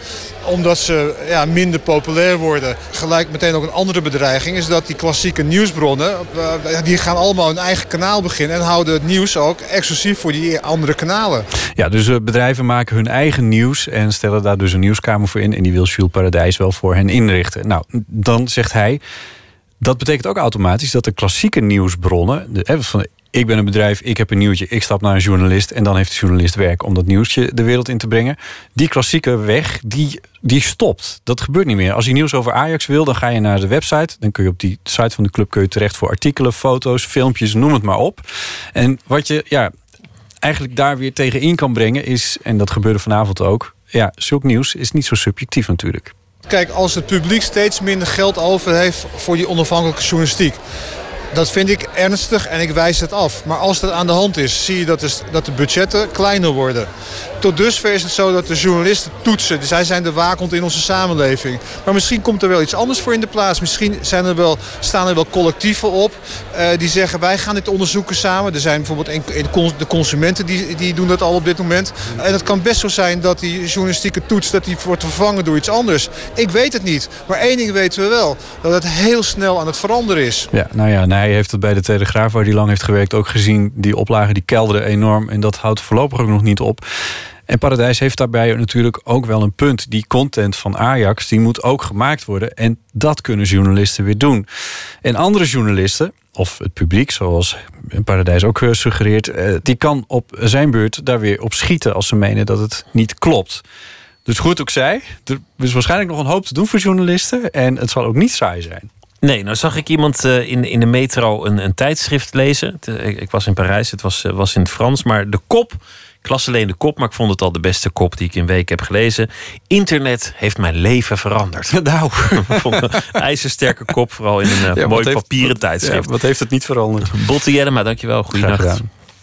Speaker 16: omdat ze ja, minder populair worden. Gelijk meteen ook een andere bedreiging is dat die klassieke nieuwsbronnen, uh, die gaan allemaal een eigen kanaal beginnen en houden het nieuws ook exclusief voor die andere kanalen.
Speaker 12: Ja, dus uh, bedrijven maken hun eigen nieuws en stellen daar dus een nieuwskamer voor in. En die wil Jules Paradijs wel voor hen inrichten. Nou, dan zegt hij, dat betekent ook automatisch dat de klassieke nieuwsbronnen, de, van ik ben een bedrijf, ik heb een nieuwtje, ik stap naar een journalist en dan heeft de journalist werk om dat nieuwtje de wereld in te brengen. Die klassieke weg, die, die stopt. Dat gebeurt niet meer. Als je nieuws over Ajax wil, dan ga je naar de website. Dan kun je op die site van de club kun je terecht voor artikelen, foto's, filmpjes, noem het maar op. En wat je ja, eigenlijk daar weer tegenin kan brengen is, en dat gebeurde vanavond ook, ja, zulk nieuws is niet zo subjectief natuurlijk.
Speaker 16: Kijk, als het publiek steeds minder geld over heeft voor die onafhankelijke journalistiek, dat vind ik ernstig en ik wijs het af. Maar als dat aan de hand is, zie je dat de, dat de budgetten kleiner worden. Tot dusver is het zo dat de journalisten toetsen. Zij zijn de waakhond in onze samenleving. Maar misschien komt er wel iets anders voor in de plaats. Misschien zijn er wel, staan er wel collectieven op uh, die zeggen wij gaan dit onderzoeken samen. Er zijn bijvoorbeeld een, een, de consumenten die, die doen dat al op dit moment. En het kan best zo zijn dat die journalistieke toets dat die wordt vervangen door iets anders. Ik weet het niet. Maar één ding weten we wel. Dat het heel snel aan het veranderen is.
Speaker 12: Ja, nou ja, hij heeft het bij de Telegraaf, waar hij lang heeft gewerkt, ook gezien. Die oplagen die kelderden enorm en dat houdt voorlopig ook nog niet op. En Paradijs heeft daarbij natuurlijk ook wel een punt. Die content van Ajax, die moet ook gemaakt worden. En dat kunnen journalisten weer doen. En andere journalisten, of het publiek, zoals Paradijs ook suggereert, die kan op zijn beurt daar weer op schieten als ze menen dat het niet klopt. Dus goed ook zij, er is waarschijnlijk nog een hoop te doen voor journalisten. En het zal ook niet saai zijn.
Speaker 4: Nee, nou zag ik iemand uh, in, in de metro een, een tijdschrift lezen. Ik, ik was in Parijs, het was, uh, was in het Frans. Maar de kop, ik las alleen de kop, maar ik vond het al de beste kop die ik in weken heb gelezen. Internet heeft mijn leven veranderd.
Speaker 12: Nou,
Speaker 4: een ijzersterke kop, vooral in een uh,
Speaker 12: ja,
Speaker 4: mooi
Speaker 12: heeft,
Speaker 4: papieren
Speaker 12: wat,
Speaker 4: tijdschrift.
Speaker 12: Ja, wat heeft het niet veranderd?
Speaker 4: Botte Jellema, dankjewel. Goeienacht.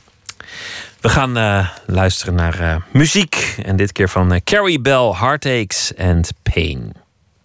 Speaker 4: We gaan uh, luisteren naar uh, muziek. En dit keer van uh, Carrie Bell, Heartaches and Pain.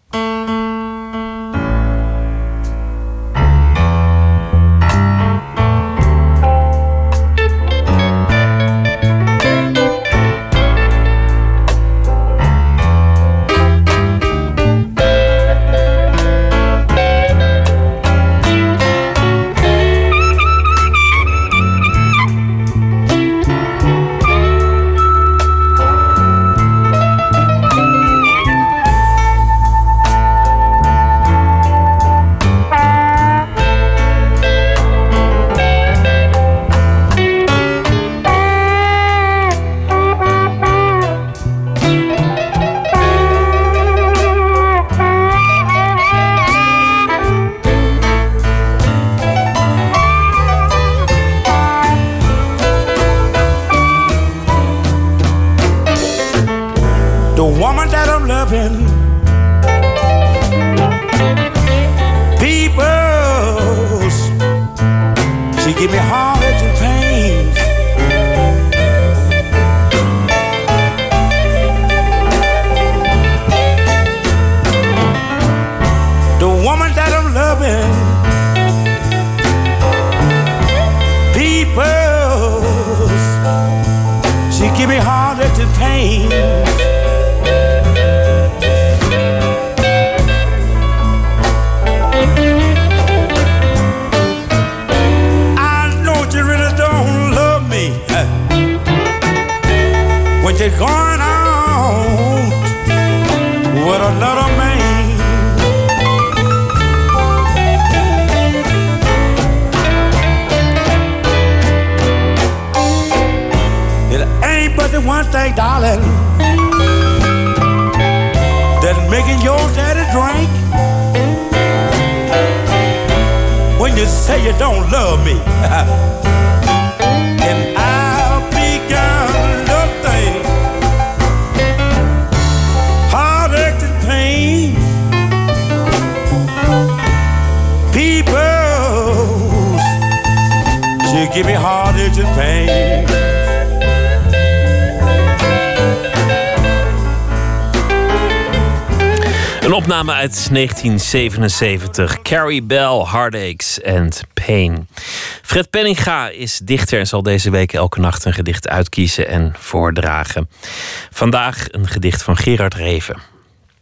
Speaker 4: Een opname uit negentien zevenenzeventig. Carrie Bell, Heartaches and Pain. Fred Penninga is dichter en zal deze week elke nacht een gedicht uitkiezen en voordragen. Vandaag een gedicht van Gerard Reven.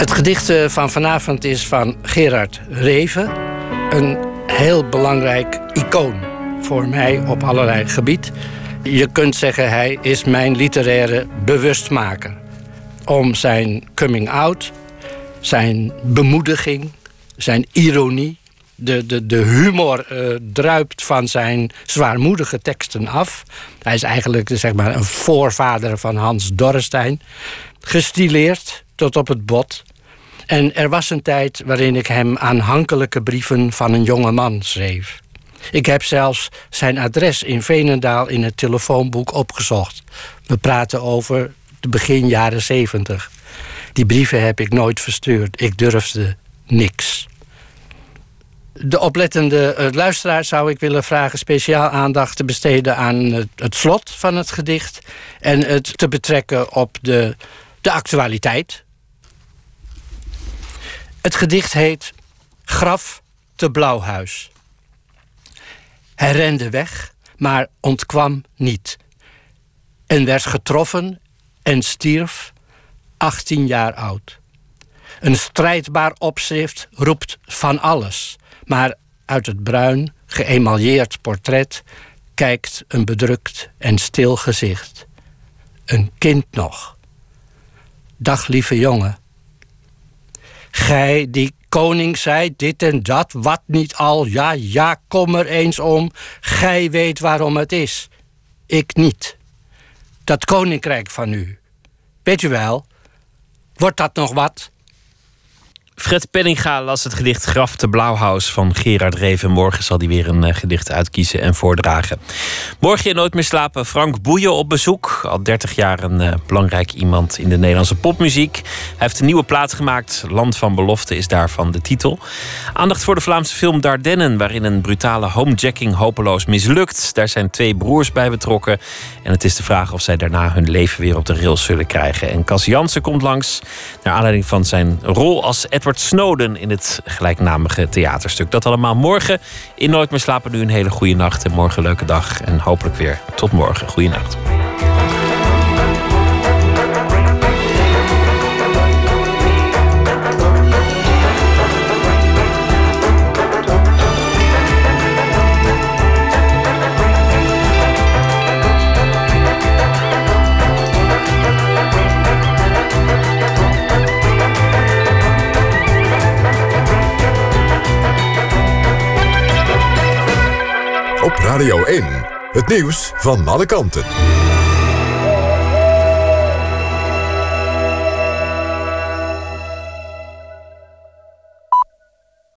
Speaker 17: Het gedicht van vanavond is van Gerard Reven. Een heel belangrijk icoon voor mij op allerlei gebied. Je kunt zeggen, hij is mijn literaire bewustmaker. Om zijn coming out, zijn bemoediging, zijn ironie. De, de, de humor uh, druipt van zijn zwaarmoedige teksten af. Hij is eigenlijk zeg maar, een voorvader van Hans Dorrestein. Gestileerd tot op het bot. En er was een tijd waarin ik hem aanhankelijke brieven van een jonge man schreef. Ik heb zelfs zijn adres in Veenendaal in het telefoonboek opgezocht. We praten over de begin jaren zeventig. Die brieven heb ik nooit verstuurd. Ik durfde niks. De oplettende uh, luisteraar zou ik willen vragen speciaal aandacht te besteden aan het, het slot van het gedicht. En het te betrekken op de, de actualiteit. Het gedicht heet Graf te Blauwhuis. Hij rende weg, maar ontkwam niet. En werd getroffen en stierf, achttien jaar oud. Een strijdbaar opschrift roept van alles. Maar uit het bruin, geëmailleerd portret kijkt een bedrukt en stil gezicht. Een kind nog. Dag, lieve jongen. Gij die koning zei dit en dat, wat niet al, ja, ja, kom er eens om. Gij weet waarom het is. Ik niet. Dat koninkrijk van u. Weet u wel, wordt dat nog wat?
Speaker 4: Fred Penninga las het gedicht Graf te Blauwhuis van Gerard Reven. Morgen zal hij weer een uh, gedicht uitkiezen en voordragen. Morgen in Nooit meer slapen Frank Boeien op bezoek. Al dertig jaar een uh, belangrijk iemand in de Nederlandse popmuziek. Hij heeft een nieuwe plaat gemaakt. Land van Belofte is daarvan de titel. Aandacht voor de Vlaamse film Dardennen, waarin een brutale homejacking hopeloos mislukt. Daar zijn twee broers bij betrokken. En het is de vraag of zij daarna hun leven weer op de rails zullen krijgen. En Cas Jansen komt langs naar aanleiding van zijn rol als Edward Snowden in het gelijknamige theaterstuk. Dat allemaal morgen in Nooit meer slapen. Nu een hele goede nacht en morgen een leuke dag. En hopelijk weer tot morgen. Goeienacht.
Speaker 2: Op Radio één, het nieuws van alle kanten.